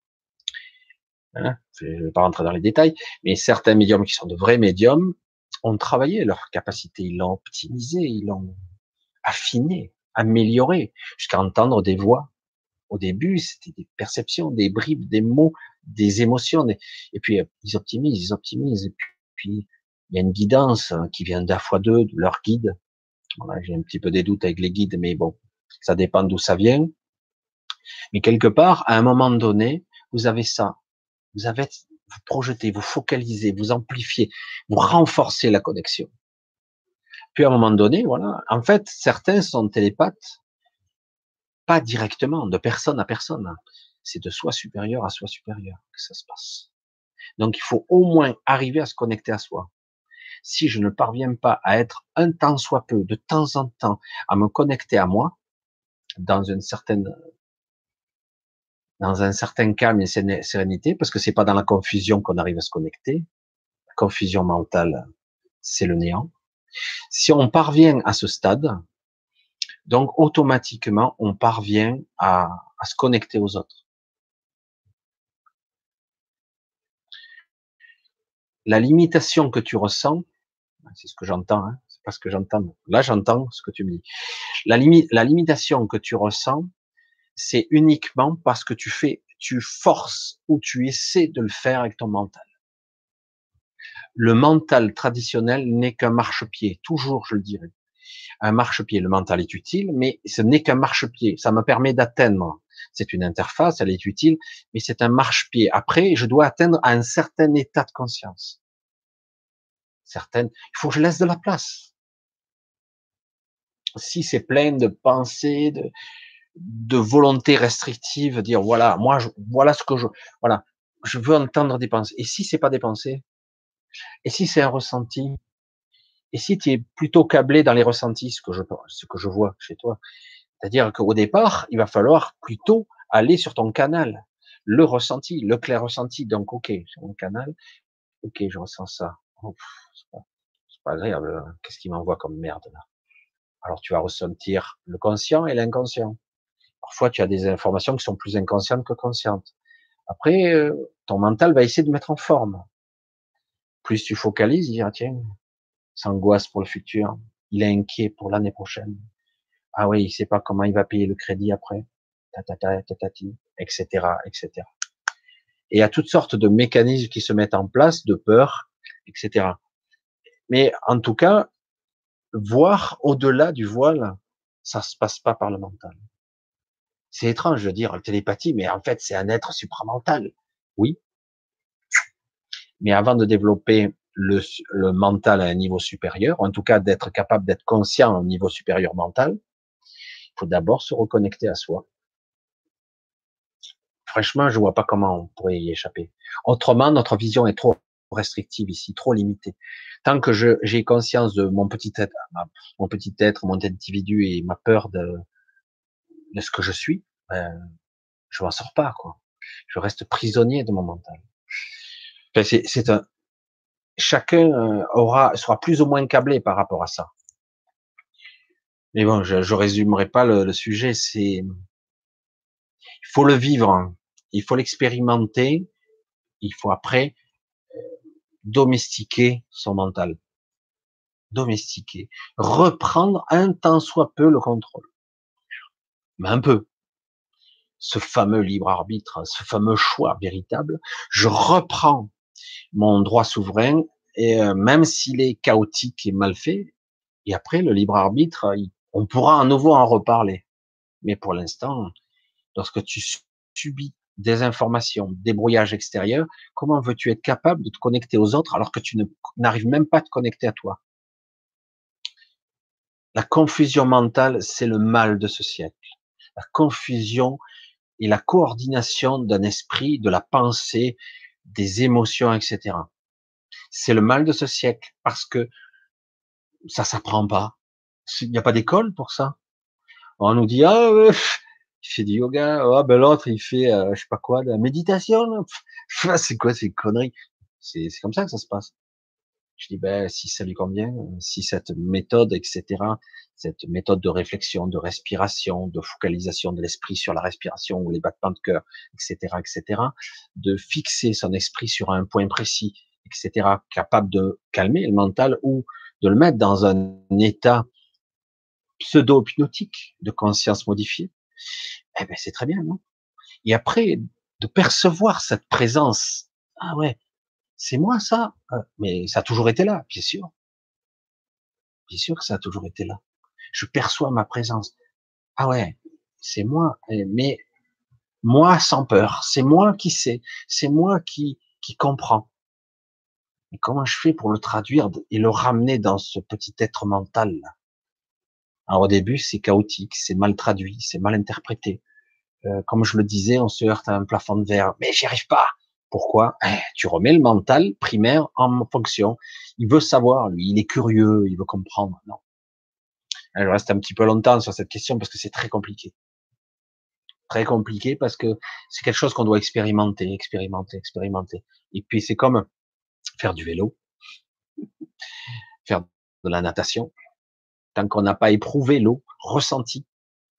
hein, je ne vais pas rentrer dans les détails, mais certains médiums qui sont de vrais médiums ont travaillé leur capacité, ils l'ont optimisé, ils l'ont affiné, amélioré, jusqu'à entendre des voix. Au début, c'était des perceptions, des bribes, des mots, des émotions, et puis ils optimisent, et puis il y a une guidance qui vient d'à fois deux, de leur guide. Voilà, j'ai un petit peu des doutes avec les guides, mais bon, ça dépend d'où ça vient. Mais quelque part, à un moment donné, vous avez ça. Vous avez, vous projetez, vous focalisez, vous amplifiez, vous renforcez la connexion. Puis à un moment donné, voilà. En fait, certains sont télépathes, pas directement, de personne à personne. C'est de soi supérieur à soi supérieur que ça se passe. Donc il faut au moins arriver à se connecter à soi. Si je ne parviens pas à être un tant soit peu, de temps en temps, à me connecter à moi, dans une certaine, dans un certain calme et sérénité, parce que c'est pas dans la confusion qu'on arrive à se connecter. La confusion mentale, c'est le néant. Si on parvient à ce stade, donc automatiquement, on parvient à se connecter aux autres. La limitation que tu ressens, c'est ce que j'entends, hein, c'est pas ce que j'entends. Là, j'entends ce que tu me dis. La limitation que tu ressens, c'est uniquement parce que tu forces ou tu essaies de le faire avec ton mental. Le mental traditionnel n'est qu'un marchepied, toujours, je le dirais. Un marchepied. Le mental est utile, mais ce n'est qu'un marchepied. Ça me permet d'atteindre. C'est une interface, elle est utile, mais c'est un marchepied. Après, je dois atteindre à un certain état de conscience. Il faut que je laisse de la place. Si c'est plein de pensées, de volonté restrictive, dire voilà, voilà ce que voilà, je veux entendre des pensées. Et si c'est pas des pensées? Et si c'est un ressenti? Et si tu es plutôt câblé dans les ressentis, ce que je vois chez toi? C'est-à-dire qu'au départ, il va falloir plutôt aller sur ton canal, le ressenti, le clair ressenti. Donc, ok, sur mon canal, ok, je ressens ça. Oh, c'est pas agréable, hein. Qu'est-ce qui m'envoie comme merde là? Alors, tu vas ressentir le conscient et l'inconscient. Parfois, tu as des informations qui sont plus inconscientes que conscientes. Après, ton mental va essayer de mettre en forme. Plus tu focalises, il dit, ah, tiens, s'angoisse pour le futur. Il est inquiet pour l'année prochaine. Ah oui, il sait pas comment il va payer le crédit après. Tatati, etc., etc. Et il y a toutes sortes de mécanismes qui se mettent en place, de peur, etc. Mais en tout cas, voir au-delà du voile, ça se passe pas par le mental. C'est étrange de dire télépathie, mais en fait, c'est un être supramental. Oui, mais avant de développer le mental à un niveau supérieur, en tout cas d'être capable d'être conscient au niveau supérieur mental, il faut d'abord se reconnecter à soi. Franchement, je vois pas comment on pourrait y échapper. Autrement, notre vision est trop restrictive ici, trop limitée. Tant que j'ai conscience de mon petit être, mon individu et ma peur de ce que je suis, ben, je m'en sors pas, quoi. Je reste prisonnier de mon mental. Enfin, chacun sera plus ou moins câblé par rapport à ça. Mais bon, je résumerai pas le sujet. Il faut le vivre, hein. Il faut l'expérimenter. Il faut après domestiquer son mental, domestiquer, reprendre un tant soit peu le contrôle, mais un peu. Ce fameux libre arbitre, ce fameux choix véritable, je reprends mon droit souverain et même s'il est chaotique et mal fait, et après le libre arbitre, on pourra à nouveau en reparler. Mais pour l'instant, lorsque tu subis des informations, des brouillages extérieurs, comment veux-tu être capable de te connecter aux autres alors que tu n'arrives même pas à te connecter à toi? La confusion mentale, c'est le mal de ce siècle. La confusion et la coordination d'un esprit, de la pensée, des émotions, etc. C'est le mal de ce siècle parce que ça s'apprend pas. Il n'y a pas d'école pour ça. On nous dit ah il fait du yoga, ah ben l'autre il fait je sais pas quoi de la méditation. Là. C'est quoi ces conneries? C'est comme ça que ça se passe. Je dis ben si ça lui convient, si cette méthode, etc. Cette méthode de réflexion, de respiration, de focalisation de l'esprit sur la respiration ou les battements de cœur, etc., etc., de fixer son esprit sur un point précis, etc., capable de calmer le mental ou de le mettre dans un état pseudo-hypnotique de conscience modifiée, eh ben c'est très bien, non? Et après, de percevoir cette présence. Ah ouais, c'est moi ça? Mais ça a toujours été là, bien sûr que ça a toujours été là. Je perçois ma présence. Ah ouais, c'est moi, mais moi sans peur. C'est moi qui sais. C'est moi qui comprends. Et comment je fais pour le traduire et le ramener dans ce petit être mental là? Alors au début, c'est chaotique, c'est mal traduit, c'est mal interprété. Comme je le disais, on se heurte à un plafond de verre. Mais j'y arrive pas. Pourquoi? Tu remets le mental primaire en fonction. Il veut savoir, lui, il est curieux, il veut comprendre. Non. Je reste un petit peu longtemps sur cette question parce que c'est très compliqué. Très compliqué parce que c'est quelque chose qu'on doit expérimenter, expérimenter, expérimenter. Et puis c'est comme faire du vélo, faire de la natation. Tant qu'on n'a pas éprouvé l'eau, ressenti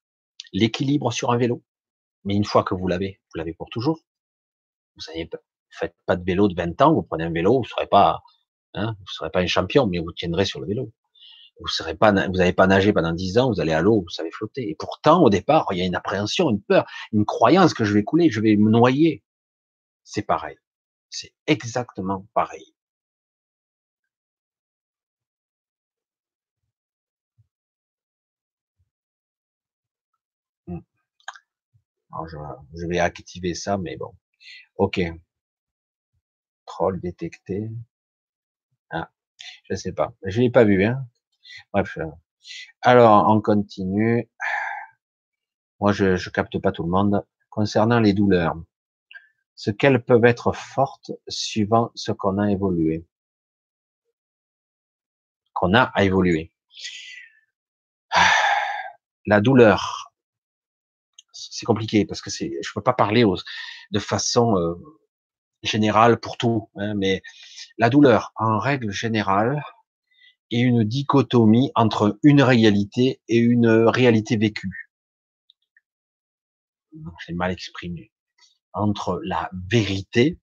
l'équilibre sur un vélo. Mais une fois que vous l'avez pour toujours. Vous savez, faites pas de vélo de 20 ans, vous prenez un vélo, vous serez pas, hein, vous serez pas un champion, mais vous tiendrez sur le vélo. Vous serez pas, vous n'avez pas nagé pendant 10 ans, vous allez à l'eau, vous savez flotter. Et pourtant, au départ, il y a une appréhension, une peur, une croyance que je vais couler, je vais me noyer. C'est pareil. C'est exactement pareil. Hmm. Alors, je vais activer ça, mais bon. Ok. Troll détecté. Ah, je sais pas. Je l'ai pas vu, hein. Bref. Alors, on continue. Moi, je capte pas tout le monde. Concernant les douleurs, ce qu'elles peuvent être fortes suivant ce qu'on a évolué, qu'on a à évoluer. La douleur, c'est compliqué parce que je peux pas parler de façon générale pour tout, hein, mais la douleur, en règle générale, est une dichotomie entre une réalité et une réalité vécue. J'ai mal exprimé. Entre la vérité,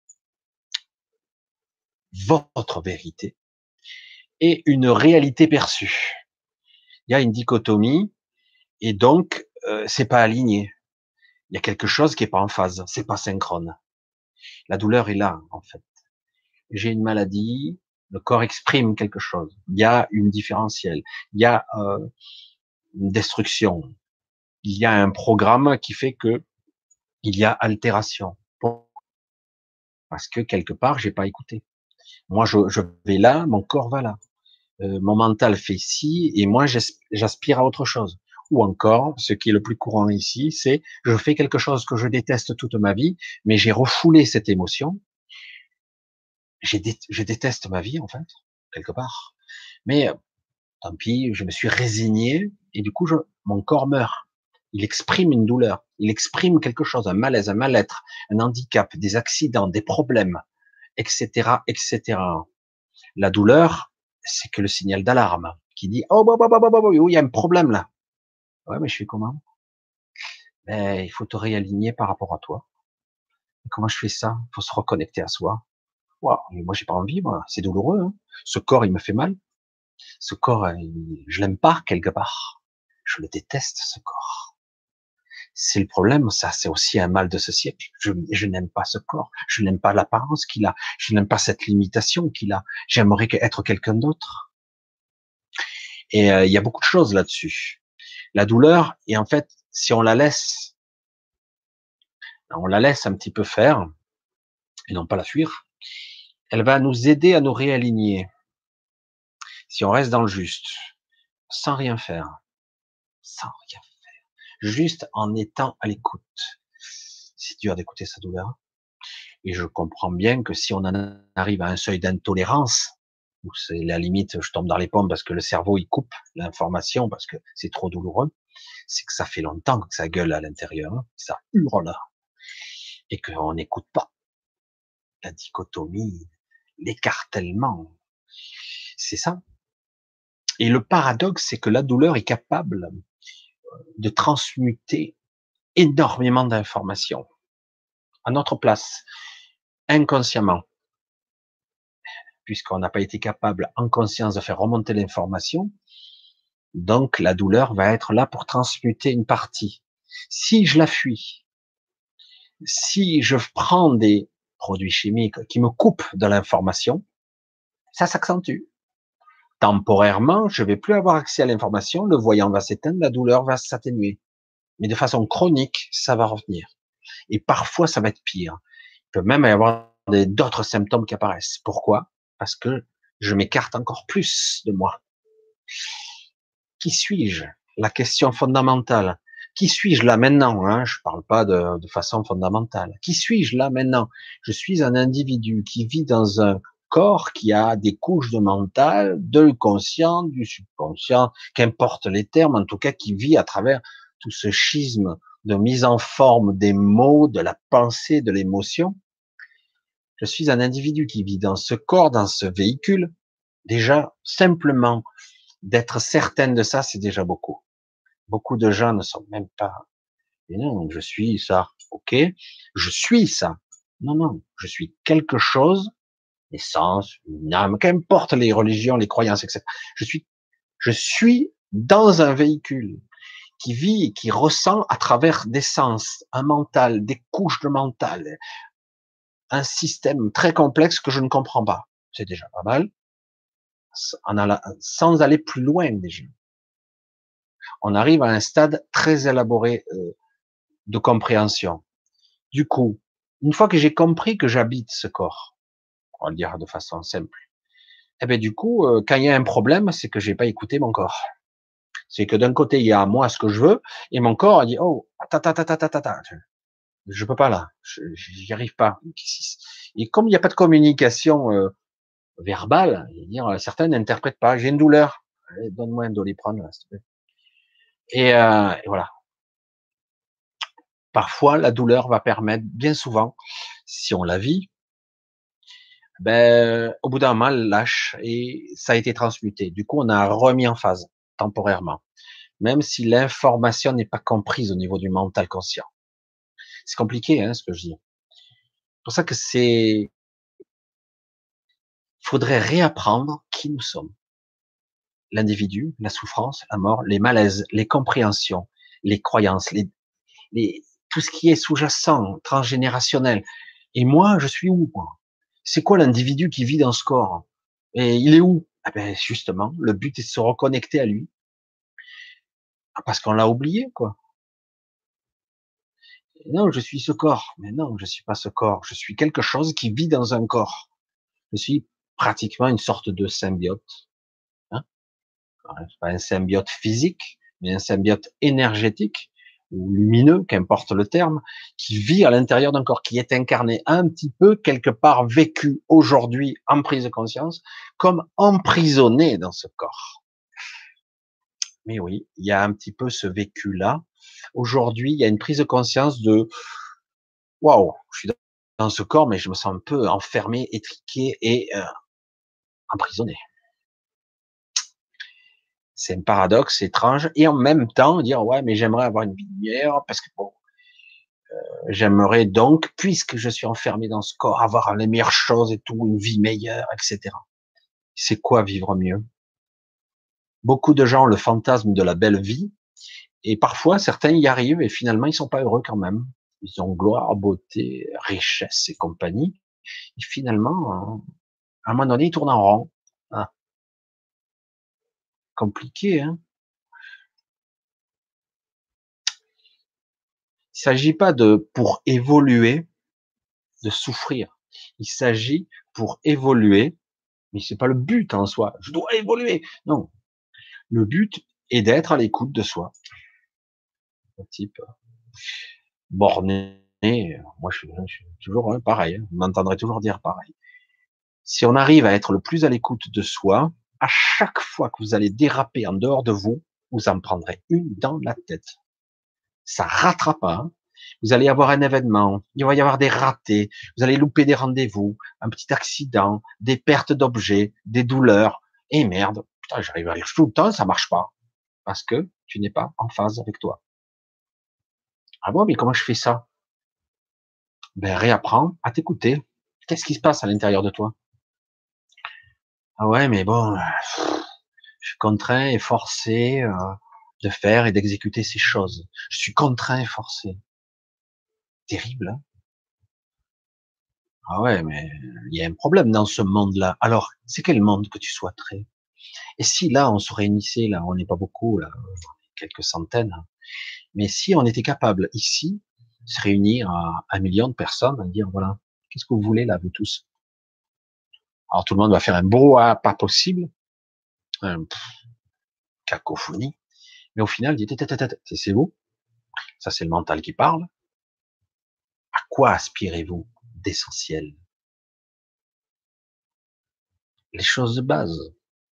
votre vérité, et une réalité perçue. Il y a une dichotomie et donc c'est pas aligné. Il y a quelque chose qui est pas en phase, c'est pas synchrone. La douleur est là en fait. J'ai une maladie, le corps exprime quelque chose. Il y a une différentielle, il y a une destruction, il y a un programme qui fait que il y a altération. Parce que quelque part j'ai pas écouté. Moi je vais là, mon corps va là. Mon mental fait ci et moi j'aspire à autre chose. Ou encore, ce qui est le plus courant ici, c'est je fais quelque chose que je déteste toute ma vie, mais j'ai refoulé cette émotion. Je déteste ma vie en fait, quelque part. Mais tant pis, je me suis résigné et du coup mon corps meurt. Il exprime une douleur, il exprime quelque chose, un malaise, un mal-être, un handicap, des accidents, des problèmes, etc., etc. La douleur, c'est que le signal d'alarme qui dit oh il y a un problème là. Ouais, mais je fais comment? Ben, il faut te réaligner par rapport à toi. Et comment je fais ça? Il faut se reconnecter à soi. Waouh, mais moi j'ai pas envie, moi. C'est douloureux. Hein. Ce corps, il me fait mal. Ce corps, je l'aime pas quelque part. Je le déteste ce corps. C'est le problème, ça, c'est aussi un mal de ce siècle. Je n'aime pas ce corps. Je n'aime pas l'apparence qu'il a. Je n'aime pas cette limitation qu'il a. J'aimerais être quelqu'un d'autre. Et il y a beaucoup de choses là-dessus. La douleur, et en fait, si on la laisse un petit peu faire, et non pas la fuir, elle va nous aider à nous réaligner. Si on reste dans le juste, sans rien faire, sans rien, juste en étant à l'écoute. C'est dur d'écouter sa douleur. Et je comprends bien que si on en arrive à un seuil d'intolérance, où c'est la limite, je tombe dans les pommes parce que le cerveau il coupe l'information parce que c'est trop douloureux, c'est que ça fait longtemps que ça gueule à l'intérieur, hein, ça hurle et qu'on n'écoute pas la dichotomie, l'écartèlement. C'est ça. Et le paradoxe, c'est que la douleur est capable de transmuter énormément d'informations à notre place, inconsciemment, puisqu'on n'a pas été capable en conscience de faire remonter l'information. Donc la douleur va être là pour transmuter une partie. Si je la fuis, si je prends des produits chimiques qui me coupent de l'information, ça s'accentue. Temporairement, je vais plus avoir accès à l'information, le voyant va s'éteindre, la douleur va s'atténuer. Mais de façon chronique, ça va revenir. Et parfois, ça va être pire. Il peut même y avoir d'autres symptômes qui apparaissent. Pourquoi? Parce que je m'écarte encore plus de moi. Qui suis-je? La question fondamentale. Qui suis-je là maintenant, hein? Je parle pas de façon fondamentale. Qui suis-je là maintenant? Je suis un individu qui vit dans un corps qui a des couches de mental, de conscient, du subconscient, qu'importe les termes, en tout cas qui vit à travers tout ce schisme de mise en forme des mots, de la pensée, de l'émotion. Je suis un individu qui vit dans ce corps, dans ce véhicule. Déjà, simplement d'être certaine de ça, c'est déjà beaucoup. Beaucoup de gens ne sont même pas. Mais non, je suis ça. Ok, je suis ça. Non, non, je suis quelque chose, essence, une âme, qu'importe les religions, les croyances, etc. Je suis dans un véhicule qui vit et qui ressent à travers des sens, un mental, des couches de mental, un système très complexe que je ne comprends pas. C'est déjà pas mal. Sans aller plus loin déjà. On arrive à un stade très élaboré de compréhension. Du coup, une fois que j'ai compris que j'habite ce corps, on va le dire de façon simple, eh ben du coup, quand il y a un problème, c'est que j'ai pas écouté mon corps. C'est que d'un côté, il y a moi ce que je veux, et mon corps a dit, oh, je peux pas là, j'y arrive pas. Et comme il n'y a pas de communication verbale, dire, certains n'interprètent pas, j'ai une douleur, allez, donne-moi un Doliprane, là, s'il te plaît. Et voilà. Parfois, la douleur va permettre, bien souvent, si on la vit, ben, au bout d'un moment, elle lâche et ça a été transmuté. Du coup, on a remis en phase temporairement, même si l'information n'est pas comprise au niveau du mental conscient. C'est compliqué, hein, ce que je dis. C'est pour ça que faudrait réapprendre qui nous sommes. L'individu, la souffrance, la mort, les malaises, les compréhensions, les croyances, tout ce qui est sous-jacent, transgénérationnel. Et moi, je suis où, moi? C'est quoi l'individu qui vit dans ce corps? Et il est où? Ah ben, justement, le but est de se reconnecter à lui. Ah, parce qu'on l'a oublié, quoi. Non, je suis ce corps. Mais non, je suis pas ce corps. Je suis quelque chose qui vit dans un corps. Je suis pratiquement une sorte de symbiote. Hein, pas un symbiote physique, mais un symbiote énergétique ou lumineux, qu'importe le terme, qui vit à l'intérieur d'un corps, qui est incarné un petit peu quelque part vécu aujourd'hui en prise de conscience, comme emprisonné dans ce corps. Mais oui, il y a un petit peu ce vécu-là. Aujourd'hui, il y a une prise de conscience de waouh, je suis dans ce corps, mais je me sens un peu enfermé, étriqué et emprisonné. C'est un paradoxe étrange et en même temps dire ouais, mais j'aimerais avoir une vie meilleure parce que bon, j'aimerais donc, puisque je suis enfermé dans ce corps, avoir les meilleures choses et tout, une vie meilleure, etc. C'est quoi vivre mieux? Beaucoup de gens ont le fantasme de la belle vie et parfois certains y arrivent et finalement ils sont pas heureux quand même. Ils ont gloire, beauté, richesse et compagnie. Et finalement, à un moment donné, ils tournent en rond. Ah, compliqué, hein? Il s'agit pas de, pour évoluer, de souffrir. Il s'agit pour évoluer, mais c'est pas le but en soi. Je dois évoluer. Non. Le but est d'être à l'écoute de soi. Un type borné. Moi, je suis toujours pareil. Hein. Vous m'entendrez toujours dire pareil. Si on arrive à être le plus à l'écoute de soi, à chaque fois que vous allez déraper en dehors de vous, vous en prendrez une dans la tête. Ça rattrape pas. Hein. Vous allez avoir un événement, il va y avoir des ratés, vous allez louper des rendez-vous, un petit accident, des pertes d'objets, des douleurs. Et merde, putain, j'arrive à rire tout le temps, ça marche pas. Parce que tu n'es pas en phase avec toi. Ah bon, mais comment je fais ça? Ben, réapprends à t'écouter. Qu'est-ce qui se passe à l'intérieur de toi? Ah ouais, mais bon, je suis contraint et forcé de faire et d'exécuter ces choses. Je suis contraint et forcé. Terrible, hein? Ah ouais, mais il y a un problème dans ce monde-là. Alors, c'est quel monde que tu souhaiterais? Et si là, on se réunissait, là, on n'est pas beaucoup, là, quelques centaines, hein, mais si on était capable ici, se réunir à 1 million de personnes, et dire voilà, qu'est-ce que vous voulez là, vous tous? Alors tout le monde va faire un brouhaha pas possible, un cacophonie, mais au final, dit c'est vous, ça c'est le mental qui parle. À quoi aspirez-vous d'essentiel? Les choses de base,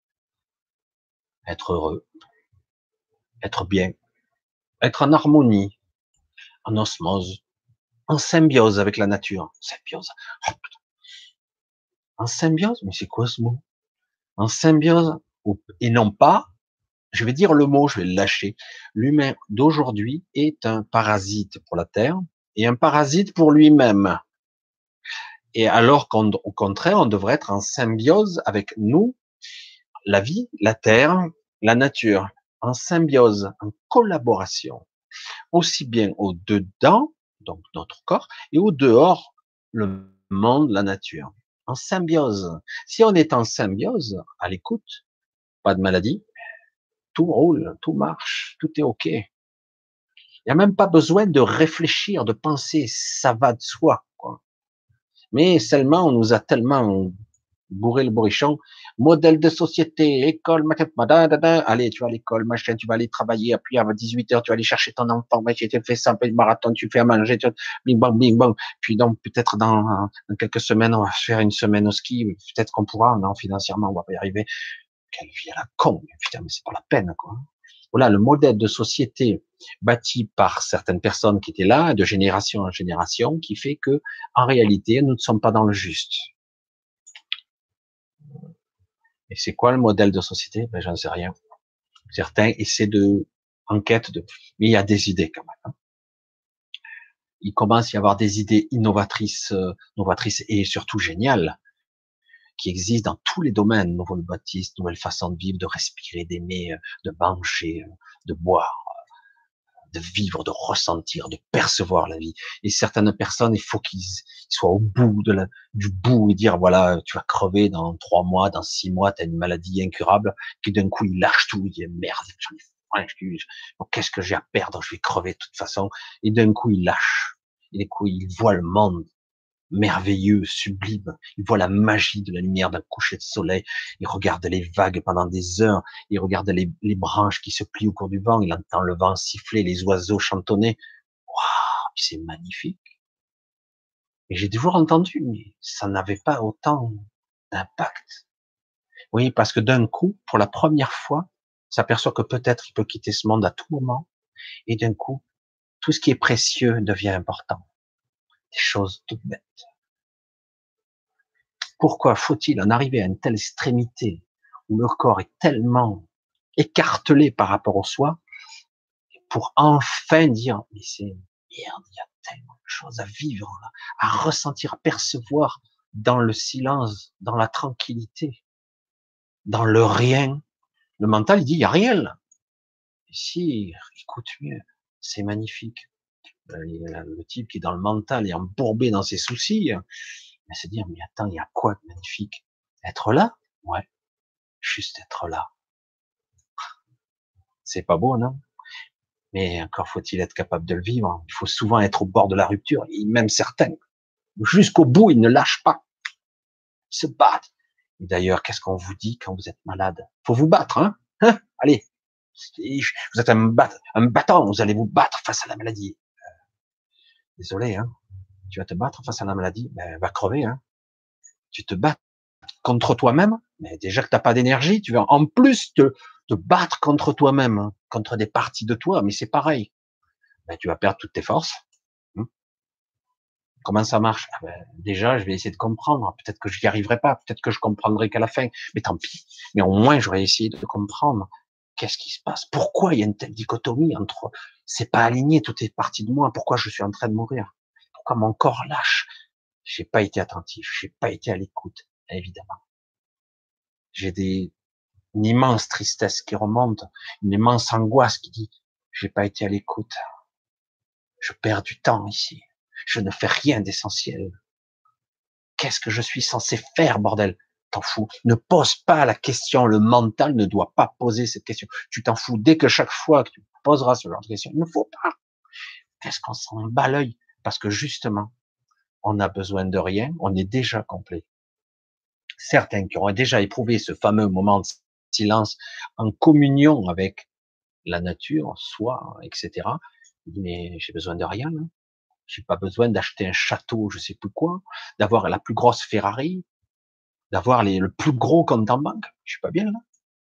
être heureux, être bien, être en harmonie, en osmose, en symbiose avec la nature. Symbiose. Oh, en symbiose? Mais c'est quoi ce mot? En symbiose? Et non pas, je vais dire le mot, je vais le lâcher. L'humain d'aujourd'hui est un parasite pour la Terre et un parasite pour lui-même. Et alors qu'au contraire, on devrait être en symbiose avec nous, la vie, la terre, la nature, en symbiose, en collaboration, aussi bien au dedans, donc notre corps, et au dehors, le monde, la nature, en symbiose. Si on est en symbiose, à l'écoute, pas de maladie, tout roule, tout marche, tout est OK. Il n'y a même pas besoin de réfléchir, de penser, ça va de soi, quoi. Mais seulement, on nous a tellement bourré le bourrichon. Modèle de société, école, machin, allez, tu vas à l'école, machin, tu vas aller travailler, puis à 18 heures, tu vas aller chercher ton enfant, machin, tu fais ça, le marathon, tu fais à manger, bing bang, bing bang. Puis donc, peut-être dans quelques semaines, on va faire une semaine au ski, peut-être qu'on pourra, non, financièrement, on va pas y arriver. Quelle vie à la con, putain, mais c'est pas la peine, quoi. Voilà, le modèle de société bâti par certaines personnes qui étaient là, de génération en génération, qui fait que, en réalité, nous ne sommes pas dans le juste. Et c'est quoi le modèle de société? Ben, j'en sais rien. Certains essaient de, enquête de, mais il y a des idées quand même, hein. Il commence à y avoir des idées innovatrices, novatrices et surtout géniales, qui existent dans tous les domaines, nouvelles baptistes, nouvelles façons de vivre, de respirer, d'aimer, de manger, de boire, de vivre, de ressentir, de percevoir la vie. Et certaines personnes, il faut qu'ils soient au bout du bout et dire, voilà, tu vas crever dans 3 mois, dans 6 mois, tu as une maladie incurable, qui d'un coup, ils lâchent tout, ils disent, merde, j'en ai bon, qu'est-ce que j'ai à perdre, je vais crever de toute façon. Et d'un coup, ils lâchent. Et d'un coup, ils voient le monde merveilleux, sublime. Il voit la magie de la lumière d'un coucher de soleil. Il regarde les vagues pendant des heures. Il regarde les branches qui se plient au cours du vent. Il entend le vent siffler, les oiseaux chantonner. Waouh, c'est magnifique. Et j'ai toujours entendu, mais ça n'avait pas autant d'impact. Oui, parce que d'un coup, pour la première fois, il s'aperçoit que peut-être il peut quitter ce monde à tout moment. Et d'un coup, tout ce qui est précieux devient important. Des choses toutes bêtes. Pourquoi faut-il en arriver à une telle extrémité où le corps est tellement écartelé par rapport au soi pour enfin dire, mais c'est merde, il y a tellement de choses à vivre, là, à ressentir, à percevoir dans le silence, dans la tranquillité, dans le rien. Le mental, il dit, il y a rien là. Et si, écoute mieux, c'est magnifique. Le type qui est dans le mental est embourbé dans ses soucis, il se dire, mais attends, il y a quoi de magnifique? Être là? Ouais, juste être là. C'est pas beau, non? Mais encore faut-il être capable de le vivre. Il faut souvent être au bord de la rupture, et même certains, jusqu'au bout, ils ne lâchent pas. Ils se battent. Et d'ailleurs, qu'est-ce qu'on vous dit quand vous êtes malade? Faut vous battre, hein? Hein? Allez. Vous êtes un battant, vous allez vous battre face à la maladie. Désolé, hein? Tu vas te battre face à la maladie, ben, va crever, hein? Tu te bats contre toi-même, mais déjà que t'as pas d'énergie, tu vas en plus te battre contre toi-même, hein, contre des parties de toi, mais c'est pareil. Ben, tu vas perdre toutes tes forces. Hein. Comment ça marche? Ah ben, déjà, je vais essayer de comprendre. Peut-être que je n'y arriverai pas. Peut-être que je comprendrai qu'à la fin. Mais tant pis. Mais au moins, j'aurais essayé de comprendre. Qu'est-ce qui se passe? Pourquoi il y a une telle dichotomie entre, c'est pas aligné, tout est parti de moi. Pourquoi je suis en train de mourir? Pourquoi mon corps lâche? J'ai pas été attentif. J'ai pas été à l'écoute. Évidemment. J'ai une immense tristesse qui remonte. Une immense angoisse qui dit, j'ai pas été à l'écoute. Je perds du temps ici. Je ne fais rien d'essentiel. Qu'est-ce que je suis censé faire, bordel? T'en fous. Ne pose pas la question. Le mental ne doit pas poser cette question. Tu t'en fous. Dès que chaque fois que tu poseras ce genre de question, il ne faut pas. Qu'est-ce qu'on s'en bat l'œil? Parce que justement, on n'a besoin de rien. On est déjà complet. Certains qui auront déjà éprouvé ce fameux moment de silence en communion avec la nature, soi, etc. Mais j'ai besoin de rien. Hein. J'ai pas besoin d'acheter un château, je sais plus quoi, d'avoir la plus grosse Ferrari, d'avoir le plus gros compte en banque. Je suis pas bien là.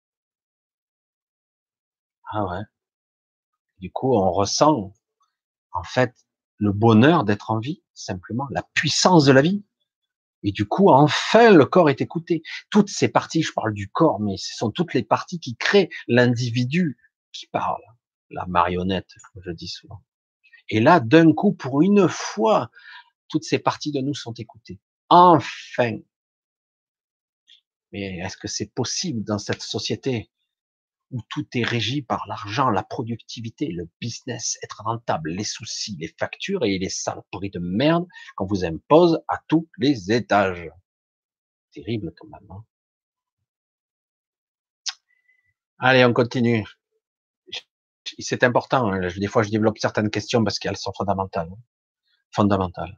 Ah ouais. Du coup, on ressent en fait le bonheur d'être en vie, simplement la puissance de la vie. Et du coup, enfin, le corps est écouté. Toutes ces parties, je parle du corps, mais ce sont toutes les parties qui créent l'individu qui parle, la marionnette, comme je dis souvent. Et là, d'un coup, pour une fois, toutes ces parties de nous sont écoutées. Enfin. Mais est-ce que c'est possible dans cette société où tout est régi par l'argent, la productivité, le business, être rentable, les soucis, les factures et les saloperies de merde qu'on vous impose à tous les étages. Terrible quand même. Hein. Allez, on continue. C'est important. Hein. Des fois, je développe certaines questions parce qu'elles sont fondamentales. Hein. Fondamentales.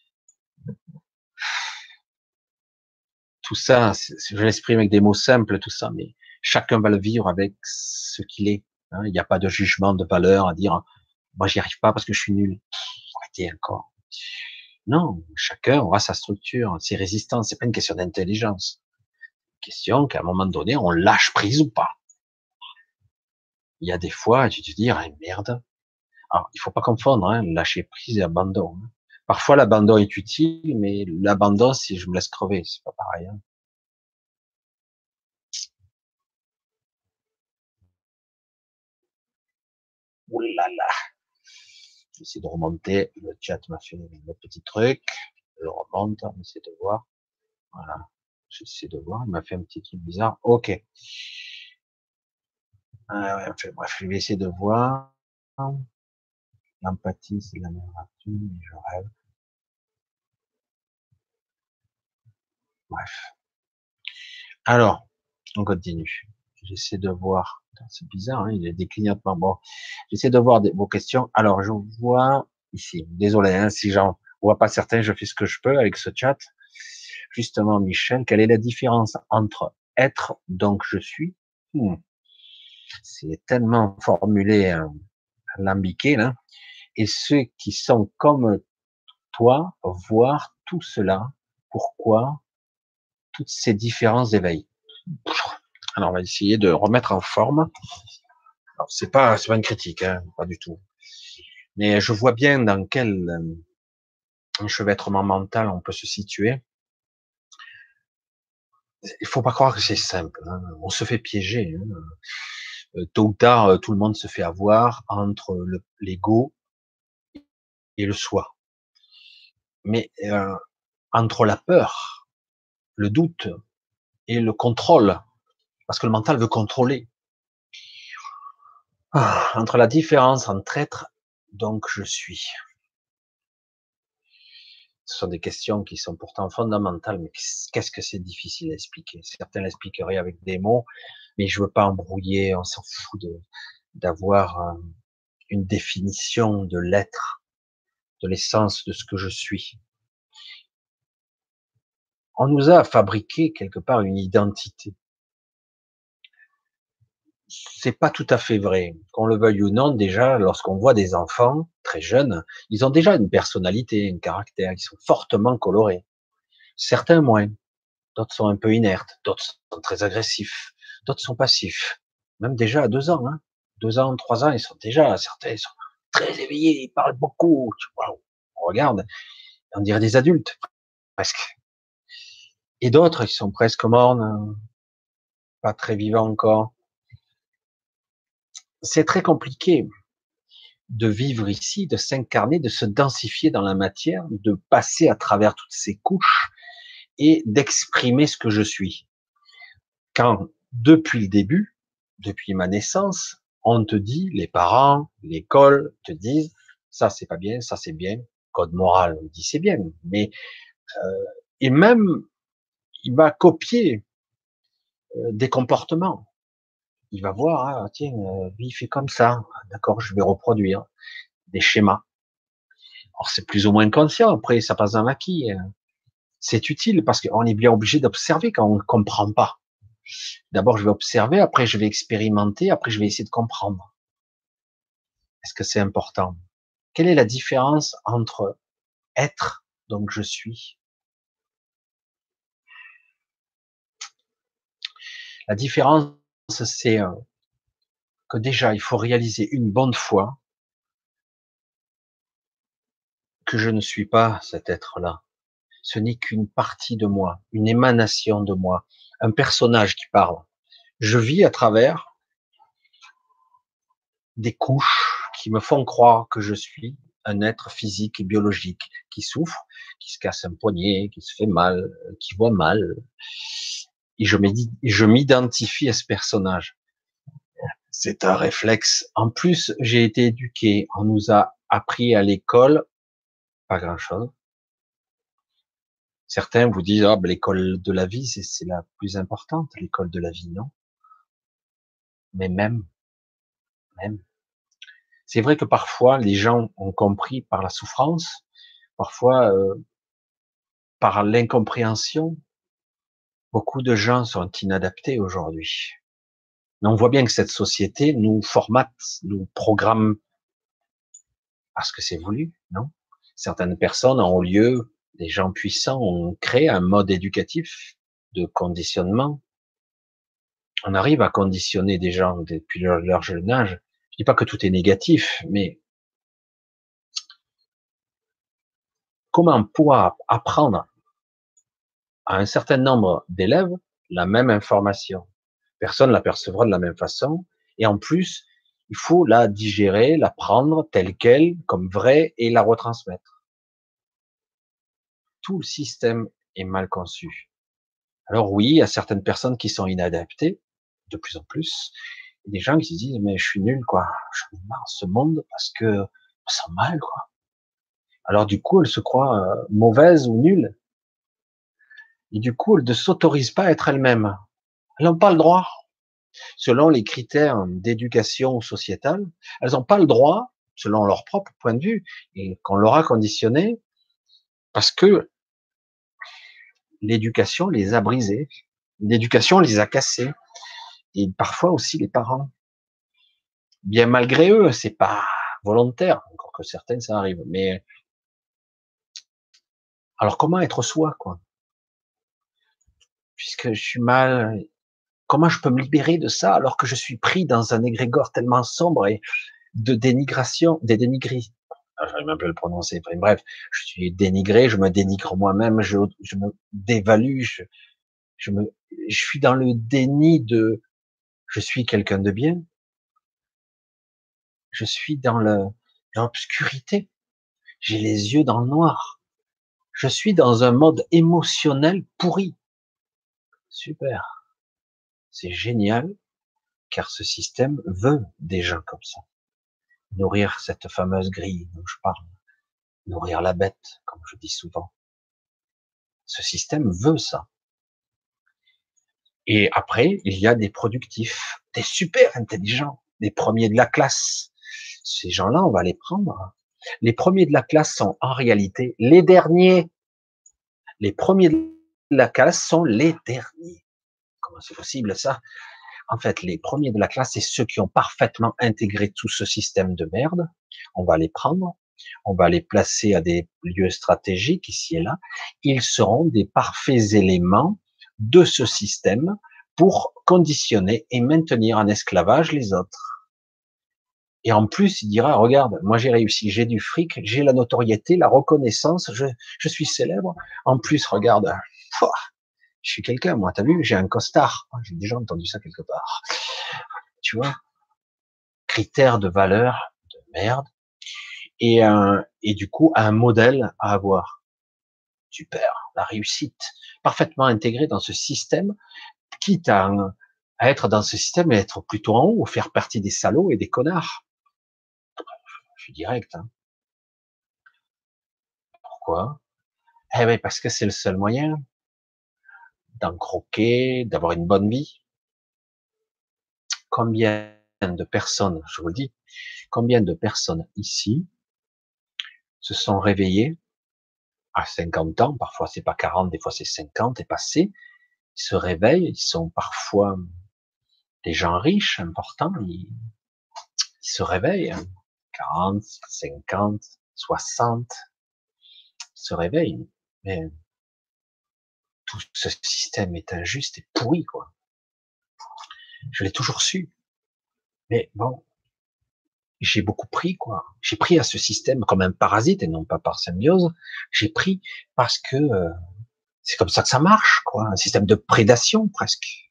Tout ça, je l'exprime avec des mots simples, tout ça, mais chacun va le vivre avec ce qu'il est. Hein. Il n'y a pas de jugement de valeur à dire, moi, j'y arrive pas parce que je suis nul. Arrêtez encore. Non, chacun aura sa structure, ses résistances. C'est pas une question d'intelligence. Une question qu'à un moment donné, on lâche prise ou pas. Il y a des fois, tu te dis, ah, merde. Alors, il faut pas confondre, hein, lâcher prise et abandon. Hein. Parfois, l'abandon est utile, mais l'abandon, si je me laisse crever, c'est pas pareil. Hein. Ouh là là. J'essaie de remonter. Le chat m'a fait le petit truc. Je remonte, on essaie de voir. Voilà. J'essaie de voir. Il m'a fait un petit truc bizarre. Ok. Ouais, enfin, bref, je vais essayer de voir. L'empathie, c'est la meilleure atout, mais je rêve. Bref. Alors, on continue. J'essaie de voir. C'est bizarre, hein, il y a des clignotements. Bon, j'essaie de voir vos questions. Alors, je vois ici. Désolé, hein, si j'en vois pas certains, je fais ce que je peux avec ce chat. Justement, Michel, quelle est la différence entre être, donc je suis, c'est tellement formulé, alambiqué, là, et ceux qui sont comme toi, voir tout cela, pourquoi toutes ces différences d'éveil. Alors, on va essayer de remettre en forme. Alors, c'est pas une critique, hein, pas du tout. Mais je vois bien dans quel enchevêtrement mental on peut se situer. Il faut pas croire que c'est simple. Hein. On se fait piéger. Hein. Tôt ou tard, tout le monde se fait avoir entre l'ego et le soi. Mais entre la peur, le doute et le contrôle, parce que le mental veut contrôler. Entre la différence entre être, donc je suis. Ce sont des questions qui sont pourtant fondamentales, mais qu'est-ce que c'est difficile à expliquer. Certains l'expliqueraient avec des mots, mais je veux pas embrouiller, on s'en fout d'avoir une définition de l'être, de l'essence de ce que je suis. On nous a fabriqué quelque part une identité. C'est pas tout à fait vrai. Qu'on le veuille ou non, déjà, lorsqu'on voit des enfants très jeunes, ils ont déjà une personnalité, un caractère, ils sont fortement colorés. Certains moins, d'autres sont un peu inertes, d'autres sont très agressifs, d'autres sont passifs. Même déjà à 2 ans, hein. 2 ans, 3 ans, ils sont déjà, certains ils sont très éveillés, ils parlent beaucoup. Waouh. On regarde, on dirait des adultes, presque. Et d'autres, ils sont presque mornes, pas très vivants encore. C'est très compliqué de vivre ici, de s'incarner, de se densifier dans la matière, de passer à travers toutes ces couches et d'exprimer ce que je suis. Quand, depuis le début, depuis ma naissance, on te dit, les parents, l'école te disent, ça c'est pas bien, ça c'est bien, code moral dit c'est bien, mais et même il va copier des comportements. Il va voir, ah, tiens, lui il fait comme ça, d'accord, je vais reproduire des schémas. Alors c'est plus ou moins conscient, après ça passe dans l'acquis. C'est utile parce qu'on est bien obligé d'observer quand on ne comprend pas. D'abord je vais observer, après je vais expérimenter, après je vais essayer de comprendre. Est-ce que c'est important? Quelle est la différence entre être, donc je suis? La différence, c'est que déjà, il faut réaliser une bonne fois que je ne suis pas cet être-là. Ce n'est qu'une partie de moi, une émanation de moi, un personnage qui parle. Je vis à travers des couches qui me font croire que je suis. un être physique et biologique qui souffre, qui se casse un poignet, qui se fait mal, qui voit mal. Et je m'identifie à ce personnage. C'est un réflexe. En plus, j'ai été éduqué. On nous a appris à l'école pas grand-chose. Certains vous disent, ah, ben, l'école de la vie, c'est la plus importante, l'école de la vie, non? Mais même. C'est vrai que parfois, les gens ont compris par la souffrance, parfois par l'incompréhension. Beaucoup de gens sont inadaptés aujourd'hui. Mais on voit bien que cette société nous formate, nous programme parce que c'est voulu, non? Certaines personnes, en haut lieu, des gens puissants, ont créé un mode éducatif de conditionnement. On arrive à conditionner des gens depuis leur jeune âge. Je dis pas que tout est négatif, mais comment pouvoir apprendre à un certain nombre d'élèves la même information? Personne ne la percevra de la même façon. Et en plus, il faut la digérer, la prendre telle quelle, comme vraie, et la retransmettre. Tout le système est mal conçu. Alors oui, il y a certaines personnes qui sont inadaptées, de plus en plus, et des gens qui se disent, mais je suis nul, quoi. Je me marre de ce monde parce que je me sens mal, quoi. Alors du coup, elles se croient mauvaises ou nulles. Et du coup, elles ne s'autorisent pas à être elles-mêmes. Elles n'ont pas le droit. Selon les critères d'éducation sociétale, elles n'ont pas le droit, selon leur propre point de vue, et qu'on leur a conditionné, parce que l'éducation les a brisées, l'éducation les a cassées, et parfois aussi les parents. Bien malgré eux, c'est pas volontaire, encore que certaines ça arrive. Mais alors comment être soi, quoi? Puisque je suis mal, comment je peux me libérer de ça alors que je suis pris dans un égrégore tellement sombre et de dénigration, des dénigris. J'arrive même plus à le prononcer. Enfin, bref, je suis dénigré, je me dénigre moi-même, je me dévalue, je me, je suis dans le déni de, je suis quelqu'un de bien, je suis dans l'obscurité, j'ai les yeux dans le noir, je suis dans un mode émotionnel pourri. Super, c'est génial, car ce système veut des gens comme ça. Nourrir cette fameuse grille dont je parle, nourrir la bête, comme je dis souvent. Ce système veut ça. Et après, il y a des productifs, des super intelligents, des premiers de la classe. Ces gens-là, on va les prendre. Les premiers de la classe sont en réalité les derniers. Les premiers de la classe sont les derniers. Comment c'est possible ça? En fait, les premiers de la classe, c'est ceux qui ont parfaitement intégré tout ce système de merde. On va les prendre, on va les placer à des lieux stratégiques ici et là. Ils seront des parfaits éléments de ce système pour conditionner et maintenir en esclavage les autres. Et en plus, il dira, regarde, moi j'ai réussi, j'ai du fric, j'ai la notoriété, la reconnaissance, je suis célèbre. En plus, regarde, pouah, je suis quelqu'un, moi, t'as vu, j'ai un costard. J'ai déjà entendu ça quelque part. Tu vois, critères de valeur, de merde, et du coup, un modèle à avoir. Super, la réussite, parfaitement intégré dans ce système, quitte à être dans ce système et être plutôt en haut, ou faire partie des salauds et des connards. Je suis direct, hein. Pourquoi? Eh oui, parce que c'est le seul moyen d'en croquer, d'avoir une bonne vie. Combien de personnes, je vous le dis, combien de personnes ici se sont réveillées à 50 ans, parfois c'est pas 40, des fois c'est 50 et passé, ils se réveillent, ils sont parfois des gens riches, importants, ils se réveillent, 40, 50, 60, ils se réveillent, mais tout ce système est injuste et pourri, quoi. Je l'ai toujours su, mais bon, j'ai beaucoup pris, quoi. J'ai pris à ce système comme un parasite et non pas par symbiose. J'ai pris parce que c'est comme ça que ça marche, quoi. Un système de prédation presque.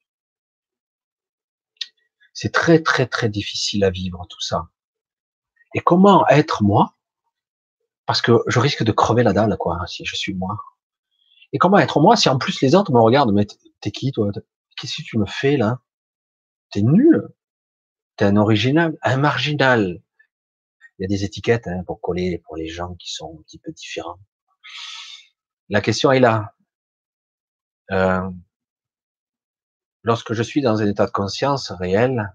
C'est très très très difficile à vivre tout ça. Et comment être moi? Parce que je risque de crever la dalle, quoi, si je suis moi. Et comment être moi si en plus les autres me regardent, mais t'es qui toi? Qu'est-ce que tu me fais là? T'es nul, t'es un original, un marginal. Il y a des étiquettes hein, pour coller pour les gens qui sont un petit peu différents. La question est là. Euh, Lorsque je suis dans un état de conscience réel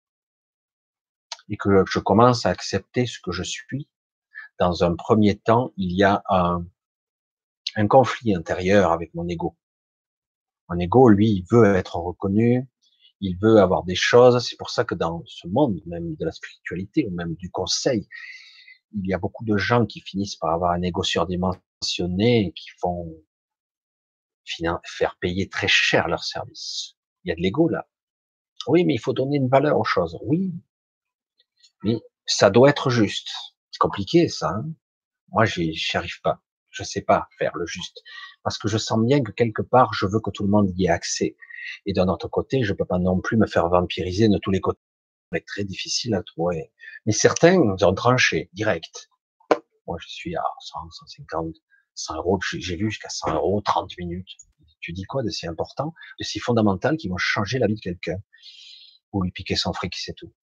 et que je commence à accepter ce que je suis, dans un premier temps, il y a un conflit intérieur avec mon ego. Mon ego, lui, il veut être reconnu, il veut avoir des choses. C'est pour ça que dans ce monde, même de la spiritualité ou même du conseil, il y a beaucoup de gens qui finissent par avoir un ego surdimensionné et qui font faire payer très cher leurs services. Il y a de l'ego là. Oui, mais il faut donner une valeur aux choses. Oui, mais ça doit être juste. C'est compliqué ça. Hein. Moi, j'y arrive pas. Je sais pas faire le juste parce que je sens bien que quelque part, je veux que tout le monde y ait accès. Et d'un autre côté, je peux pas non plus me faire vampiriser de tous les côtés. C'est très difficile à trouver. Mais certains ont tranché direct. Moi, je suis à 100, 150, 100 euros. J'ai vu jusqu'à 100 euros, 30 minutes. Tu dis quoi de si important, de si fondamental qui vont changer la vie de quelqu'un ou lui piquer son fric, c'est tout.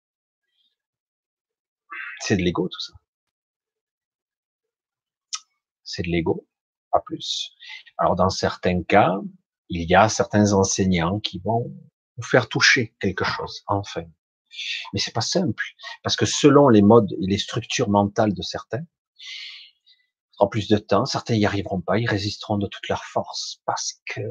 C'est de l'ego, tout ça. C'est de l'ego, pas plus. Alors, dans certains cas, il y a certains enseignants qui vont vous faire toucher quelque chose, enfin. Mais c'est pas simple, parce que selon les modes et les structures mentales de certains, en plus de temps, certains y arriveront pas, ils résisteront de toute leur force, parce que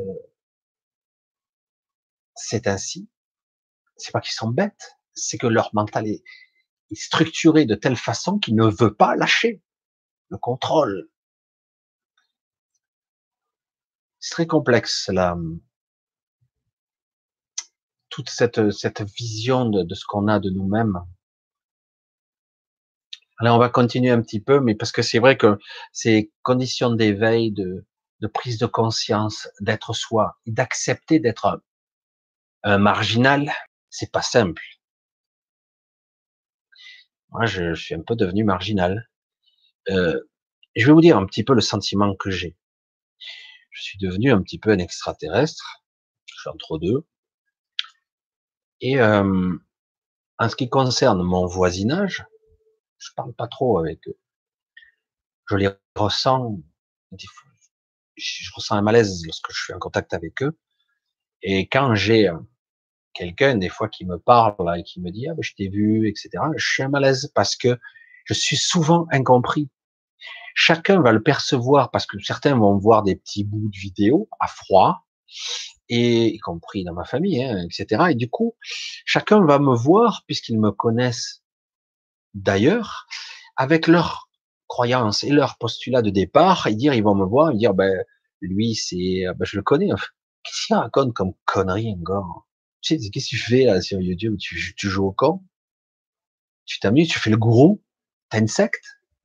c'est ainsi. C'est pas qu'ils sont bêtes, c'est que leur mental est structuré de telle façon qu'il ne veut pas lâcher le contrôle. C'est très complexe, là, toute cette vision de ce qu'on a de nous-mêmes. Alors, on va continuer un petit peu, mais parce que c'est vrai que ces conditions d'éveil, de prise de conscience, d'être soi, d'accepter d'être un marginal, c'est pas simple. Moi, je suis un peu devenu marginal. Euh, je vais vous dire un petit peu le sentiment que j'ai. Je suis devenu un petit peu un extraterrestre. Je suis entre deux. Et en ce qui concerne mon voisinage, je parle pas trop avec eux. Je les ressens. Je ressens un malaise lorsque je suis en contact avec eux. Et quand j'ai quelqu'un des fois qui me parle là, et qui me dit ah ben je t'ai vu, etc. Je suis un malaise parce que je suis souvent incompris. Chacun va le percevoir parce que certains vont voir des petits bouts de vidéo à froid, et y compris dans ma famille, hein, etc. Et du coup, chacun va me voir puisqu'ils me connaissent d'ailleurs avec leurs croyances et leurs postulats de départ et dire ils vont me voir et dire ben lui c'est ben, je le connais. Enfin, qu'est-ce qu'il raconte comme connerie encore? Tu sais, qu'est-ce que tu fais là sur YouTube? Tu joues au camp? Tu t'amuses? Tu fais le gourou? T'as une secte?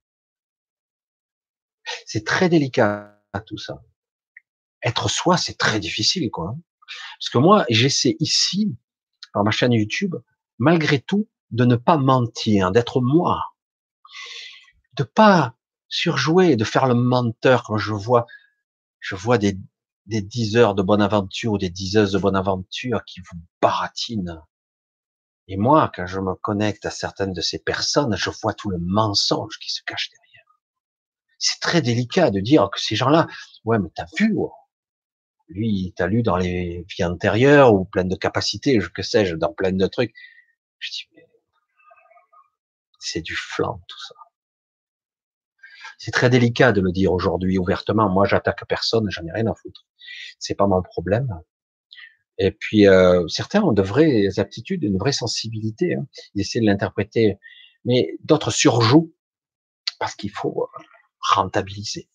C'est très délicat tout ça. Être soi, c'est très difficile, quoi. Hein. Parce que moi, j'essaie ici, par ma chaîne YouTube, malgré tout, de ne pas mentir, d'être moi, de pas surjouer, de faire le menteur quand je vois des 10 heures de bonne aventure ou des 10 heures de bonne aventure qui vous baratinent. Et moi, quand je me connecte à certaines de ces personnes, je vois tout le mensonge qui se cache derrière. C'est très délicat de dire que ces gens-là, ouais, mais t'as vu, oh, lui, il t'a lu dans les vies antérieures ou plein de capacités, que sais-je, dans plein de trucs. Je dis, mais c'est du flan, tout ça. C'est très délicat de le dire aujourd'hui ouvertement. Moi, j'attaque personne, j'en ai rien à foutre. C'est pas mon problème. Et puis, certains ont de vraies aptitudes, une vraie sensibilité. Hein. Ils essaient de l'interpréter, mais d'autres surjouent parce qu'il faut rentabiliser.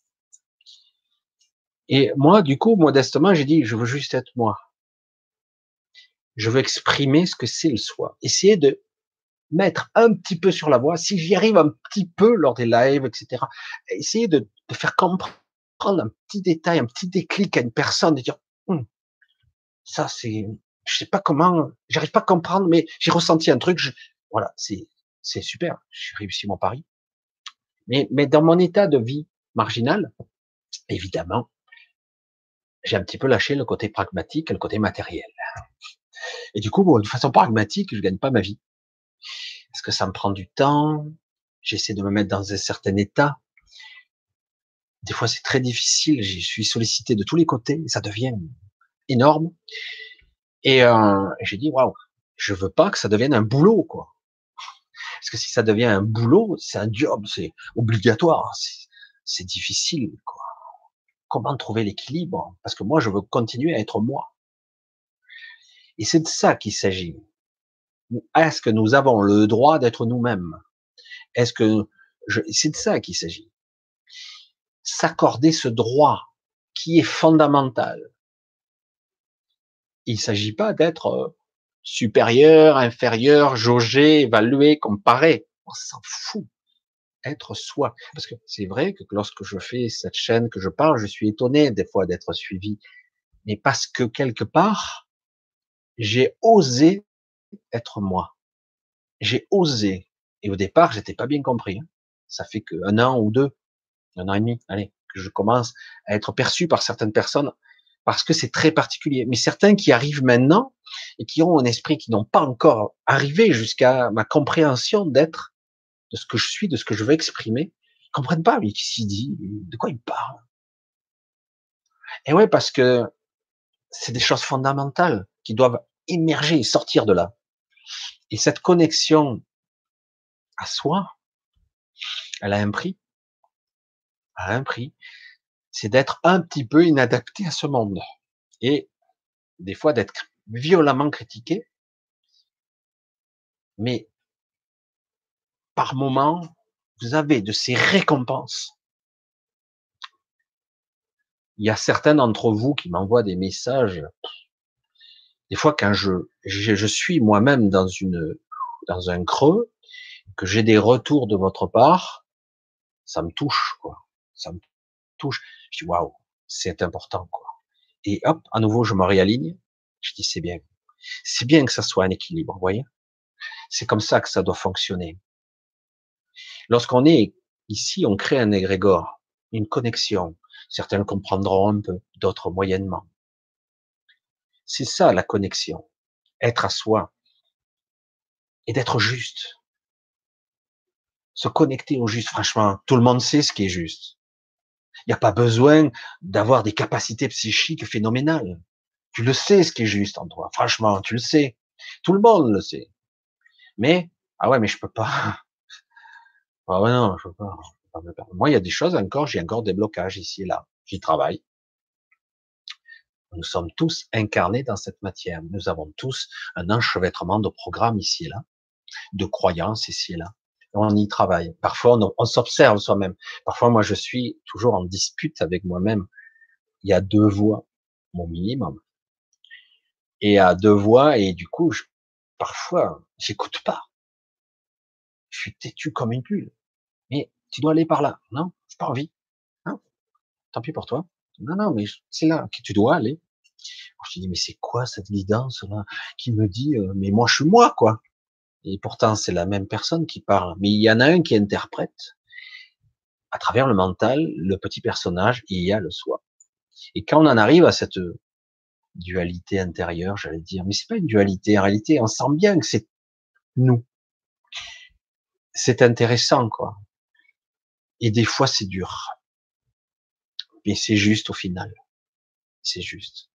Et moi, du coup, modestement, j'ai dit, je veux juste être moi. Je veux exprimer ce que c'est le soi. Essayer de mettre un petit peu sur la voie, si j'y arrive un petit peu lors des lives, etc. Essayer de faire comprendre un petit détail, un petit déclic à une personne, de dire, ça c'est, je sais pas comment, j'arrive pas à comprendre, mais j'ai ressenti un truc, voilà, c'est super, j'ai réussi mon pari. Mais dans mon état de vie marginal, évidemment, j'ai un petit peu lâché le côté pragmatique et le côté matériel. Et du coup, bon, de façon pragmatique, je gagne pas ma vie. Parce que ça me prend du temps. J'essaie de me mettre dans un certain état. Des fois, c'est très difficile. Je suis sollicité de tous les côtés. Et ça devient énorme. Et j'ai dit, waouh, je veux pas que ça devienne un boulot, quoi. Parce que si ça devient un boulot, c'est un job, c'est obligatoire. C'est difficile, quoi. Comment trouver l'équilibre? Parce que moi, je veux continuer à être moi. Et c'est de ça qu'il s'agit. Est-ce que nous avons le droit d'être nous-mêmes? Est-ce que c'est de ça qu'il s'agit. S'accorder ce droit qui est fondamental. Il ne s'agit pas d'être supérieur, inférieur, jaugé, évalué, comparé. On s'en fout. Être soi. Parce que c'est vrai que lorsque je fais cette chaîne, que je parle, je suis étonné des fois d'être suivi. Mais parce que quelque part, j'ai osé être moi. J'ai osé. Et au départ, j'étais pas bien compris. Hein. Ça fait qu'un an ou deux, un an et demi, allez, que je commence à être perçu par certaines personnes parce que c'est très particulier. Mais certains qui arrivent maintenant et qui ont un esprit qui n'ont pas encore arrivé jusqu'à ma compréhension d'être, de ce que je suis, de ce que je veux exprimer, ils comprennent pas, mais qu'est-ce qu'il dit, de quoi il parle. Et ouais, parce que c'est des choses fondamentales qui doivent émerger et sortir de là. Et cette connexion à soi, elle a un prix, elle a un prix. C'est d'être un petit peu inadapté à ce monde. Et des fois d'être violemment critiqué, mais par moment, vous avez de ces récompenses. Il y a certains d'entre vous qui m'envoient des messages. Des fois, quand je suis moi-même dans un creux, que j'ai des retours de votre part, ça me touche, quoi. Ça me touche. Je dis, waouh, c'est important, quoi. Et hop, à nouveau, je me réaligne. Je dis, c'est bien. C'est bien que ça soit un équilibre, vous voyez. C'est comme ça que ça doit fonctionner. Lorsqu'on est ici, on crée un égrégore, une connexion. Certains le comprendront un peu, d'autres moyennement. C'est ça la connexion, être à soi et d'être juste, se connecter au juste. Franchement, tout le monde sait ce qui est juste. Il n'y a pas besoin d'avoir des capacités psychiques phénoménales. Tu le sais ce qui est juste en toi. Franchement, tu le sais. Tout le monde le sait. Mais ah ouais, mais je peux pas. Ah ouais, non, je peux pas. Je peux pas me permettre. Moi, il y a des choses encore, j'ai encore des blocages ici et là. J'y travaille. Nous sommes tous incarnés dans cette matière. Nous avons tous un enchevêtrement de programmes ici et là, de croyances ici et là. On y travaille. Parfois, on s'observe soi-même. Parfois, moi, je suis toujours en dispute avec moi-même. Il y a deux voix, mon minimum. Et à deux voix, et du coup, parfois, j'écoute pas. Je suis têtu comme une bulle. Mais tu dois aller par là. Non, j'ai pas envie. Non, tant pis pour toi. Non, non, mais c'est là que tu dois aller. Je me dis, mais c'est quoi cette guidance là qui me dit, mais moi je suis moi, quoi. Et pourtant c'est la même personne qui parle, mais il y en a un qui interprète à travers le mental, le petit personnage, il y a le soi. Et quand on en arrive à cette dualité intérieure, j'allais dire, mais c'est pas une dualité, en réalité, on sent bien que c'est nous. C'est intéressant, quoi. Et des fois c'est dur, mais c'est juste au final. C'est juste.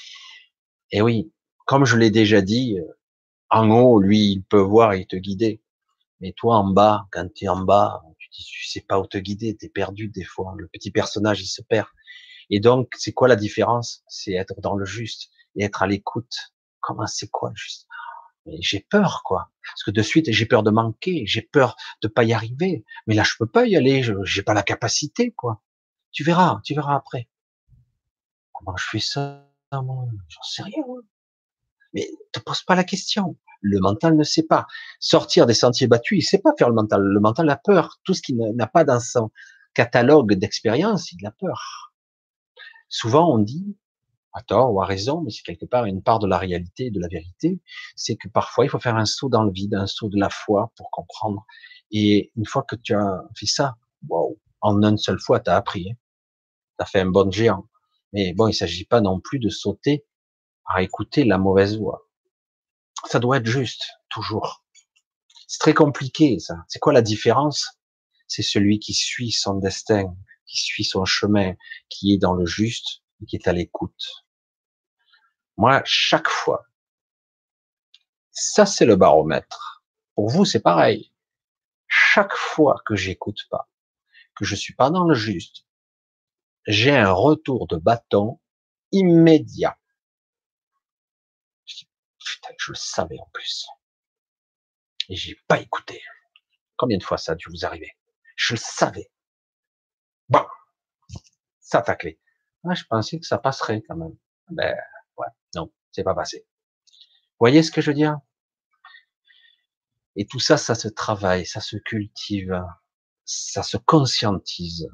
Et oui, comme je l'ai déjà dit, en haut, lui, il peut voir et te guider. Mais toi, en bas, quand tu es en bas, tu sais pas où te guider, tu es perdu des fois. Le petit personnage, il se perd. Et donc, c'est quoi la différence? C'est être dans le juste et être à l'écoute. Comment, c'est quoi le juste? Mais j'ai peur, quoi. Parce que de suite, j'ai peur de manquer, j'ai peur de pas y arriver. Mais là, je peux pas y aller, j'ai pas la capacité, quoi. Tu verras après. Comment je fais ça, moi? J'en sais rien, moi. Mais te pose pas la question. Le mental ne sait pas. Sortir des sentiers battus, il sait pas faire le mental. Le mental a peur. Tout ce qu'il n'a pas dans son catalogue d'expérience, il a peur. Souvent, on dit, à tort ou à raison, mais c'est quelque part une part de la réalité et de la vérité, c'est que parfois il faut faire un saut dans le vide, un saut de la foi pour comprendre. Et une fois que tu as fait ça, waouh, en une seule fois, tu as appris, hein, tu as fait un bond géant. Mais bon, il s'agit pas non plus de sauter à écouter la mauvaise voix. Ça doit être juste, toujours. C'est très compliqué, ça. C'est quoi la différence? C'est celui qui suit son destin, qui suit son chemin, qui est dans le juste et qui est à l'écoute. Moi, chaque fois, ça c'est le baromètre. Pour vous, c'est pareil. Chaque fois que j'écoute pas, que je suis pas dans le juste, j'ai un retour de bâton immédiat. Je dis, putain, je le savais en plus. Et j'ai pas écouté. Combien de fois ça a dû vous arriver? Je le savais. Bon, ça taclé. Ah, je pensais que ça passerait quand même. Ben, ouais, non, c'est pas passé. Vous voyez ce que je veux dire? Et tout ça, ça se travaille, ça se cultive, ça se conscientise.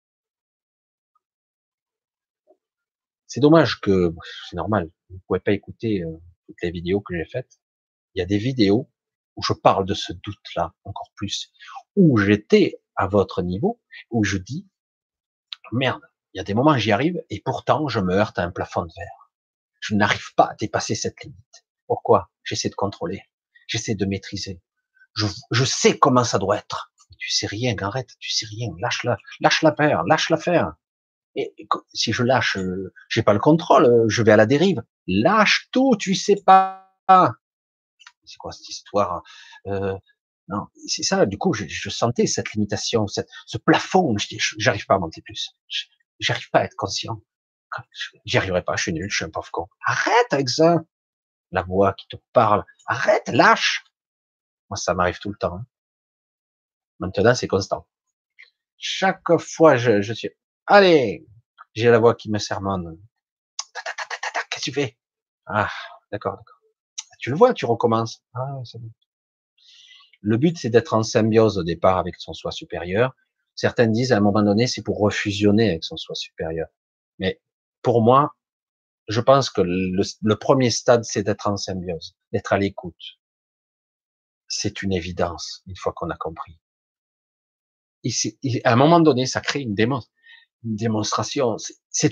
C'est dommage que, c'est normal, vous ne pouvez pas écouter toutes les vidéos que j'ai faites. Il y a des vidéos où je parle de ce doute-là encore plus, où j'étais à votre niveau, où je dis, merde, il y a des moments j'y arrive et pourtant je me heurte à un plafond de verre. Je n'arrive pas à dépasser cette limite. Pourquoi? J'essaie de contrôler, j'essaie de maîtriser. Je sais comment ça doit être. Tu sais rien, arrête, tu sais rien, lâche la paire, lâche l'affaire. Et si je lâche, j'ai pas le contrôle, je vais à la dérive. Lâche tout, tu sais pas. C'est quoi cette histoire? euh, Non, c'est ça. Du coup, je sentais cette limitation, ce plafond. Je dis, j'arrive pas à monter plus. J'arrive pas à être conscient. J'y arriverai pas. Je suis nul. Je suis un pauvre con. Arrête avec ça. La voix qui te parle. Arrête, lâche. Moi, ça m'arrive tout le temps, hein. Maintenant, c'est constant. Chaque fois, je suis, allez, j'ai la voix qui me sermonne. Qu'est-ce que tu fais? Ah, d'accord, d'accord. Tu le vois, tu recommences. Ah, c'est bon. Le but, c'est d'être en symbiose au départ avec son soi supérieur. Certains disent à un moment donné, c'est pour refusionner avec son soi supérieur. Mais pour moi, je pense que le premier stade, c'est d'être en symbiose, d'être à l'écoute. C'est une évidence, une fois qu'on a compris. Et à un moment donné, ça crée une démonstration. C'est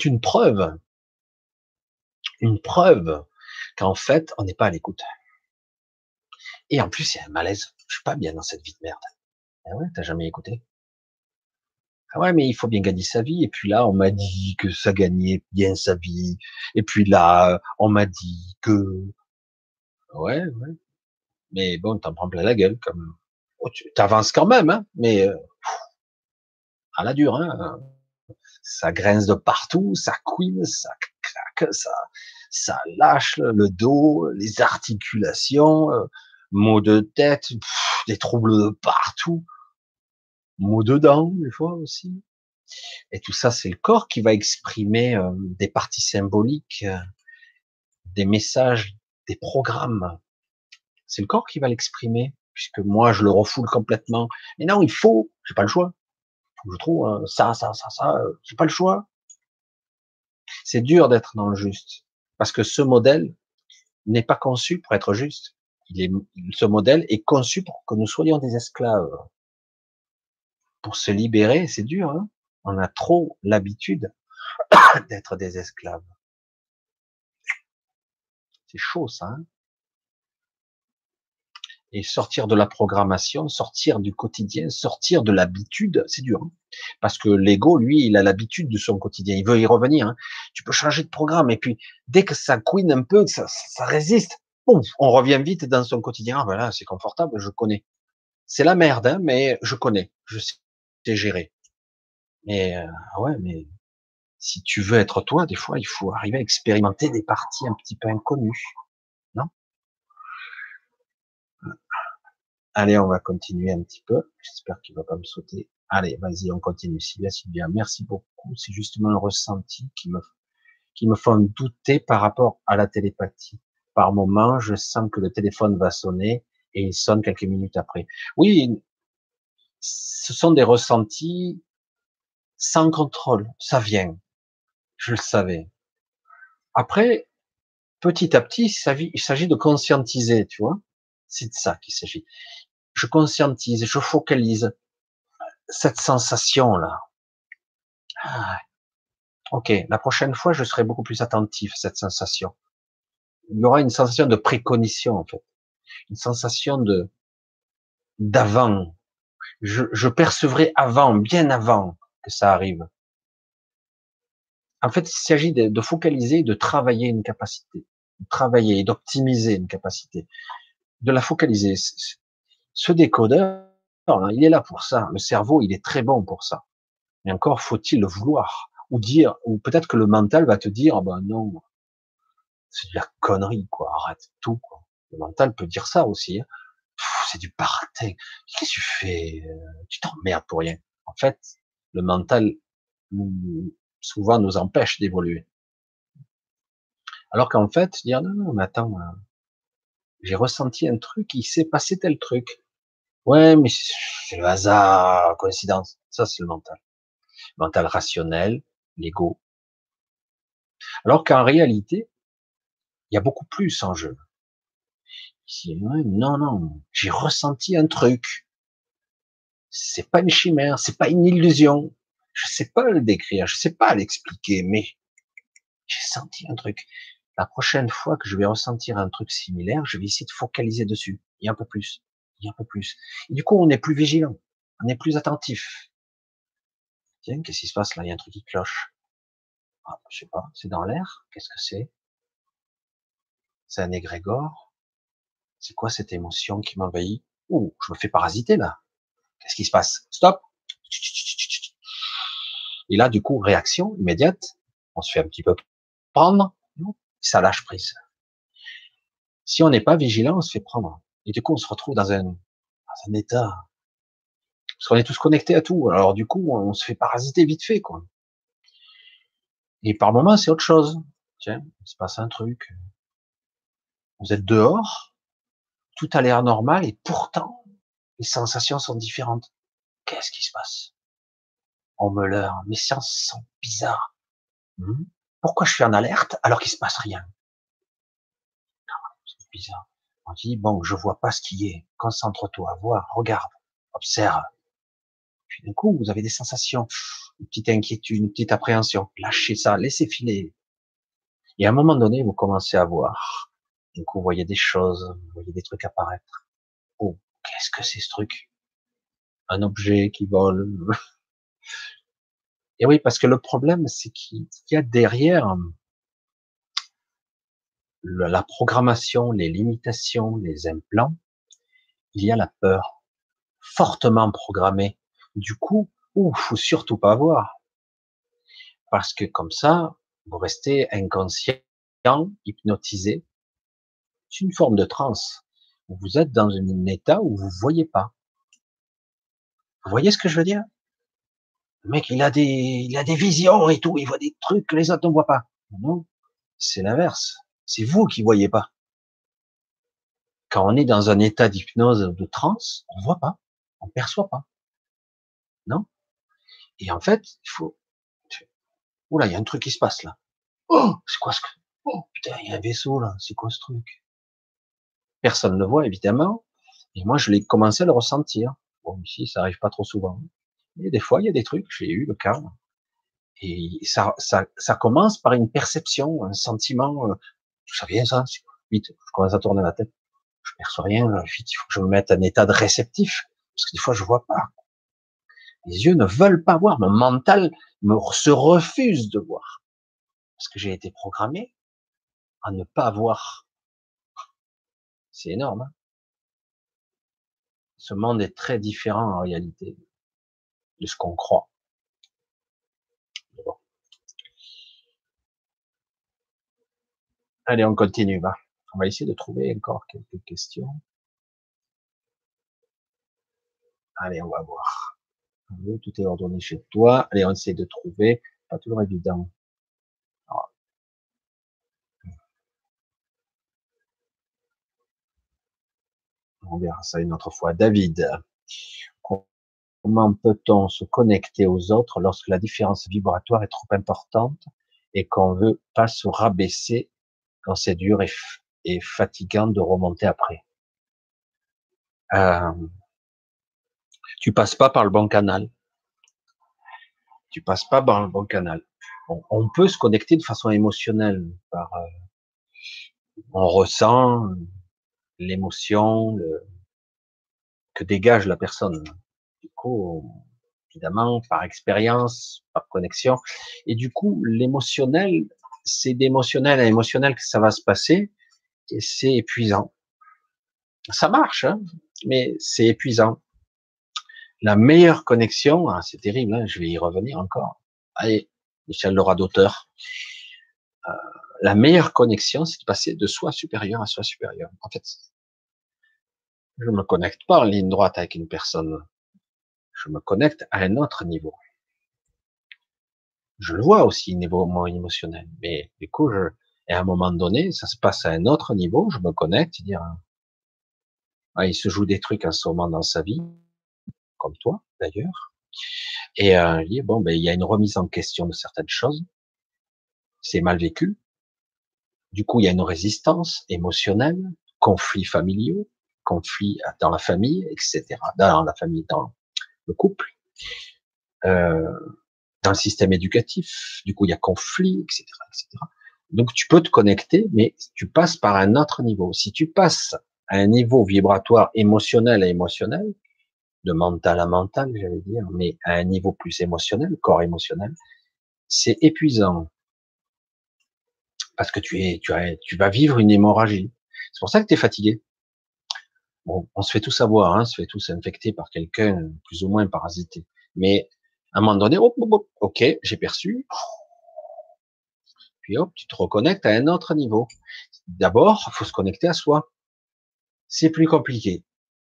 une preuve qu'en fait, on n'est pas à l'écoute. Et en plus, il y a un malaise. Je suis pas bien dans cette vie de merde. Ah ouais, t'as jamais écouté? Ah ouais, mais il faut bien gagner sa vie. Et puis là, on m'a dit que ça gagnait bien sa vie. Et puis là, on m'a dit que, ouais, ouais. Mais bon, t'en prends plein la gueule, quand même. Oh, tu t'avances quand même, hein. Mais, à la dure, hein. Ça grince de partout, ça couine, ça craque, ça lâche le dos, les articulations, maux de tête, des troubles de partout, maux de dents, des fois aussi. Et tout ça, c'est le corps qui va exprimer des parties symboliques, des messages, des programmes. C'est le corps qui va l'exprimer, puisque moi, je le refoule complètement. Mais non, il faut, j'ai pas le choix. Faut que je trouve ça, j'ai pas le choix. C'est dur d'être dans le juste, parce que ce modèle n'est pas conçu pour être juste. Ce modèle est conçu pour que nous soyons des esclaves. Pour se libérer, c'est dur, hein. On a trop l'habitude d'être des esclaves. C'est chaud, ça, hein. Et sortir de la programmation, sortir du quotidien, sortir de l'habitude, c'est dur, hein. Parce que l'ego, lui, il a l'habitude de son quotidien. Il veut y revenir, hein. Tu peux changer de programme, et puis dès que ça couine un peu, que ça résiste, boum, on revient vite dans son quotidien. Ah ben là, c'est confortable, je connais. C'est la merde, hein, mais je connais, je sais gérer. Mais ouais, mais si tu veux être toi, des fois, il faut arriver à expérimenter des parties un petit peu inconnues, non? Allez, on va continuer un petit peu. J'espère qu'il va pas me sauter. Allez, vas-y, on continue. Sylvia, Sylvia, merci beaucoup. C'est justement un ressenti qui me font douter par rapport à la télépathie. Par moment, je sens que le téléphone va sonner et il sonne quelques minutes après. Oui, ce sont des ressentis sans contrôle. Ça vient. Je le savais. Après, petit à petit, il s'agit de conscientiser, tu vois. C'est de ça qu'il s'agit. Je conscientise, je focalise cette sensation-là. Ah, ok, la prochaine fois, je serai beaucoup plus attentif à cette sensation. Il y aura une sensation de précognition, en fait. Une sensation d'avant. Je percevrai avant, bien avant que ça arrive. En fait, il s'agit de focaliser, de travailler une capacité, de travailler, d'optimiser une capacité, de la focaliser. Ce décodeur, hein, il est là pour ça. Le cerveau, il est très bon pour ça. Mais encore faut-il le vouloir, ou dire, ou peut-être que le mental va te dire, ah ben non, c'est de la connerie, quoi, arrête tout, quoi. Le mental peut dire ça aussi, hein. C'est du baratin. Qu'est-ce que tu fais? Tu t'emmerdes pour rien. En fait, le mental souvent nous empêche d'évoluer. Alors qu'en fait, dire non, non, mais attends, j'ai ressenti un truc, il s'est passé tel truc. Ouais, mais c'est le hasard, coïncidence. Ça, c'est le mental. Mental rationnel, l'ego. Alors qu'en réalité, il y a beaucoup plus en jeu. Ici, ouais, non, non, j'ai ressenti un truc. C'est pas une chimère, c'est pas une illusion. Je sais pas le décrire, je sais pas l'expliquer, mais j'ai senti un truc. La prochaine fois que je vais ressentir un truc similaire, je vais essayer de focaliser dessus. Et un peu plus. Et un peu plus. Et du coup, on est plus vigilant. On est plus attentif. Tiens, qu'est-ce qui se passe là? Il y a un truc qui cloche. Ah, je sais pas. C'est dans l'air? Qu'est-ce que c'est? C'est un égrégore? C'est quoi cette émotion qui m'envahit? Ouh, je me fais parasiter là. Qu'est-ce qui se passe? Stop! Et là, du coup, réaction immédiate. On se fait un petit peu prendre. Ça lâche prise. Si on n'est pas vigilant, on se fait prendre. Et du coup, on se retrouve dans un état, parce qu'on est tous connectés à tout. Alors du coup, on se fait parasiter vite fait, quoi. Et par moments, c'est autre chose. Tiens, il se passe un truc. Vous êtes dehors, tout a l'air normal, et pourtant, les sensations sont différentes. Qu'est-ce qui se passe? On me leurre. Mes sens sont bizarres. Hmm. Pourquoi je suis en alerte alors qu'il se passe rien? C'est bizarre. On dit, bon, je vois pas ce qui est. Concentre-toi, vois, regarde, observe. Puis d'un coup, vous avez des sensations, une petite inquiétude, une petite appréhension. Lâchez ça, laissez filer. Et à un moment donné, vous commencez à voir. Du coup, vous voyez des choses, vous voyez des trucs apparaître. Oh, qu'est-ce que c'est ce truc? Un objet qui vole. Et oui, parce que le problème, c'est qu'il y a derrière la programmation, les limitations, les implants, il y a la peur, fortement programmée. Du coup, faut surtout pas voir. Parce que comme ça, vous restez inconscient, hypnotisé. C'est une forme de transe. Vous êtes dans un état où vous voyez pas. Vous voyez ce que je veux dire? Le mec, il a des visions et tout, il voit des trucs que les autres ne voient pas. Non, c'est l'inverse. C'est vous qui voyez pas. Quand on est dans un état d'hypnose, de transe, on voit pas, on perçoit pas. Non? Et en fait, il faut, oula, il y a un truc qui se passe là. Oh, c'est quoi ce que, oh, putain, il y a un vaisseau là, c'est quoi ce truc? Personne ne le voit, évidemment. Et moi, je l'ai commencé à le ressentir. Bon, ici, ça arrive pas trop souvent. Mais des fois, il y a des trucs, j'ai eu le cas. Et ça commence par une perception, un sentiment. Ça vient, ça. Vite, je commence à tourner la tête. Je perçois rien. Vite, il faut que je me mette en état de réceptif. Parce que des fois, je vois pas. Les yeux ne veulent pas voir. Mon mental se refuse de voir. Parce que j'ai été programmé à ne pas voir. C'est énorme, hein. Ce monde est très différent en réalité de ce qu'on croit. Bon. Allez, on continue, va. On va essayer de trouver encore quelques questions. Allez, on va voir. Tout est ordonné chez toi. Allez, on essaie de trouver. Pas toujours évident. Alors, on verra ça une autre fois. David, comment peut-on se connecter aux autres lorsque la différence vibratoire est trop importante et qu'on veut pas se rabaisser quand c'est dur et fatigant de remonter après. Euh, tu passes pas par le bon canal. Tu passes pas par le bon canal. On peut se connecter de façon émotionnelle on ressent l'émotion que dégage la personne. Du coup, évidemment, par expérience, par connexion. Et du coup, l'émotionnel, c'est d'émotionnel à émotionnel que ça va se passer, et c'est épuisant. Ça marche, hein, mais c'est épuisant. La meilleure connexion, ah, c'est terrible, hein, je vais y revenir encore. Allez, Michel Laura d'auteur. La meilleure connexion, c'est de passer de soi supérieur à soi supérieur. En fait, je me connecte pas en ligne droite avec une personne. Je me connecte à un autre niveau. Je le vois aussi, niveau émotionnel. Mais du coup, et à un moment donné, ça se passe à un autre niveau. Je me connecte, dire, ah, il se joue des trucs en ce moment dans sa vie, comme toi d'ailleurs. Et il dit, bon, ben, il y a une remise en question de certaines choses. C'est mal vécu. Du coup, il y a une résistance émotionnelle, conflits familiaux, conflits dans la famille, etc. Dans la famille, dans le couple, euh, dans le système éducatif. Du coup, il y a conflit, etc., etc. Donc, tu peux te connecter, mais tu passes par un autre niveau. Si tu passes à un niveau vibratoire émotionnel à émotionnel, de mental à mental, j'allais dire, mais à un niveau plus émotionnel, corps émotionnel, c'est épuisant parce que tu vas vivre une hémorragie. C'est pour ça que tu es fatigué. Bon, on se fait tous avoir, hein, on se fait tous infecter par quelqu'un plus ou moins parasité. Mais à un moment donné, hop, hop, hop, ok, j'ai perçu, puis hop, tu te reconnectes à un autre niveau. D'abord, il faut se connecter à soi. C'est plus compliqué.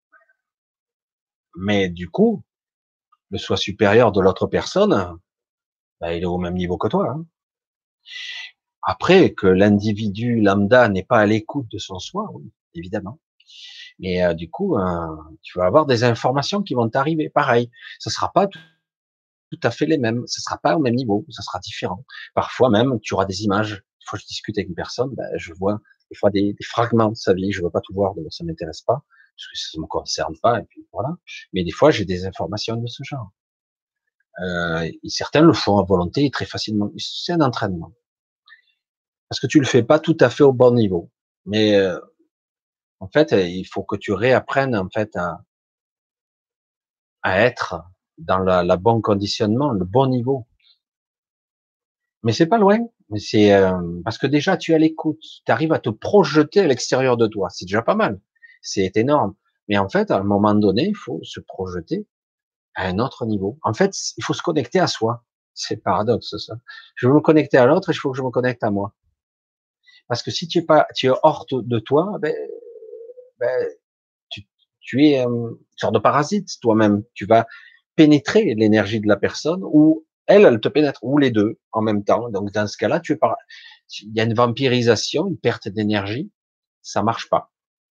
Mais du coup, le soi supérieur de l'autre personne, bah, il est au même niveau que toi, hein. Après, que l'individu lambda n'est pas à l'écoute de son soi, oui, évidemment. Mais du coup, tu vas avoir des informations qui vont t'arriver. Pareil, ce sera pas tout à fait les mêmes. Ce sera pas au même niveau. Ça sera différent. Parfois même, tu auras des images. Une fois que je discute avec une personne, ben, je vois des fois des fragments de sa vie. Je veux pas tout voir, donc ça m'intéresse pas parce que ça me concerne pas. Et puis voilà. Mais des fois, j'ai des informations de ce genre. Et certains le font à volonté et très facilement. C'est un entraînement parce que tu le fais pas tout à fait au bon niveau. Mais en fait, il faut que tu réapprennes en fait à être dans la bon conditionnement, le bon niveau. Mais c'est pas loin. Mais c'est parce que déjà tu es à l'écoute, tu arrives à te projeter à l'extérieur de toi, c'est déjà pas mal, c'est énorme. Mais en fait, à un moment donné, il faut se projeter à un autre niveau. En fait, il faut se connecter à soi. C'est paradoxe ça. Je veux me connecter à l'autre et il faut que je me connecte à moi. Parce que si tu es pas, tu es hors de toi, ben, tu, tu es une sorte de parasite toi-même. Tu vas pénétrer l'énergie de la personne ou elle te pénètre, ou les deux en même temps. Donc dans ce cas-là, il y a une vampirisation, une perte d'énergie, ça marche pas.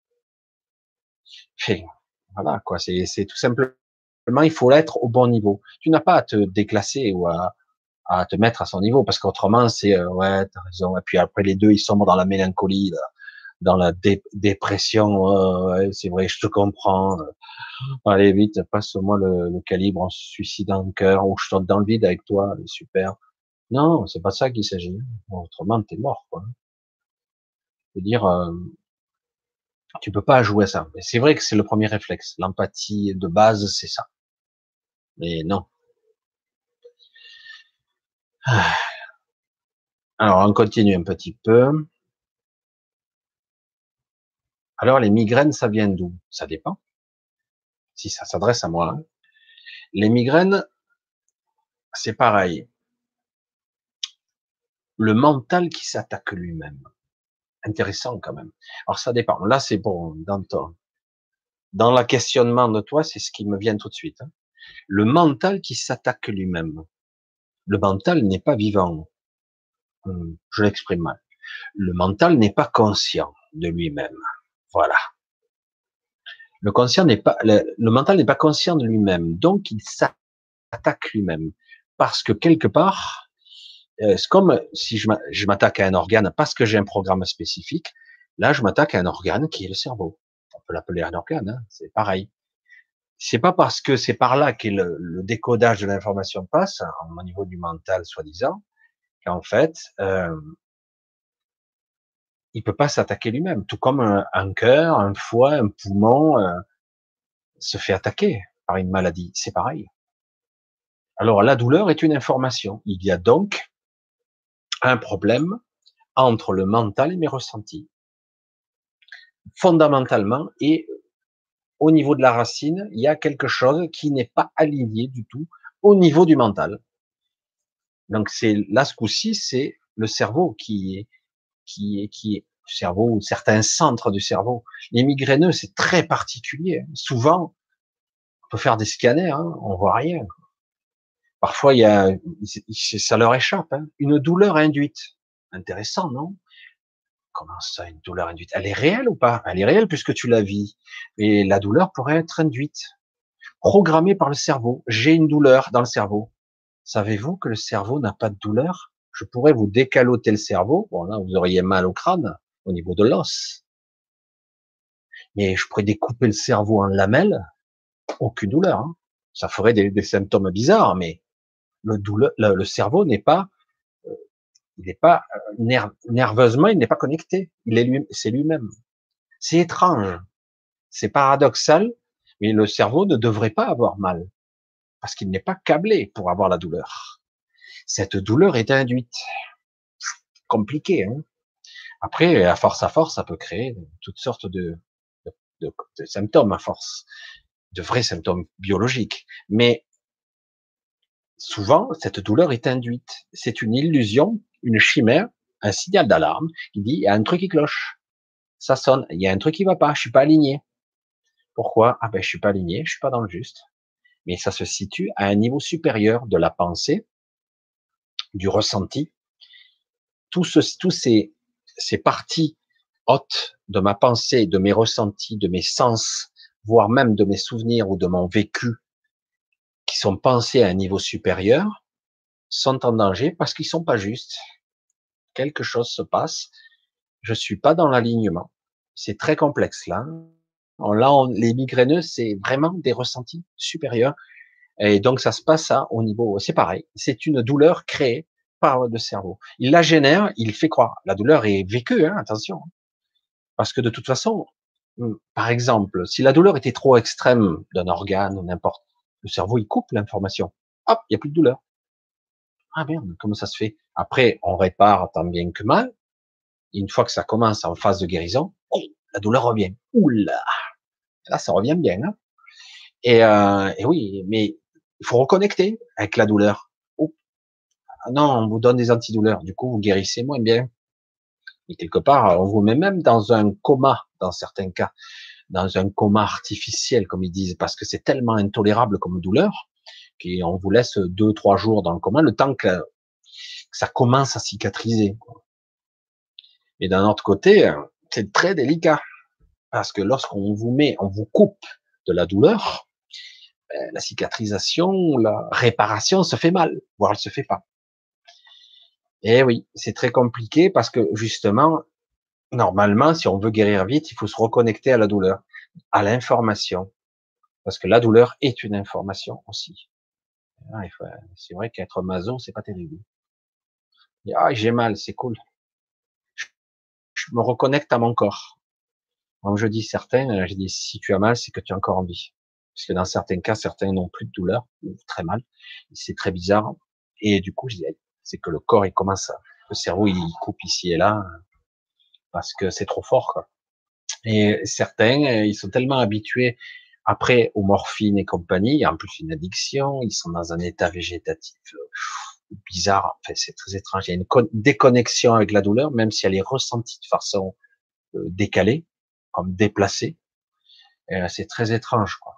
Et voilà quoi, c'est tout simplement, il faut l'être au bon niveau. Tu n'as pas à te déclasser ou à te mettre à son niveau parce qu'autrement c'est ouais, t'as raison. Et puis après les deux ils sombrent dans la mélancolie, là, dans la dépression. Ouais, c'est vrai, je te comprends. Allez vite, passe-moi le calibre en suicidant le cœur ou je saute dans le vide avec toi, super. Non, c'est pas ça qu'il s'agit. Bon, autrement, t'es mort, quoi. Je veux dire, tu peux pas jouer à ça. Mais c'est vrai que c'est le premier réflexe. L'empathie de base, c'est ça. Mais non. Ah. Alors, on continue un petit peu. Alors, les migraines, ça vient d'où? Ça dépend. Si ça s'adresse à moi, hein. Les migraines, c'est pareil. Le mental qui s'attaque lui-même. Intéressant quand même. Alors, ça dépend. Là, c'est bon. Dans le questionnement de toi, c'est ce qui me vient tout de suite, hein. Le mental qui s'attaque lui-même. Le mental n'est pas vivant. Je l'exprime mal. Le mental n'est pas conscient de lui-même. Voilà. Le mental n'est pas conscient de lui-même. Donc, il s'attaque lui-même. Parce que quelque part, C'est comme si je m'attaque à un organe parce que j'ai un programme spécifique. Là, je m'attaque à un organe qui est le cerveau. On peut l'appeler un organe, hein, c'est pareil. C'est pas parce que c'est par là que le décodage de l'information passe, hein, au niveau du mental, soi-disant, qu'en fait, il peut pas s'attaquer lui-même. Tout comme un cœur, un foie, un poumon se fait attaquer par une maladie. C'est pareil. Alors, la douleur est une information. Il y a donc un problème entre le mental et mes ressentis. Fondamentalement, et au niveau de la racine, il y a quelque chose qui n'est pas aligné du tout au niveau du mental. Donc c'est là ce coup-ci, c'est le cerveau qui est le cerveau ou certains centres du cerveau. Les migraineux, c'est très particulier, hein. Souvent, on peut faire des scanners, hein, on voit rien. Parfois, ça leur échappe, hein. Une douleur induite. Intéressant, non? Comment ça, une douleur induite? Elle est réelle ou pas? Elle est réelle puisque tu la vis. Et la douleur pourrait être induite, programmée par le cerveau. J'ai une douleur dans le cerveau. Savez-vous que le cerveau n'a pas de douleur? Je pourrais vous décaloter le cerveau. Bon, là, vous auriez mal au crâne, au niveau de l'os. Mais je pourrais découper le cerveau en lamelles. Aucune douleur, hein. Ça ferait des symptômes bizarres, mais le cerveau n'est pas, il n'est pas nerveusement, il n'est pas connecté. C'est lui-même. C'est étrange. C'est paradoxal, mais le cerveau ne devrait pas avoir mal parce qu'il n'est pas câblé pour avoir la douleur. Cette douleur est induite. Compliqué, hein. Après, à force, ça peut créer toutes sortes de symptômes à force, de vrais symptômes biologiques. Mais souvent, cette douleur est induite. C'est une illusion, une chimère, un signal d'alarme qui dit il y a un truc qui cloche. Ça sonne, il y a un truc qui va pas, je suis pas aligné. Pourquoi? Ah ben je suis pas aligné, je suis pas dans le juste. Mais ça se situe à un niveau supérieur de la pensée, du ressenti. Tous ces parties hautes de ma pensée, de mes ressentis, de mes sens, voire même de mes souvenirs ou de mon vécu, qui sont pensés à un niveau supérieur, sont en danger parce qu'ils sont pas justes. Quelque chose se passe. Je suis pas dans l'alignement. C'est très complexe là. Les migraineux, c'est vraiment des ressentis supérieurs. Et donc ça se passe au niveau, c'est pareil. C'est une douleur créée par le cerveau. Il la génère, il fait croire. La douleur est vécue, hein, attention. Parce que de toute façon, par exemple, si la douleur était trop extrême d'un organe ou n'importe, le cerveau il coupe l'information. Hop, il n'y a plus de douleur. Ah merde, comment ça se fait? Après, on répare tant bien que mal. Et une fois que ça commence en phase de guérison, oh, la douleur revient. Oula, là ça revient bien, hein. Et oui, mais il faut reconnecter avec la douleur. Oh, ah non, on vous donne des antidouleurs, du coup vous guérissez moins bien. Et quelque part, on vous met même dans un coma, dans certains cas, dans un coma artificiel, comme ils disent, parce que c'est tellement intolérable comme douleur, qu'on vous laisse 2, 3 jours dans le coma, le temps que ça commence à cicatriser. Et d'un autre côté, c'est très délicat, parce que lorsqu'on vous met, on vous coupe de la douleur, la cicatrisation, la réparation se fait mal, voire elle se fait pas. Et oui, c'est très compliqué parce que justement, normalement, si on veut guérir vite, il faut se reconnecter à la douleur, à l'information, parce que la douleur est une information aussi. Ah, c'est vrai qu'être maso, c'est pas terrible. Ah, j'ai mal, c'est cool. Je me reconnecte à mon corps. Quand je dis certains, je dis si tu as mal, c'est que tu es encore en vie. Parce que dans certains cas, certains n'ont plus de douleur, ou très mal. C'est très bizarre. Et du coup, je dis, c'est que le corps, il commence le cerveau, il coupe ici et là, parce que c'est trop fort, quoi. Et certains, ils sont tellement habitués après aux morphines et compagnie, en plus une addiction, ils sont dans un état végétatif bizarre. Enfin, c'est très étrange. Il y a une déconnexion avec la douleur, même si elle est ressentie de façon décalée, comme déplacée. C'est très étrange, quoi.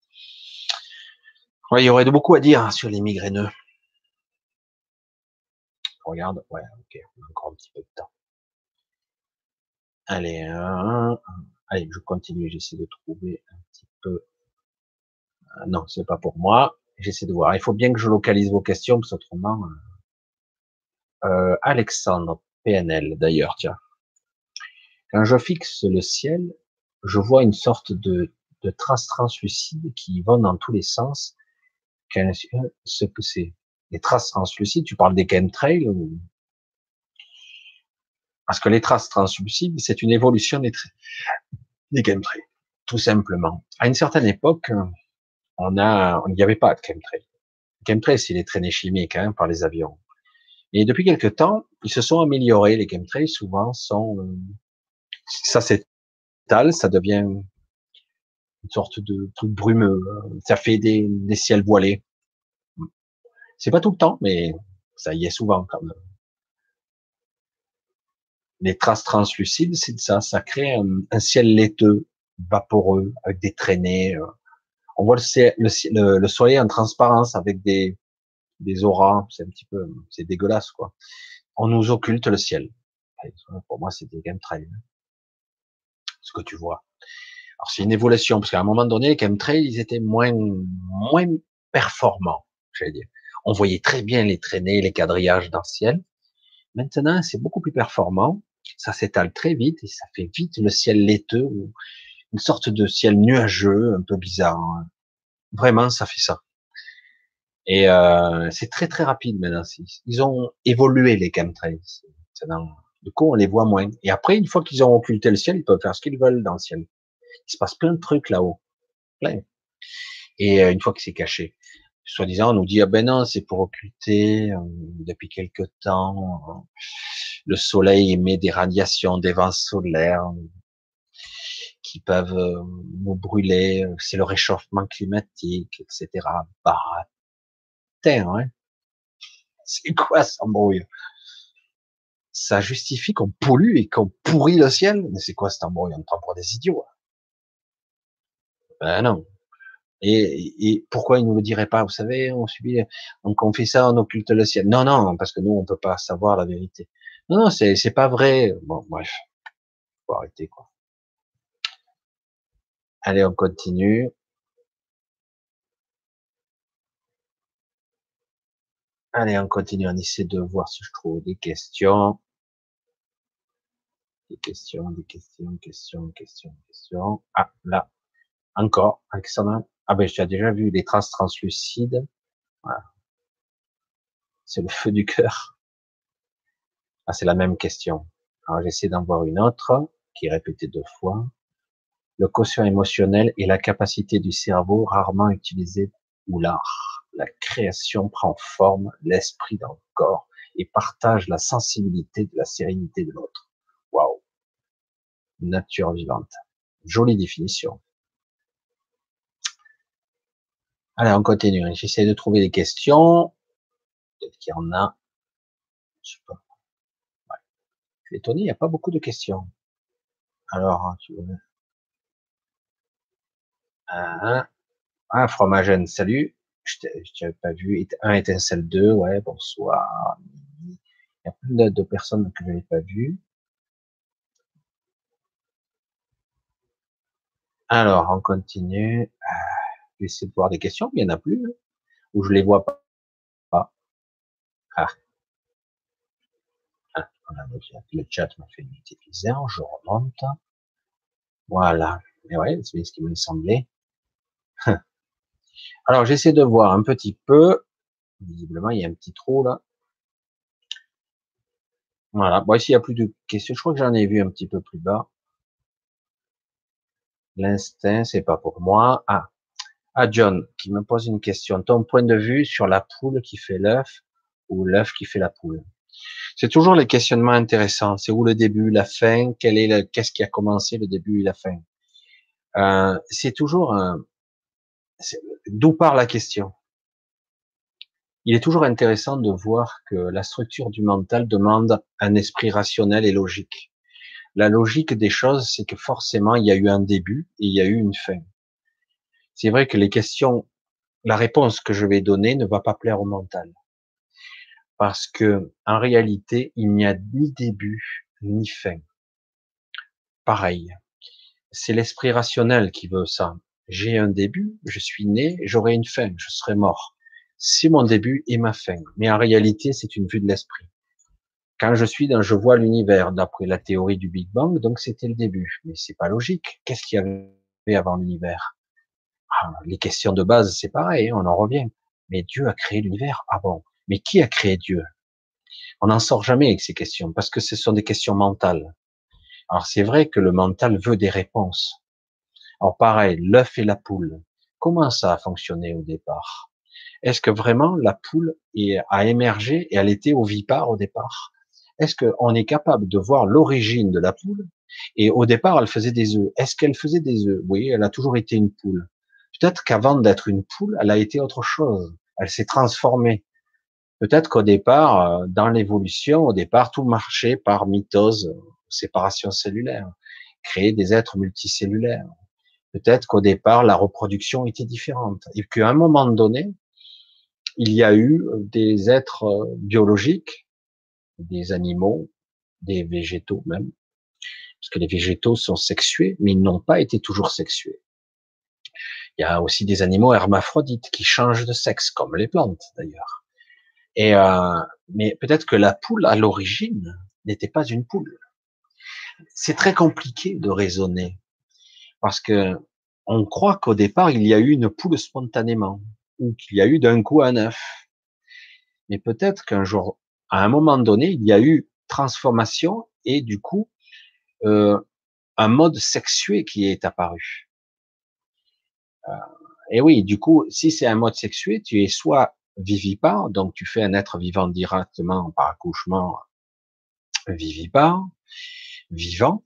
Ouais, il y aurait beaucoup à dire, hein, sur les migraineux. Regarde, ouais, ok, on a encore un petit peu de temps. Allez, allez, je continue, j'essaie de trouver un petit peu. Non, c'est pas pour moi. J'essaie de voir. Il faut bien que je localise vos questions, parce qu'autrement, Alexandre, PNL d'ailleurs, tiens. Quand je fixe le ciel, je vois une sorte de traces translucides qui vont dans tous les sens. Ce que c'est? Les traces translucides, tu parles des chemtrails ou... Parce que les traces translucides, c'est une évolution des chemtrails, tout simplement. À une certaine époque, il n'y avait pas de chemtrails. Les chemtrails, c'est les traînées chimiques, hein, par les avions. Et depuis quelque temps, ils se sont améliorés. Les chemtrails, souvent, ça s'étale, ça devient une sorte de truc brumeux. Ça fait des ciels voilés. C'est pas tout le temps, mais ça y est souvent quand même. Les traces translucides, c'est ça, ça crée un ciel laiteux, vaporeux, avec des traînées. On voit le soleil en transparence avec des auras. C'est un petit peu, c'est dégueulasse, quoi. On nous occulte le ciel. Pour moi, c'est des chemtrails, hein, ce que tu vois. Alors c'est une évolution, parce qu'à un moment donné, les chemtrails, ils étaient moins performants, j'allais dire. On voyait très bien les traînées, les quadrillages dans le ciel. Maintenant, c'est beaucoup plus performant. Ça s'étale très vite et ça fait vite le ciel laiteux, ou une sorte de ciel nuageux, un peu bizarre, hein. Vraiment, ça fait ça. Et c'est très très rapide maintenant. Ils ont évolué les chemtrails. Maintenant, du coup, on les voit moins. Et après, une fois qu'ils ont occulté le ciel, ils peuvent faire ce qu'ils veulent dans le ciel. Il se passe plein de trucs là-haut, plein. Et une fois que c'est caché, soi-disant, on nous dit ah ben non, c'est pour occulter depuis quelque temps. Le soleil émet des radiations, des vents solaires qui peuvent nous brûler. C'est le réchauffement climatique, etc. Bah, putain, hein. C'est quoi ça embrouille? Ça justifie qu'on pollue et qu'on pourrit le ciel? Mais c'est quoi cet embrouille? On nous prend pour des idiots, hein. Ben non. Et pourquoi ils nous le diraient pas? Vous savez, donc on fait ça, on occulte le ciel. Non, non, parce que nous, on peut pas savoir la vérité. Non, non, c'est pas vrai. Bon, bref, faut arrêter, quoi. Allez, on continue. Allez, on continue. On essaie de voir si je trouve des questions. Des questions. Ah, là, encore, Alexandre. Ah ben, tu as déjà vu les traces translucides. Voilà. C'est le feu du cœur. Ah, c'est la même question. Alors, j'essaie d'en voir une autre, qui est répétée 2 fois. Le quotient émotionnel est la capacité du cerveau rarement utilisée où l'art, la création prend forme, l'esprit dans le corps et partage la sensibilité de la sérénité de l'autre. Waouh! Nature vivante. Jolie définition. Allez, on continue. J'essaie de trouver des questions. Peut-être qu'il y en a. Je sais pas. Ouais. Je suis étonné, il n'y a pas beaucoup de questions. Alors, tu veux... Fromagen, salut. Je t'avais pas vu. Un étincelle 2, ouais, bonsoir. Il y a plein de personnes que je n'avais pas vues. Alors, on continue. Je vais essayer de voir des questions, mais il n'y en a plus, hein, ou je les vois pas. Ah, voilà, le chat m'a fait une petite misère, je remonte. Voilà. Mais ouais, c'est ce qui me semblait. Alors, j'essaie de voir un petit peu. Visiblement, il y a un petit trou là. Voilà. Bon, ici, il n'y a plus de questions. Je crois que j'en ai vu un petit peu plus bas. L'instinct, c'est pas pour moi. John, qui me pose une question. Ton point de vue sur la poule qui fait l'œuf ou l'œuf qui fait la poule? C'est toujours les questionnements intéressants. C'est où le début, la fin? Qu'est-ce qui a commencé le début et la fin? C'est toujours d'où part la question? Il est toujours intéressant de voir que la structure du mental demande un esprit rationnel et logique. La logique des choses, c'est que forcément, il y a eu un début et il y a eu une fin. C'est vrai que la réponse que je vais donner ne va pas plaire au mental. Parce que, en réalité, il n'y a ni début, ni fin. Pareil. C'est l'esprit rationnel qui veut ça. J'ai un début, je suis né, j'aurai une fin, je serai mort. C'est mon début et ma fin. Mais en réalité, c'est une vue de l'esprit. Quand je vois l'univers d'après la théorie du Big Bang, donc c'était le début. Mais c'est pas logique. Qu'est-ce qu'il y avait avant l'univers? Les questions de base, c'est pareil, on en revient. Mais Dieu a créé l'univers. Ah bon? Mais qui a créé Dieu? On n'en sort jamais avec ces questions parce que ce sont des questions mentales. Alors c'est vrai que le mental veut des réponses. Alors pareil, l'œuf et la poule. Comment ça a fonctionné au départ? Est-ce que vraiment la poule a émergé et elle était ovipare au départ? Est-ce qu'on est capable de voir l'origine de la poule? Et au départ, elle faisait des œufs. Est-ce qu'elle faisait des œufs? Oui, elle a toujours été une poule. Peut-être qu'avant d'être une poule, elle a été autre chose. Elle s'est transformée. Peut-être qu'au départ, dans l'évolution, au départ, tout marchait par mitose, séparation cellulaire, créer des êtres multicellulaires. Peut-être qu'au départ, la reproduction était différente. Et qu'à un moment donné, il y a eu des êtres biologiques, des animaux, des végétaux même, parce que les végétaux sont sexués, mais ils n'ont pas été toujours sexués. Il y a aussi des animaux hermaphrodites qui changent de sexe, comme les plantes d'ailleurs. Et mais peut-être que la poule à l'origine n'était pas une poule. C'est très compliqué de raisonner parce que on croit qu'au départ il y a eu une poule spontanément ou qu'il y a eu d'un coup un œuf. Mais peut-être qu'un jour, à un moment donné, il y a eu transformation et du coup euh, un mode sexué qui est apparu. Et oui, du coup, si c'est un mode sexué, tu es soit vivipare, donc tu fais un être vivant directement par accouchement vivipare, vivant,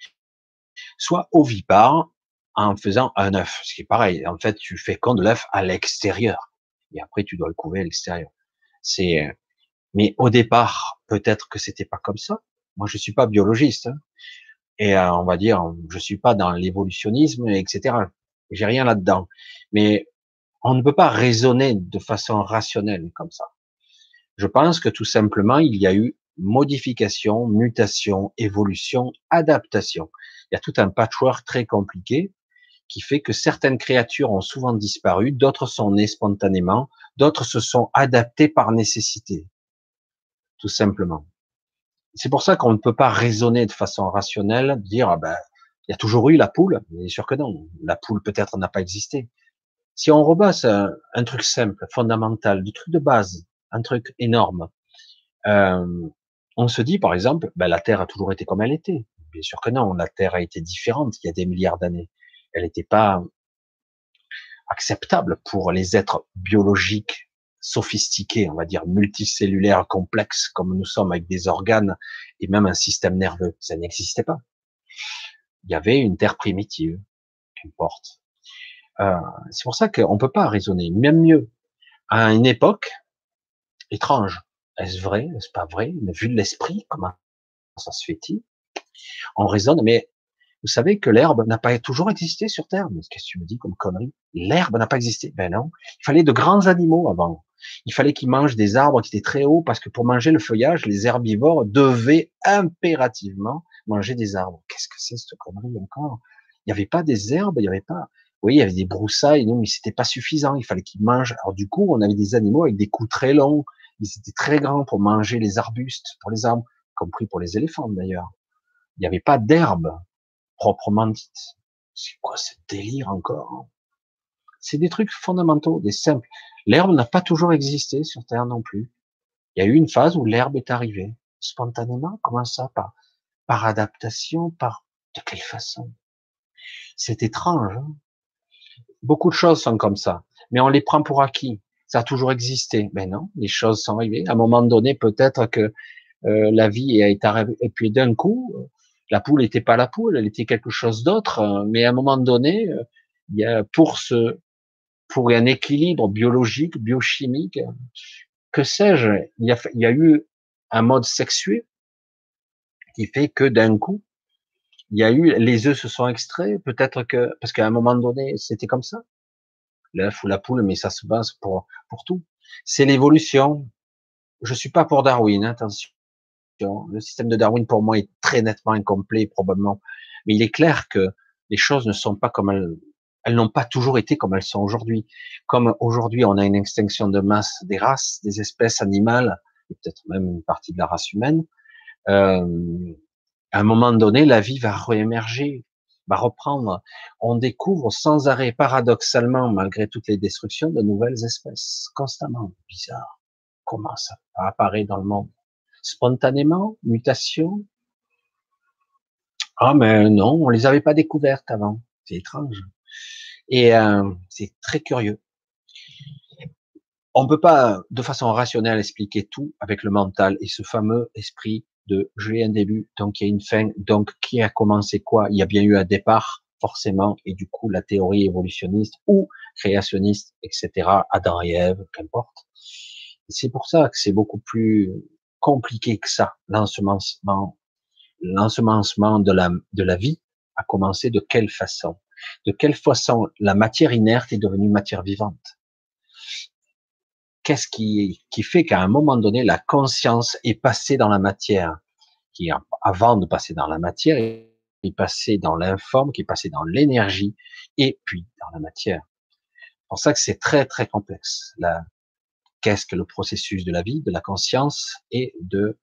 soit ovipare en faisant un œuf, ce qui est pareil. En fait, tu fécondes l'œuf à l'extérieur et après tu dois le couver à l'extérieur. C'est, mais au départ, peut-être que c'était pas comme ça. Moi, je suis pas biologiste, hein, et on va dire, je suis pas dans l'évolutionnisme, etc. J'ai rien là-dedans. Mais on ne peut pas raisonner de façon rationnelle comme ça. Je pense que tout simplement, il y a eu modification, mutation, évolution, adaptation. Il y a tout un patchwork très compliqué qui fait que certaines créatures ont souvent disparu, d'autres sont nées spontanément, d'autres se sont adaptées par nécessité, tout simplement. C'est pour ça qu'on ne peut pas raisonner de façon rationnelle, dire ah ben il y a toujours eu la poule, bien sûr que non. La poule peut-être n'a pas existé. Si on rebasse un truc simple, fondamental, du truc de base, un truc énorme, euh, on se dit par exemple, ben, la Terre a toujours été comme elle était. Bien sûr que non, la Terre a été différente il y a des milliards d'années. Elle n'était pas acceptable pour les êtres biologiques sophistiqués, on va dire multicellulaires complexes comme nous sommes avec des organes et même un système nerveux. Ça n'existait pas. Il y avait une Terre primitive, qu'importe. Euh, c'est pour ça qu'on peut pas raisonner. Même mieux, à une époque étrange. Est-ce vrai? Est-ce pas vrai? Mais vu de l'esprit, comment ça se fait-il? On raisonne, mais vous savez que l'herbe n'a pas toujours existé sur Terre. Mais qu'est-ce que tu me dis comme connerie? L'herbe n'a pas existé. Ben non. Il fallait de grands animaux avant. Il fallait qu'ils mangent des arbres qui étaient très hauts parce que pour manger le feuillage, les herbivores devaient impérativement manger des arbres. Qu'est-ce que c'est cette connerie encore? Il n'y avait pas des herbes, il n'y avait pas. Oui, il y avait des broussailles, non, mais c'était pas suffisant. Il fallait qu'ils mangent. Alors du coup, on avait des animaux avec des coups très longs. Ils étaient très grands pour manger les arbustes, pour les arbres, compris pour les éléphants d'ailleurs. Il n'y avait pas d'herbe proprement dite. C'est quoi ce délire encore? Hein? C'est des trucs fondamentaux, des simples. L'herbe n'a pas toujours existé sur Terre non plus. Il y a eu une phase où l'herbe est arrivée spontanément. Comment ça? Par adaptation, par de quelle façon? C'est étrange. Hein. Beaucoup de choses sont comme ça, mais on les prend pour acquis. Ça a toujours existé. Mais non, les choses sont arrivées. À un moment donné, peut-être que la vie est arrivée, et puis d'un coup, la poule n'était pas la poule, elle était quelque chose d'autre. Mais à un moment donné, il y a pour un équilibre biologique, biochimique, que sais-je, il y a eu un mode sexué qui fait que d'un coup, il y a eu les œufs se sont extraits, peut-être que parce qu'à un moment donné, c'était comme ça, l'œuf ou la poule, mais ça se base pour tout. C'est l'évolution. Je suis pas pour Darwin, hein, attention. Le système de Darwin pour moi est très nettement incomplet probablement, mais il est clair que les choses ne sont pas comme elles n'ont pas toujours été comme elles sont aujourd'hui. Comme aujourd'hui on a une extinction de masse des races, des espèces animales, et peut-être même une partie de la race humaine, Euh, à un moment donné, la vie va réémerger, va reprendre. On découvre sans arrêt, paradoxalement, malgré toutes les destructions, de nouvelles espèces, constamment. Bizarre. Comment ça apparaît dans le monde? Spontanément? Mutation? Ah, mais non, on les avait pas découvertes avant. C'est étrange. Et c'est très curieux. On peut pas, de façon rationnelle, expliquer tout avec le mental et ce fameux esprit de j'ai un début, donc il y a une fin, donc qui a commencé quoi? Il y a bien eu un départ, forcément, et du coup, la théorie évolutionniste ou créationniste, etc., Adam et Ève, qu'importe. Et c'est pour ça que c'est beaucoup plus compliqué que ça, l'ensemencement de la vie a commencé de quelle façon? De quelle façon la matière inerte est devenue matière vivante? Qu'est-ce qui fait qu'à un moment donné, la conscience est passée dans la matière, qui avant de passer dans la matière, est passée dans l'informe, qui est passée dans l'énergie, et puis dans la matière. C'est pour ça que c'est très très complexe. Qu'est-ce que le processus de la vie, de la conscience et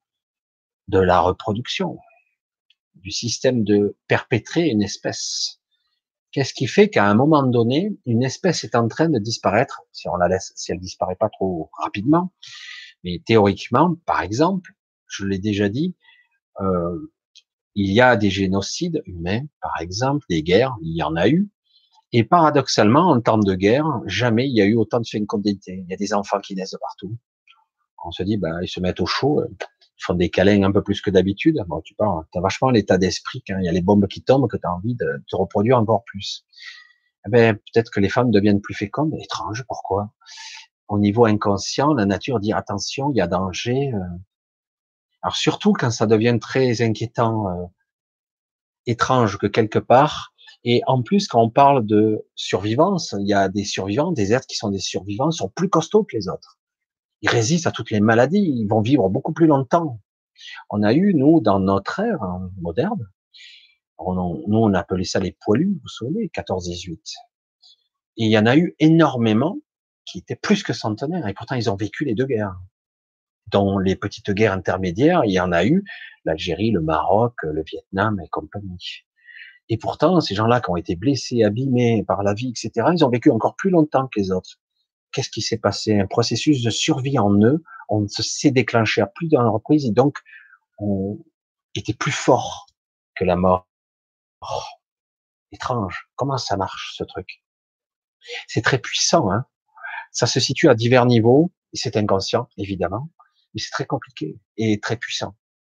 de la reproduction, du système de perpétrer une espèce? Qu'est-ce qui fait qu'à un moment donné, une espèce est en train de disparaître, si on la laisse, si elle disparaît pas trop rapidement, mais théoriquement, par exemple, je l'ai déjà dit, euh, il y a des génocides humains, par exemple, des guerres, il y en a eu, et paradoxalement, en temps de guerre, jamais il y a eu autant de fécondité. Il y a des enfants qui naissent de partout. On se dit, ben, ils se mettent au chaud, ils font des câlins un peu plus que d'habitude. Bon, tu parles, t'as vachement l'état d'esprit quand il y a les bombes qui tombent, que tu as envie de te reproduire encore plus. Eh ben, peut-être que les femmes deviennent plus fécondes. Étrange, pourquoi? Au niveau inconscient, la nature dit attention, il y a danger. Alors surtout quand ça devient très inquiétant, étrange que quelque part. Et en plus, quand on parle de survivance, il y a des survivants, des êtres qui sont des survivants, sont plus costauds que les autres. Ils résistent à toutes les maladies, ils vont vivre beaucoup plus longtemps. On a eu, nous, dans notre ère moderne, nous on appelait ça les poilus, vous vous souvenez, 14-18. Et il y en a eu énormément qui étaient plus que centenaires, et pourtant ils ont vécu les deux guerres. Dans les petites guerres intermédiaires, il y en a eu l'Algérie, le Maroc, le Vietnam et compagnie. Et pourtant, ces gens-là qui ont été blessés, abîmés par la vie, etc., ils ont vécu encore plus longtemps que les autres. Qu'est-ce qui s'est passé? Un processus de survie en eux, on s'est déclenché à plus d'une reprise, et donc on était plus fort que la mort. Oh, étrange. Comment ça marche, ce truc? C'est très puissant, hein. Ça se situe à divers niveaux, et c'est inconscient, évidemment, mais c'est très compliqué et très puissant.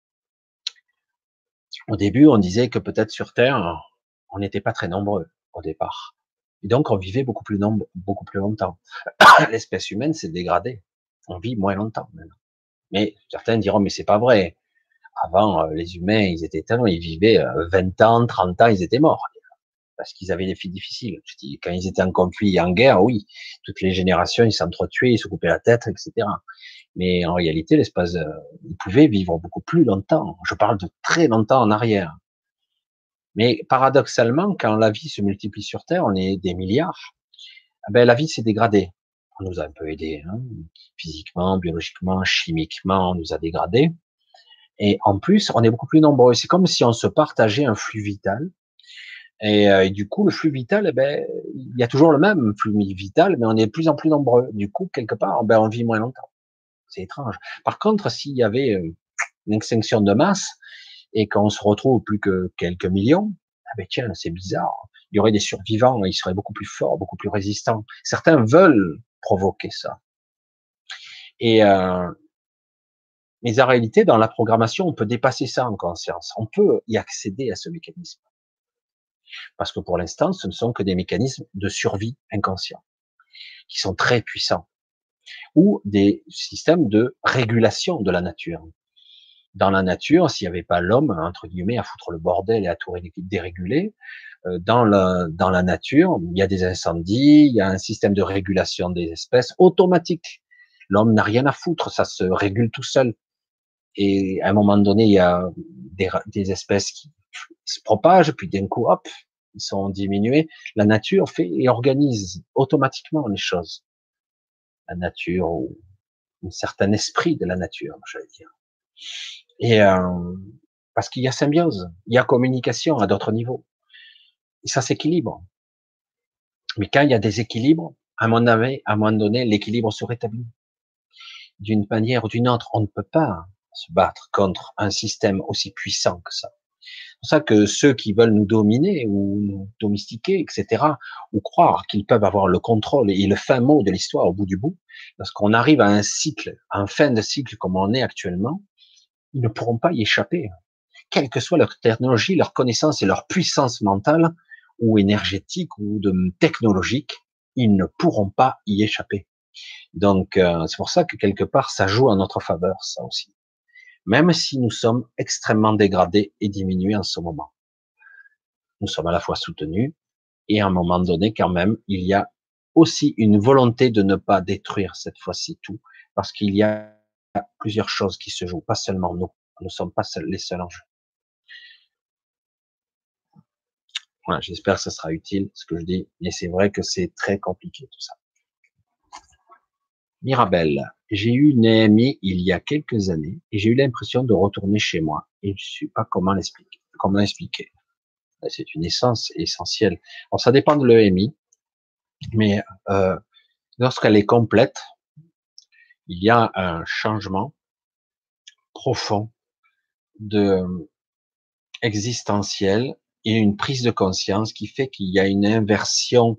Au début, on disait que peut-être sur Terre, on n'était pas très nombreux au départ. Et donc, on vivait beaucoup plus longtemps. L'espèce humaine s'est dégradée. On vit moins longtemps maintenant. Mais certains diront, mais c'est pas vrai. Avant, les humains, ils étaient tellement, ils vivaient 20 ans, 30 ans, ils étaient morts. Parce qu'ils avaient des vies difficiles. Je dis, quand ils étaient en conflit et en guerre, oui, toutes les générations, ils s'entretuaient, ils se coupaient la tête, etc. Mais en réalité, ils pouvaient vivre beaucoup plus longtemps. Je parle de très longtemps en arrière. Mais paradoxalement, quand la vie se multiplie sur Terre, on est des milliards, ah ben, la vie s'est dégradée. On nous a un peu aidés, hein, physiquement, biologiquement, chimiquement, on nous a dégradés. Et en plus, on est beaucoup plus nombreux. C'est comme si on se partageait un flux vital. Et du coup, le flux vital, eh ben, il y a toujours le même flux vital, mais on est de plus en plus nombreux. Du coup, quelque part, ben, on vit moins longtemps. C'est étrange. Par contre, s'il y avait une extinction de masse et qu'on se retrouve plus que quelques millions, ah ben tiens, c'est bizarre. Il y aurait des survivants, ils seraient beaucoup plus forts, beaucoup plus résistants. Certains veulent provoquer ça. Et mais en réalité, dans la programmation, on peut dépasser ça en conscience. On peut y accéder à ce mécanisme. Parce que pour l'instant, ce ne sont que des mécanismes de survie inconscients, qui sont très puissants. Ou des systèmes de régulation de la nature. Dans la nature, s'il n'y avait pas l'homme, entre guillemets, à foutre le bordel et à tout déréguler, dans la nature, il y a des incendies, il y a un système de régulation des espèces automatique. L'homme n'a rien à foutre, ça se régule tout seul. Et à un moment donné, il y a des espèces qui se propagent, puis d'un coup, hop, ils sont diminués. La nature fait et organise automatiquement les choses. La nature, ou un certain esprit de la nature, j'allais dire. Et parce qu'il y a symbiose, il y a communication à d'autres niveaux, et ça s'équilibre. Mais quand il y a des équilibres, à mon avis, à un moment donné, l'équilibre se rétablit. D'une manière ou d'une autre, on ne peut pas se battre contre un système aussi puissant que ça. C'est pour ça que ceux qui veulent nous dominer ou nous domestiquer, etc., ou croire qu'ils peuvent avoir le contrôle et le fin mot de l'histoire au bout du bout, lorsqu'on arrive à un cycle, à un fin de cycle comme on est actuellement, ils ne pourront pas y échapper. Quelle que soit leur technologie, leur connaissance et leur puissance mentale ou énergétique ou technologique, ils ne pourront pas y échapper. Donc, c'est pour ça que quelque part, ça joue en notre faveur, ça aussi. Même si nous sommes extrêmement dégradés et diminués en ce moment. Nous sommes à la fois soutenus et à un moment donné, quand même, il y a aussi une volonté de ne pas détruire cette fois-ci tout, parce qu'il y a plusieurs choses qui se jouent, pas seulement nous. Nous ne sommes pas les seuls en jeu. Voilà, j'espère que ça sera utile, ce que je dis, mais c'est vrai que c'est très compliqué tout ça. Mirabelle, j'ai eu une amie il y a quelques années et j'ai eu l'impression de retourner chez moi et je ne sais pas comment l'expliquer. Comment expliquer. C'est une essence essentielle. Alors ça dépend de l'EMI, mais lorsqu'elle est complète, il y a un changement profond de existentiel et une prise de conscience qui fait qu'il y a une inversion,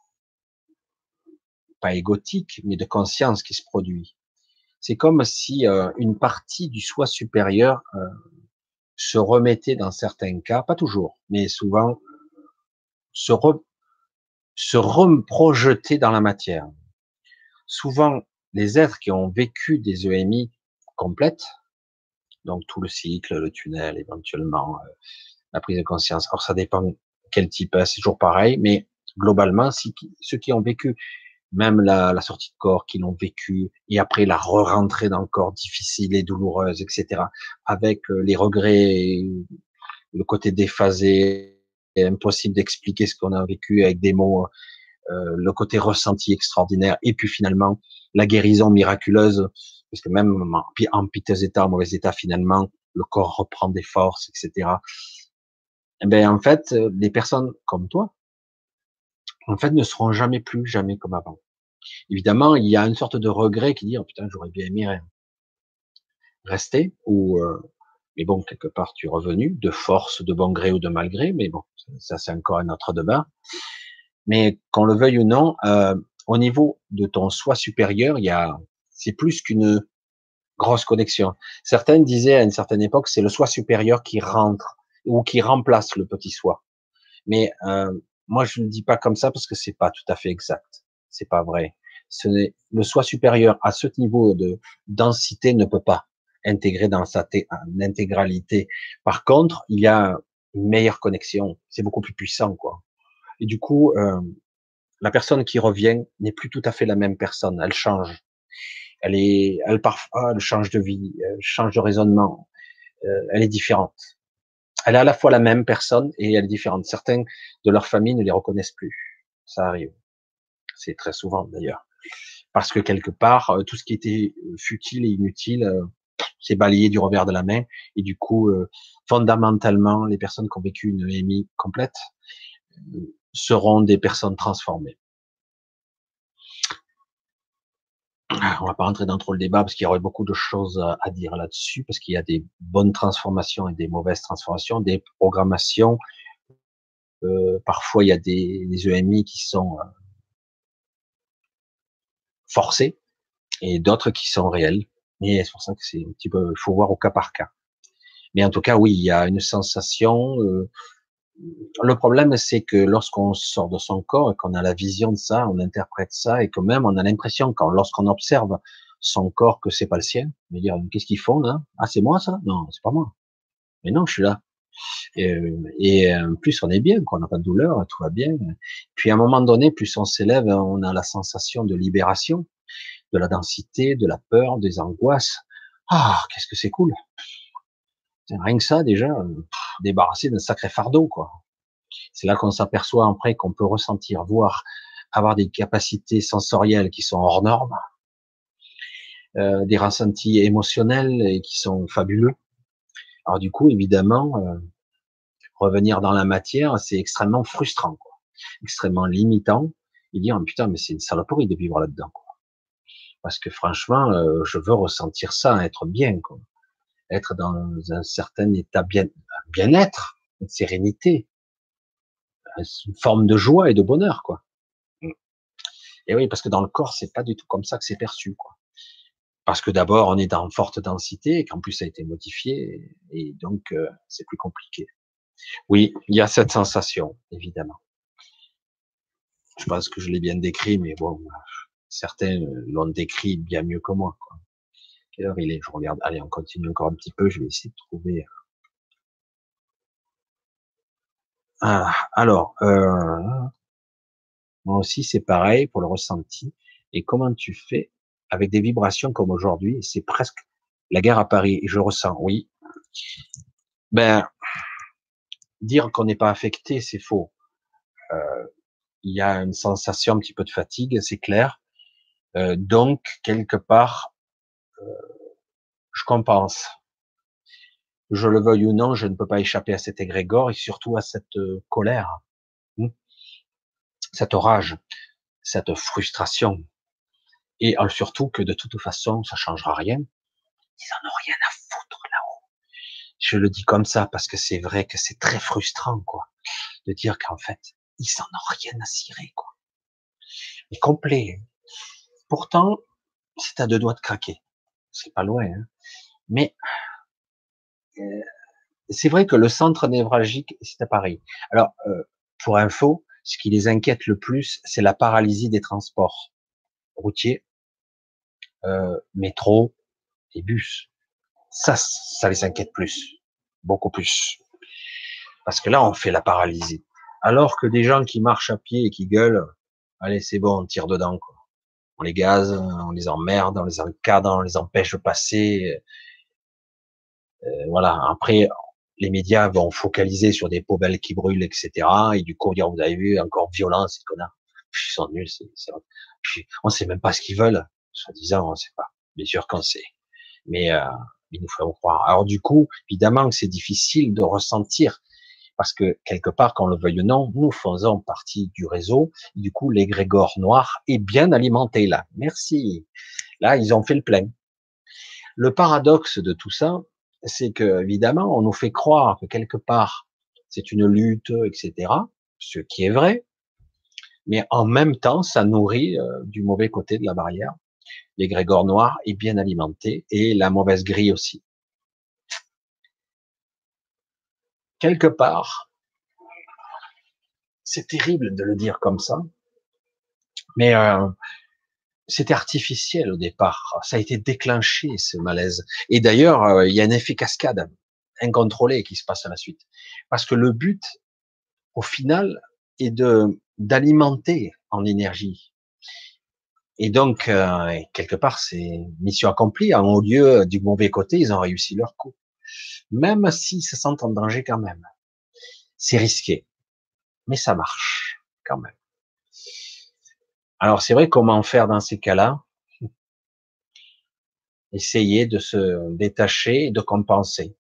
pas égotique, mais de conscience qui se produit. C'est comme si une partie du soi supérieur se remettait dans certains cas, pas toujours, mais souvent, se, re, se reprojetait dans la matière. Souvent, les êtres qui ont vécu des EMI complètes, donc tout le cycle, le tunnel, éventuellement, la prise de conscience. Alors ça dépend quel type, hein, c'est toujours pareil, mais globalement, si, ceux qui ont vécu même la sortie de corps, qui l'ont vécu, et après la re-rentrée dans le corps difficile et douloureuse, etc., avec les regrets, le côté déphasé, et impossible d'expliquer ce qu'on a vécu avec des mots, le côté ressenti extraordinaire, et puis finalement la guérison miraculeuse, parce que même en piteux état, en mauvais état, finalement, le corps reprend des forces, etc. Eh ben en fait, des personnes comme toi, en fait, ne seront jamais plus jamais comme avant. Évidemment, il y a une sorte de regret qui dit oh putain, j'aurais bien aimé rester, ou mais bon, quelque part, tu es revenu de force, de bon gré ou de mal gré, mais bon, ça c'est encore un autre débat. Mais qu'on le veuille ou non, au niveau de ton soi supérieur, c'est plus qu'une grosse connexion. Certains disaient à une certaine époque, c'est le soi supérieur qui rentre ou qui remplace le petit soi. Mais moi, je ne dis pas comme ça parce que c'est pas tout à fait exact. C'est pas vrai. Le soi supérieur à ce niveau de densité ne peut pas intégrer dans en intégralité. Par contre, il y a une meilleure connexion. C'est beaucoup plus puissant, quoi. Et du coup, la personne qui revient n'est plus tout à fait la même personne. Elle change. Elle parfois, elle change de vie, elle change de raisonnement. Elle est différente. Elle est à la fois la même personne et elle est différente. Certains de leur famille ne les reconnaissent plus. Ça arrive. C'est très souvent d'ailleurs. Parce que quelque part, tout ce qui était futile et inutile, c'est balayé du revers de la main. Et du coup, fondamentalement, les personnes qui ont vécu une EMI complète seront des personnes transformées. On va pas rentrer dans trop le débat parce qu'il y aurait beaucoup de choses à dire là-dessus, parce qu'il y a des bonnes transformations et des mauvaises transformations, des programmations. Parfois, il y a des EMI qui sont forcées et d'autres qui sont réelles. Et c'est pour ça que c'est un petit peu, il faut voir au cas par cas. Mais en tout cas, oui, il y a une sensation. Le problème, c'est que lorsqu'on sort de son corps et qu'on a la vision de ça, on interprète ça et que même on a l'impression, lorsqu'on observe son corps, que c'est pas le sien, de dire qu'est-ce qu'ils font là? Ah, c'est moi ça? Non, c'est pas moi. Mais non, je suis là. Et en plus, on est bien, quoi. On n'a pas de douleur, tout va bien. Puis à un moment donné, plus on s'élève, on a la sensation de libération, de la densité, de la peur, des angoisses. Ah, qu'est-ce que c'est cool. Rien que ça, déjà, débarrasser d'un sacré fardeau, quoi. C'est là qu'on s'aperçoit après qu'on peut ressentir, voir, avoir des capacités sensorielles qui sont hors normes. des ressentis émotionnels et qui sont fabuleux. Alors du coup, évidemment, revenir dans la matière, c'est extrêmement frustrant, quoi. Extrêmement limitant. Et dire, putain, mais c'est une saloperie de vivre là-dedans, quoi. Parce que franchement, je veux ressentir ça, être bien, quoi. Être dans un certain état bien-être, une sérénité, une forme de joie et de bonheur, quoi. Et oui, parce que dans le corps, c'est pas du tout comme ça que c'est perçu, quoi. Parce que d'abord, on est dans forte densité, et qu'en plus ça a été modifié, et donc c'est plus compliqué. Oui, il y a cette sensation, évidemment. Je pense que je l'ai bien décrit, mais bon, certains l'ont décrit bien mieux que moi, quoi. Quelle heure il est? Je regarde. Allez, on continue encore un petit peu. Je vais essayer de trouver. Ah, alors, moi aussi, c'est pareil pour le ressenti. Et comment tu fais avec des vibrations comme aujourd'hui? C'est presque la guerre à Paris. Et je ressens, oui. Ben, dire qu'on n'est pas affecté, c'est faux. Il y a une sensation un petit peu de fatigue, c'est clair. Donc, quelque part, je compense. Je le veuille ou non, je ne peux pas échapper à cet égrégore et surtout à cette colère, hein, cette rage, cette frustration. Et surtout que de toute façon, ça changera rien. Ils en ont rien à foutre là-haut. Je le dis comme ça parce que c'est vrai que c'est très frustrant, quoi, de dire qu'en fait, ils en ont rien à cirer, quoi. Mais complet. Pourtant, c'est à deux doigts de craquer. C'est pas loin, hein. Mais euh, c'est vrai que le centre névralgique, c'est à Paris. Alors, pour info, ce qui les inquiète le plus, c'est la paralysie des transports routiers, métro et bus. Ça les inquiète plus, beaucoup plus. Parce que là, on fait la paralysie. Alors que des gens qui marchent à pied et qui gueulent, allez, c'est bon, on tire dedans, quoi. On les gaze, on les emmerde, on les encadre, on les empêche de passer. Voilà. Après, les médias vont focaliser sur des poubelles qui brûlent, etc. Et du coup, dire, vous avez vu, encore violence, ces connards. Ils sont nuls, on sait même pas ce qu'ils veulent. Soi-disant, on sait pas. Bien sûr qu'on sait. Mais il nous faut croire. Alors du coup, évidemment que c'est difficile de ressentir parce que quelque part, qu'on le veuille ou non, nous faisons partie du réseau. Du coup, l'égrégore noir est bien alimenté là. Merci. Là, ils ont fait le plein. Le paradoxe de tout ça, c'est que évidemment, on nous fait croire que quelque part, c'est une lutte, etc. Ce qui est vrai, mais en même temps, ça nourrit du mauvais côté de la barrière. L'égrégore noir est bien alimenté et la mauvaise grille aussi. Quelque part, c'est terrible de le dire comme ça, mais c'était artificiel au départ. Ça a été déclenché, ce malaise. Et d'ailleurs, il y a un effet cascade incontrôlé qui se passe à la suite. Parce que le but, au final, est d'alimenter en énergie. Et donc, quelque part, c'est mission accomplie. Au lieu du mauvais côté, ils ont réussi leur coup. Même s'ils se sentent en danger quand même. C'est risqué, mais ça marche quand même. Alors c'est vrai, comment faire dans ces cas-là? Essayer de se détacher et de compenser.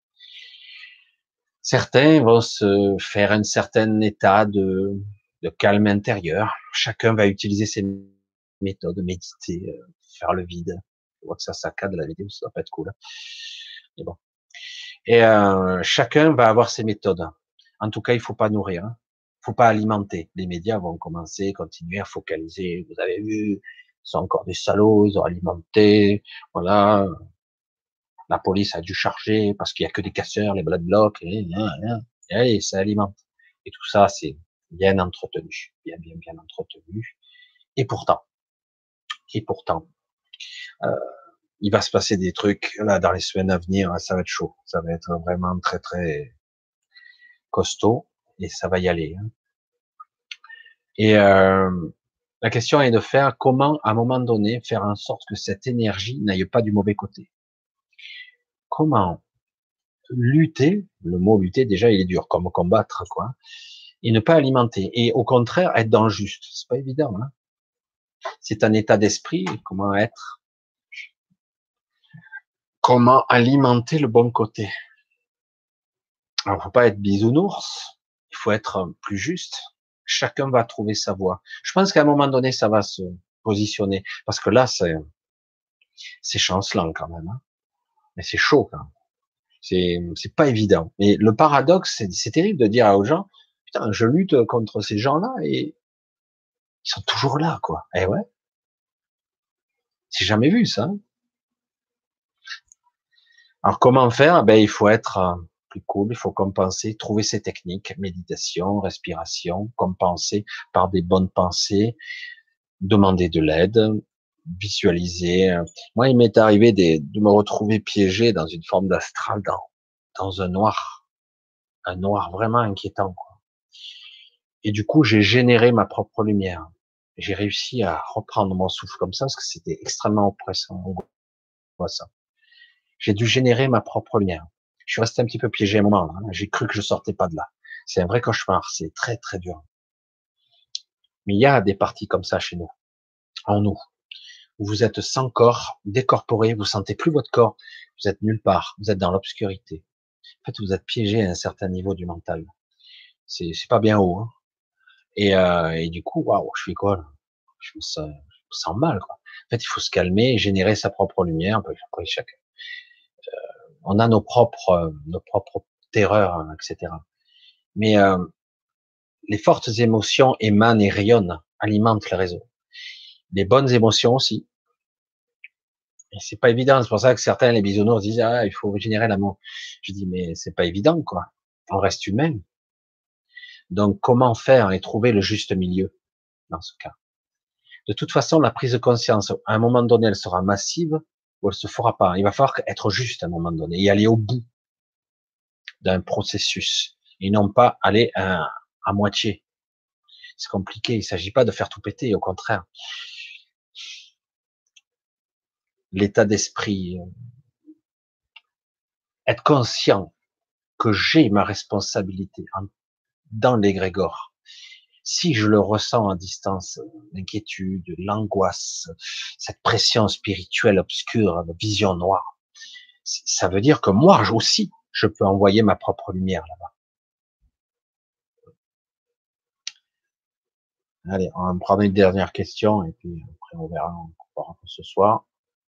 Certains vont se faire un certain état de calme intérieur. Chacun va utiliser ses méthodes, méditer, faire le vide. Je vois que ça saccade la vidéo, ça va pas être cool, hein. Mais bon. Et chacun va avoir ses méthodes. En tout cas, il faut pas nourrir, hein. Il faut pas alimenter. Les médias vont commencer, continuer à focaliser. Vous avez vu, ils sont encore des salauds, ils ont alimenté. Voilà, la police a dû charger parce qu'il y a que des casseurs, les black blocs, et allez, ça alimente. Et tout ça, c'est bien entretenu, bien entretenu. Et pourtant, et pourtant, euh, il va se passer des trucs là dans les semaines à venir. Ça va être chaud, ça va être vraiment très très costaud et ça va y aller, hein. Et la question est de faire comment, à un moment donné, faire en sorte que cette énergie n'aille pas du mauvais côté. Comment lutter, le mot lutter déjà il est dur, comme combattre quoi, et ne pas alimenter, et au contraire être dans le juste. C'est pas évident, hein. C'est un état d'esprit, comment être. Comment alimenter le bon côté? Alors, faut pas être bisounours, il faut être plus juste. Chacun va trouver sa voie. Je pense qu'à un moment donné, ça va se positionner. Parce que là, c'est chancelant quand même, hein. Mais c'est chaud quand même. C'est pas évident. Mais le paradoxe, c'est terrible de dire aux gens, putain, je lutte contre ces gens-là et ils sont toujours là, quoi. Eh ouais, c'est jamais vu ça, hein. Alors comment faire? Ben il faut être plus cool, il faut compenser, trouver ses techniques, méditation, respiration, compenser par des bonnes pensées, demander de l'aide, visualiser. Moi, il m'est arrivé de me retrouver piégé dans une forme d'astral, dans un noir vraiment inquiétant, quoi. Et du coup, j'ai généré ma propre lumière. J'ai réussi à reprendre mon souffle comme ça, parce que c'était extrêmement oppressant, angoissant. J'ai dû générer ma propre lumière. Je suis resté un petit peu piégé à un moment, hein. J'ai cru que je sortais pas de là. C'est un vrai cauchemar. C'est très, très dur. Mais il y a des parties comme ça chez nous, en nous, où vous êtes sans corps, décorporé, vous sentez plus votre corps, vous êtes nulle part, vous êtes dans l'obscurité. En fait, vous êtes piégé à un certain niveau du mental. C'est pas bien haut, hein. Et du coup, waouh, je suis quoi là? Je me sens mal, quoi. En fait, il faut se calmer et générer sa propre lumière. Après, chacun. On a nos propres terreurs, hein, etc. Mais les fortes émotions émanent et rayonnent, alimentent le réseau. Les bonnes émotions aussi. Et c'est pas évident. C'est pour ça que certains, les bisounours, disent ah, il faut générer l'amour. Je dis mais c'est pas évident, quoi. On reste humain. Donc comment faire et trouver le juste milieu dans ce cas? De toute façon, la prise de conscience, à un moment donné, elle sera massive ou elle se fera pas. Il va falloir être juste à un moment donné et aller au bout d'un processus et non pas aller à moitié. C'est compliqué. Il s'agit pas de faire tout péter, au contraire. L'état d'esprit, être conscient que j'ai ma responsabilité dans l'égrégore. Si je le ressens à distance, l'inquiétude, l'angoisse, cette pression spirituelle obscure, la vision noire, ça veut dire que moi aussi, je peux envoyer ma propre lumière là-bas. Allez, on va prendre une dernière question et puis après on verra encore ce soir.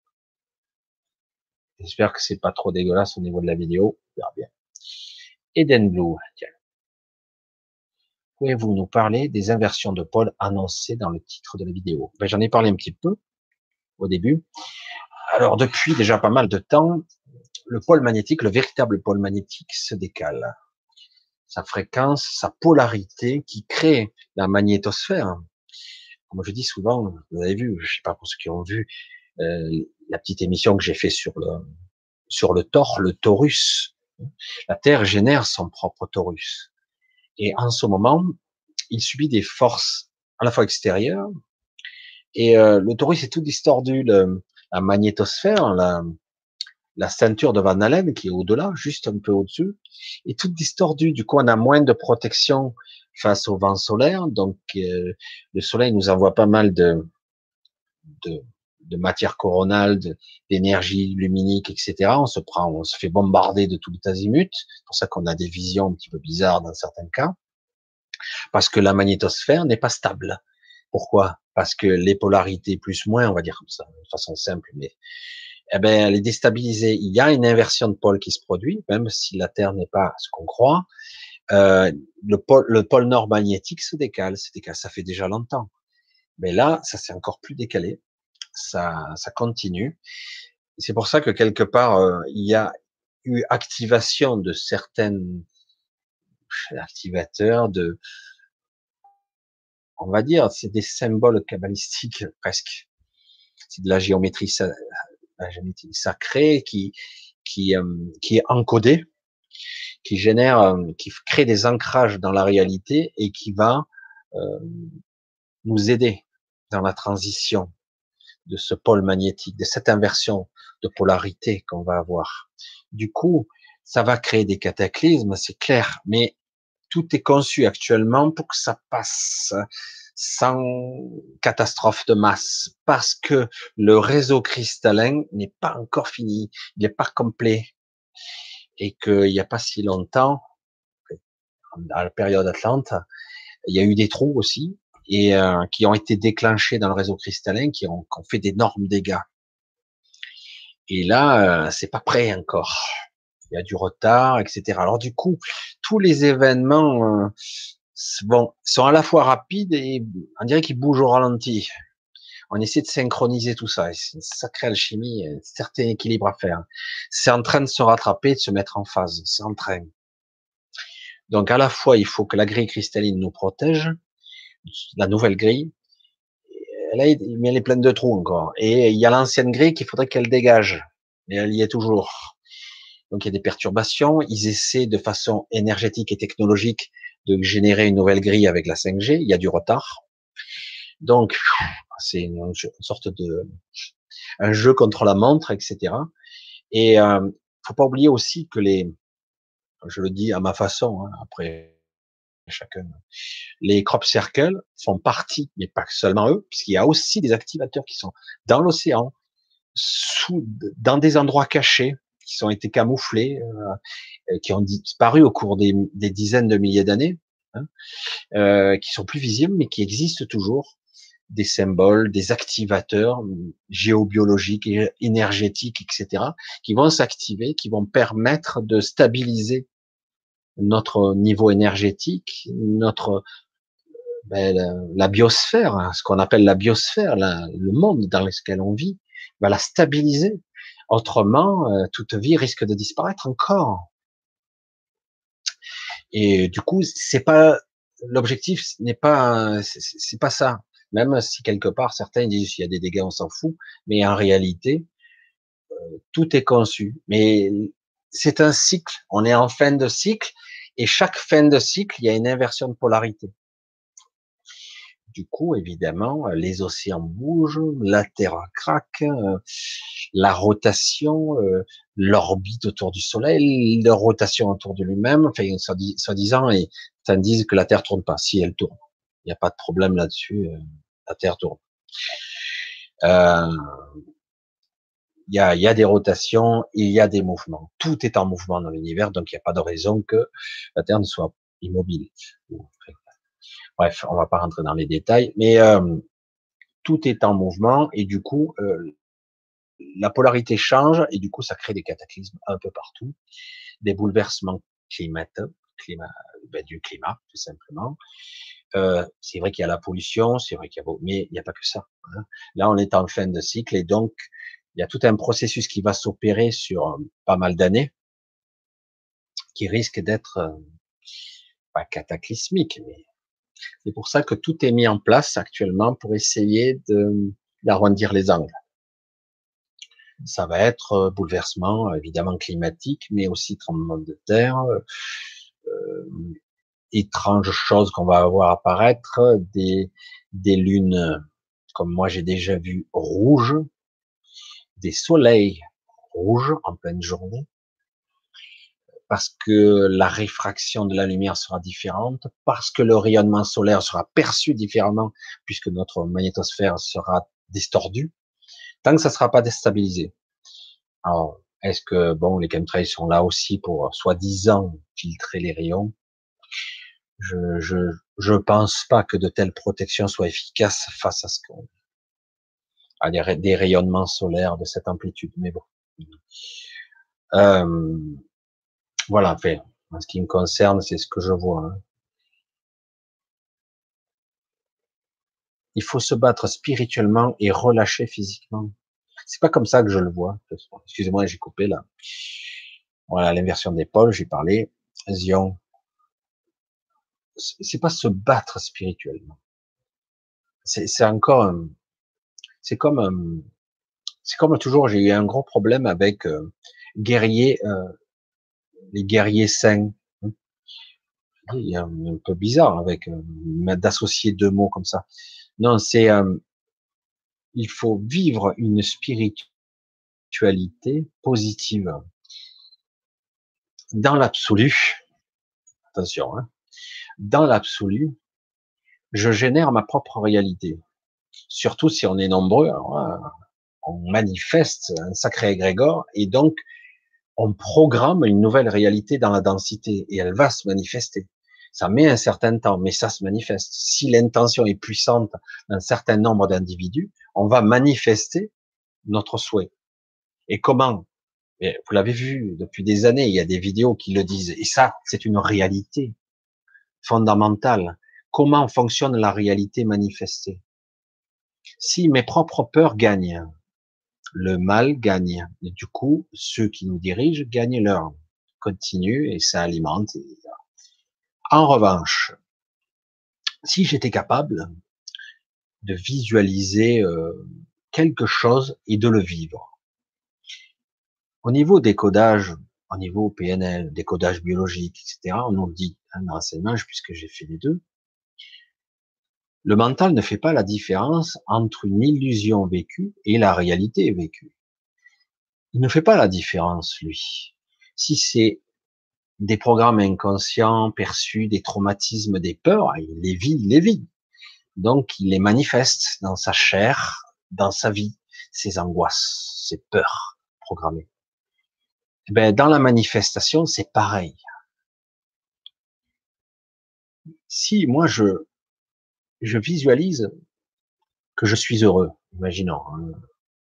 J'espère que c'est pas trop dégueulasse au niveau de la vidéo. On verra bien. Eden Blue, tiens. Pouvez-vous nous parler des inversions de pôle annoncées dans le titre de la vidéo? Ben, j'en ai parlé un petit peu au début. Alors depuis déjà pas mal de temps, le pôle magnétique, le véritable pôle magnétique se décale. Sa fréquence, sa polarité qui crée la magnétosphère. Comme je dis souvent, vous avez vu, je sais pas pour ceux qui ont vu la petite émission que j'ai fait sur le Thor, le Taurus. La Terre génère son propre Taurus. Et en ce moment, il subit des forces à la fois extérieures et le Taurus est tout distordu. La magnétosphère, la ceinture de Van Allen qui est au-delà, juste un peu au-dessus, est toute distordue. Du coup, on a moins de protection face au vent solaire. Donc, le soleil nous envoie pas mal de, de matière coronale, d'énergie luminique, etc. On se fait bombarder de tout azimut. C'est pour ça qu'on a des visions un petit peu bizarres dans certains cas. Parce que la magnétosphère n'est pas stable. Pourquoi? Parce que les polarités plus moins, on va dire comme ça, de façon simple, mais eh ben, elle est déstabilisée. Il y a une inversion de pôle qui se produit, même si la Terre n'est pas ce qu'on croit. Le pôle nord magnétique se décale. Ça fait déjà longtemps. Mais là, ça s'est encore plus décalé. Ça continue. C'est pour ça que quelque part, il y a eu activation de certaines activateurs on va dire, c'est des symboles kabbalistiques presque. C'est de la géométrie sacrée qui est encodée, qui génère, qui crée des ancrages dans la réalité et qui va euh, nous aider dans la transition de ce pôle magnétique, de cette inversion de polarité qu'on va avoir. Du coup, ça va créer des cataclysmes, c'est clair, mais Tout est conçu actuellement pour que ça passe sans catastrophe de masse, parce que le réseau cristallin n'est pas encore fini, il n'est pas complet, et qu'il n'y a pas si longtemps, dans la période Atlante, il y a eu des trous aussi, et qui ont été déclenchés dans le réseau cristallin, qui ont fait d'énormes dégâts. Et là, c'est pas prêt encore. Il y a du retard, etc. Alors du coup, tous les événements bon, sont à la fois rapides et on dirait qu'ils bougent au ralenti. On essaie de synchroniser tout ça. Et c'est une sacrée alchimie, un certain équilibre à faire. C'est en train de se rattraper, de se mettre en phase. C'est en train. Donc à la fois, il faut que la grille cristalline nous protège, la nouvelle grille. Là, mais elle est pleine de trous encore. Et il y a l'ancienne grille qu'il faudrait qu'elle dégage. Mais elle y est toujours. Donc il y a des perturbations. Ils essaient de façon énergétique et technologique de générer une nouvelle grille avec la 5G. Il y a du retard. Donc c'est une sorte de un jeu contre la montre, etc. Et faut pas oublier aussi que je le dis à ma façon, hein, après chacun, les crop circles font partie, mais pas seulement eux, puisqu'il y a aussi des activateurs qui sont dans l'océan, dans des endroits cachés, qui ont été camouflés, qui ont disparu au cours des dizaines de milliers d'années, hein, qui sont plus visibles, mais qui existent toujours, des symboles, des activateurs géobiologiques, énergétiques, etc., qui vont s'activer, qui vont permettre de stabiliser notre niveau énergétique, la biosphère, hein, ce qu'on appelle la biosphère, le monde dans lequel on vit, va la stabiliser. Autrement, toute vie risque de disparaître encore. Et du coup, c'est pas l'objectif, n'est pas, c'est pas ça. Même si quelque part certains disent s'il y a des dégâts, on s'en fout, mais en réalité, tout est conçu. Mais c'est un cycle. On est en fin de cycle, et chaque fin de cycle, il y a une inversion de polarité. Du coup, évidemment, les océans bougent, la Terre craque, la rotation, l'orbite autour du Soleil, la rotation autour de lui-même, enfin, soi-disant, et ça disent que la Terre tourne pas. Si elle tourne, il n'y a pas de problème là-dessus. La Terre tourne. Euh, il y a des rotations, il y a des mouvements. Tout est en mouvement dans l'univers, donc il n'y a pas de raison que la Terre ne soit immobile. Bref, on va pas rentrer dans les détails, mais tout est en mouvement, et du coup, la polarité change, et du coup, ça crée des cataclysmes un peu partout, des bouleversements climat, du climat, tout simplement. C'est vrai qu'il y a la pollution, c'est vrai qu'il y a, mais il n'y a pas que ça, hein. Là, on est en fin de cycle, et donc, il y a tout un processus qui va s'opérer sur pas mal d'années, qui risque d'être pas cataclysmique, mais c'est pour ça que tout est mis en place actuellement pour essayer d'arrondir les angles. Ça va être bouleversement évidemment climatique, mais aussi tremblement de terre, étranges choses qu'on va avoir apparaître, des lunes, comme moi j'ai déjà vu, rouges, des soleils rouges en pleine journée, parce que la réfraction de la lumière sera différente, parce que le rayonnement solaire sera perçu différemment, puisque notre magnétosphère sera distordue, tant que ça ne sera pas déstabilisé. Alors, est-ce que, bon, les chemtrails sont là aussi pour, soi-disant, filtrer les rayons? Je pense pas que de telles protections soient efficaces face à des rayonnements solaires de cette amplitude. Mais bon. Euh, voilà, enfin, en ce qui me concerne, c'est ce que je vois, hein. Il faut se battre spirituellement et relâcher physiquement. C'est pas comme ça que je le vois. Excusez-moi, j'ai coupé là. Voilà, l'inversion des pôles, j'ai parlé. Zion, c'est pas se battre spirituellement. C'est encore, c'est comme toujours, j'ai eu un gros problème avec guerriers, les guerriers saints. Il y a un peu bizarre avec d'associer deux mots comme ça. Non, c'est il faut vivre une spiritualité positive dans l'absolu. Attention, hein. dans l'absolu, je génère ma propre réalité. Surtout si on est nombreux, alors là, on manifeste un sacré égrégore et donc on programme une nouvelle réalité dans la densité et elle va se manifester. Ça met un certain temps, mais ça se manifeste. Si l'intention est puissante d'un certain nombre d'individus, on va manifester notre souhait. Et comment? Et vous l'avez vu depuis des années, il y a des vidéos qui le disent. Et ça, c'est une réalité fondamentale. Comment fonctionne la réalité manifestée? Si mes propres peurs gagnent, le mal gagne. Et du coup, ceux qui nous dirigent gagnent leur continue et ça alimente. En revanche, si j'étais capable de visualiser quelque chose et de le vivre, au niveau décodage, au niveau PNL, décodage biologique, etc., on nous dit, dans l'enseignement, puisque j'ai fait les deux, le mental ne fait pas la différence entre une illusion vécue et la réalité vécue. Il ne fait pas la différence, lui. Si c'est des programmes inconscients perçus, des traumatismes, des peurs, il les vit. Donc, il les manifeste dans sa chair, dans sa vie, ses angoisses, ses peurs programmées. Eh ben, dans la manifestation, c'est pareil. Si moi, je visualise que je suis heureux, imaginons, hein,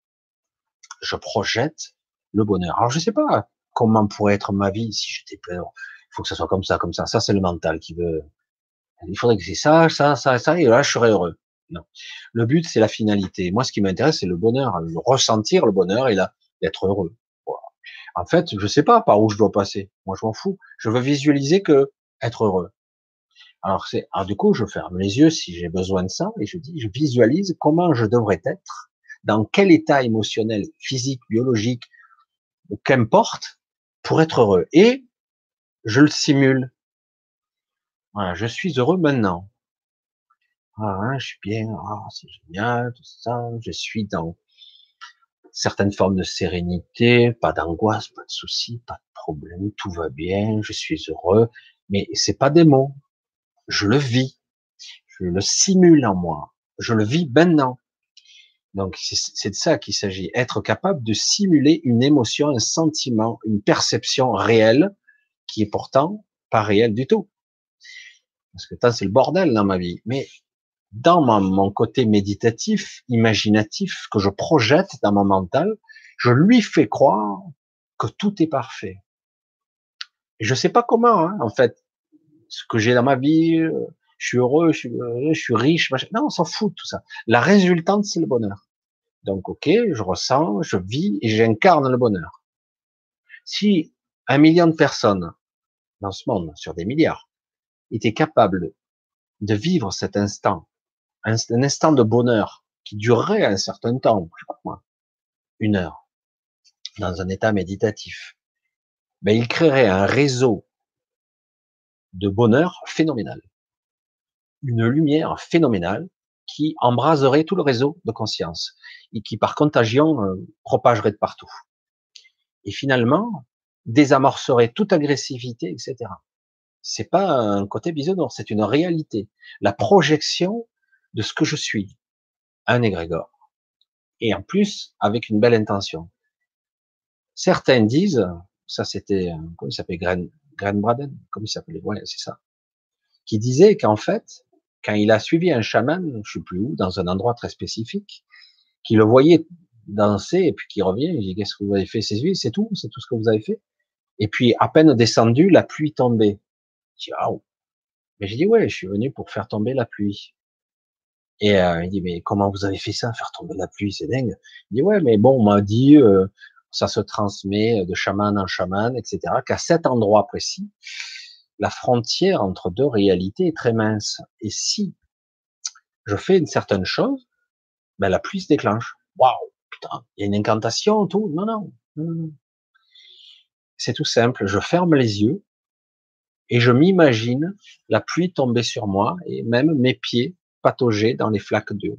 je projette le bonheur. Alors, je sais pas comment pourrait être ma vie si j'étais peur. Il faut que ça soit comme ça, comme ça. Ça, c'est le mental qui veut. Il faudrait que c'est ça, et là, je serais heureux. Non. Le but, c'est la finalité. Moi, ce qui m'intéresse, c'est le bonheur, le ressentir le bonheur et là, d'être heureux. Voilà. En fait, je sais pas par où je dois passer. Moi, je m'en fous. Je veux visualiser que être heureux. Alors du coup, je ferme les yeux si j'ai besoin de ça et je visualise comment je devrais être, dans quel état émotionnel, physique, biologique, ou qu'importe, pour être heureux. Et je le simule. Voilà, je suis heureux maintenant. Ah, hein, je suis bien, ah, c'est génial, tout ça. Je suis dans certaines formes de sérénité, pas d'angoisse, pas de soucis, pas de problème, tout va bien, je suis heureux. Mais c'est pas des mots, je le vis, je le simule en moi, je le vis maintenant. Donc c'est de ça qu'il s'agit, être capable de simuler une émotion, un sentiment, une perception réelle qui est pourtant pas réelle du tout. Parce que ça c'est le bordel dans ma vie. Mais dans mon côté méditatif, imaginatif, que je projette dans mon mental, je lui fais croire que tout est parfait. Et je sais pas comment, hein, en fait, ce que j'ai dans ma vie, je suis heureux, je suis riche, machin. Non, on s'en fout de tout ça. La résultante, c'est le bonheur. Donc, ok, je ressens, je vis et j'incarne le bonheur. Si 1 million de personnes dans ce monde, sur des milliards, étaient capables de vivre cet instant, un instant de bonheur qui durerait un certain temps, je sais pas moi, 1 heure, dans un état méditatif, ben, il créerait un réseau de bonheur phénoménal, une lumière phénoménale qui embraserait tout le réseau de conscience et qui, par contagion, propagerait de partout. Et finalement, désamorcerait toute agressivité, etc. C'est pas un côté bisounours, c'est une réalité, la projection de ce que je suis, un égrégore, et en plus avec une belle intention. Certains disent, ça c'était, comment il s'appelait, Gren Braden, comment il s'appelait, ouais, c'est ça, qui disait qu'en fait, quand il a suivi un chaman, je sais plus où, dans un endroit très spécifique, qui le voyait danser et puis qui revient, il dit qu'est-ce que vous avez fait? C'est tout ce que vous avez fait? Et puis à peine descendu, la pluie tombait. Je dis ah, mais j'ai dit ouais, je suis venu pour faire tomber la pluie. Et il dit mais comment vous avez fait ça, faire tomber la pluie, c'est dingue. Il dit ouais, mais bon, on m'a dit ça se transmet de chaman en chaman, etc. Qu'à cet endroit précis, la frontière entre deux réalités est très mince. Et si je fais une certaine chose, ben la pluie se déclenche. Waouh, putain, il y a une incantation, tout. Non, non, non, non. C'est tout simple. Je ferme les yeux et je m'imagine la pluie tomber sur moi et même mes pieds patauger dans les flaques d'eau.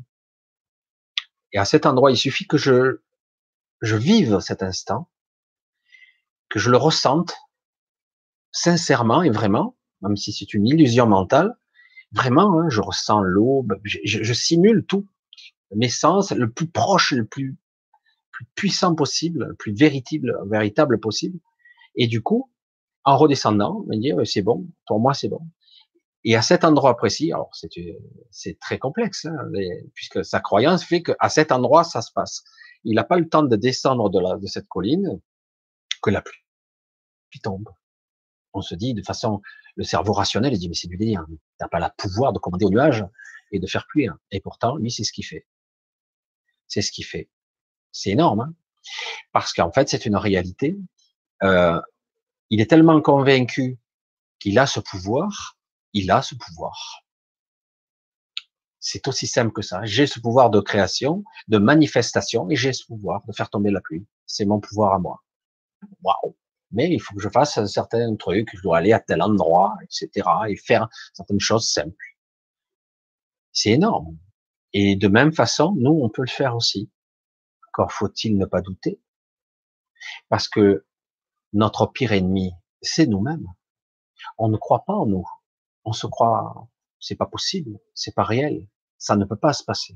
Et à cet endroit, il suffit que je vive cet instant, que je le ressente sincèrement et vraiment, même si c'est une illusion mentale. Vraiment, hein, je ressens l'eau, je simule tout, mes sens, le plus proche, plus puissant possible, le plus véritable possible. Et du coup, en redescendant, me dire, c'est bon, pour moi, c'est bon. Et à cet endroit précis, alors c'est très complexe, hein, puisque sa croyance fait qu'à cet endroit, ça se passe. Il n'a pas le temps de descendre de cette colline que la pluie tombe. On se dit de façon, le cerveau rationnel, il dit, mais c'est du délire. T'as pas le pouvoir de commander au nuage et de faire pluie. Et pourtant, lui, c'est ce qu'il fait. C'est ce qu'il fait. C'est énorme, hein, parce qu'en fait, c'est une réalité. Euh, il est tellement convaincu qu'il a ce pouvoir, il a ce pouvoir. C'est aussi simple que ça. J'ai ce pouvoir de création, de manifestation, et j'ai ce pouvoir de faire tomber la pluie. C'est mon pouvoir à moi. Waouh! Mais il faut que je fasse certains trucs, je dois aller à tel endroit, etc., et faire certaines choses simples. C'est énorme. Et de même façon, nous, on peut le faire aussi. Encore faut-il ne pas douter, parce que notre pire ennemi, c'est nous-mêmes. On ne croit pas en nous. On se croit, c'est pas possible, c'est pas réel, ça ne peut pas se passer.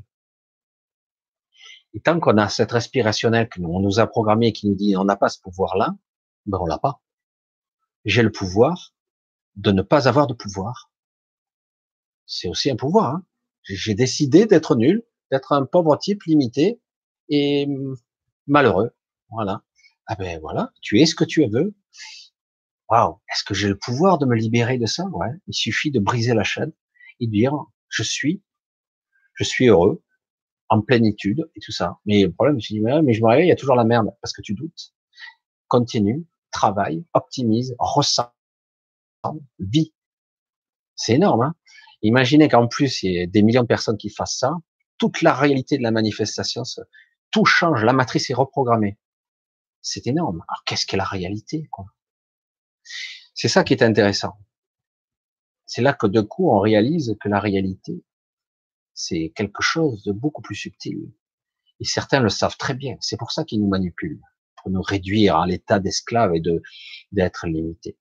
Et tant qu'on a cette respirationnelle que on nous a programmé, qui nous dit on n'a pas ce pouvoir-là, ben on l'a pas. J'ai le pouvoir de ne pas avoir de pouvoir. C'est aussi un pouvoir. Hein. J'ai décidé d'être nul, d'être un pauvre type limité et malheureux. Voilà. Ah ben voilà, tu es ce que tu veux. Waouh, est-ce que j'ai le pouvoir de me libérer de ça? Ouais. Il suffit de briser la chaîne et de dire je suis heureux, en plénitude et tout ça. Mais le problème, je dis mais je me réveille, il y a toujours la merde parce que tu doutes. Continue, travaille, optimise, ressens, vis. C'est énorme, hein. Imaginez qu'en plus, il y ait des millions de personnes qui fassent ça, toute la réalité de la manifestation, tout change, la matrice est reprogrammée. C'est énorme. Alors qu'est-ce qu'est la réalité, quoi? C'est ça qui est intéressant. C'est là que de coup, on réalise que la réalité, c'est quelque chose de beaucoup plus subtil. Et certains le savent très bien. C'est pour ça qu'ils nous manipulent, pour nous réduire à l'état d'esclave et d'être limités.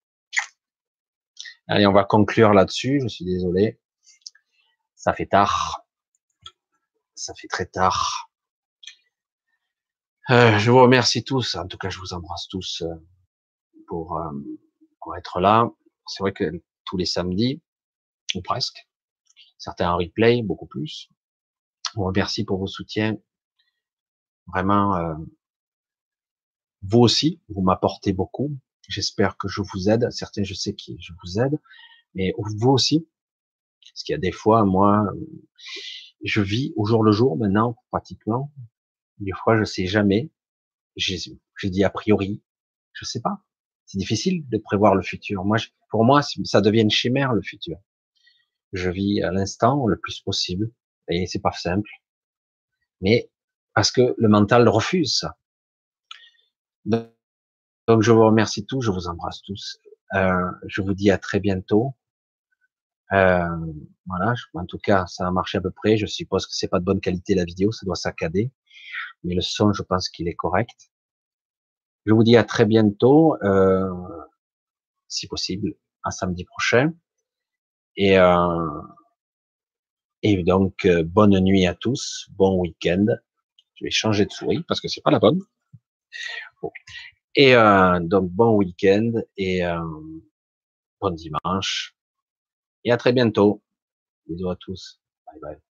Allez, on va conclure là-dessus. Je suis désolé. Ça fait tard. Ça fait très tard. Je vous remercie tous. En tout cas, je vous embrasse tous pour, euh, pour être là. C'est vrai que tous les samedis, ou presque, certains en replay, beaucoup plus. Je vous remercie pour vos soutiens. Vraiment, vous aussi, vous m'apportez beaucoup. J'espère que je vous aide. Certains, je sais que je vous aide, mais vous aussi. Parce qu'il y a des fois, moi, je vis au jour le jour maintenant, pratiquement. Des fois, je sais jamais. Je dis a priori, je sais pas. C'est difficile de prévoir le futur. Moi, pour moi, ça devient une chimère le futur. Je vis à l'instant le plus possible, et c'est pas simple. Mais parce que le mental refuse ça. Donc, je vous remercie tous, je vous embrasse tous. Je vous dis à très bientôt. Euh, voilà. En tout cas, ça a marché à peu près. Je suppose que c'est pas de bonne qualité la vidéo, ça doit saccader. Mais le son, je pense qu'il est correct. Je vous dis à très bientôt, si possible, à samedi prochain. Et, donc, bonne nuit à tous, bon week-end. Je vais changer de souris parce que c'est pas la bonne. Bon. Et donc, bon week-end et bon dimanche. Et à très bientôt. Bisous à tous. Bye bye.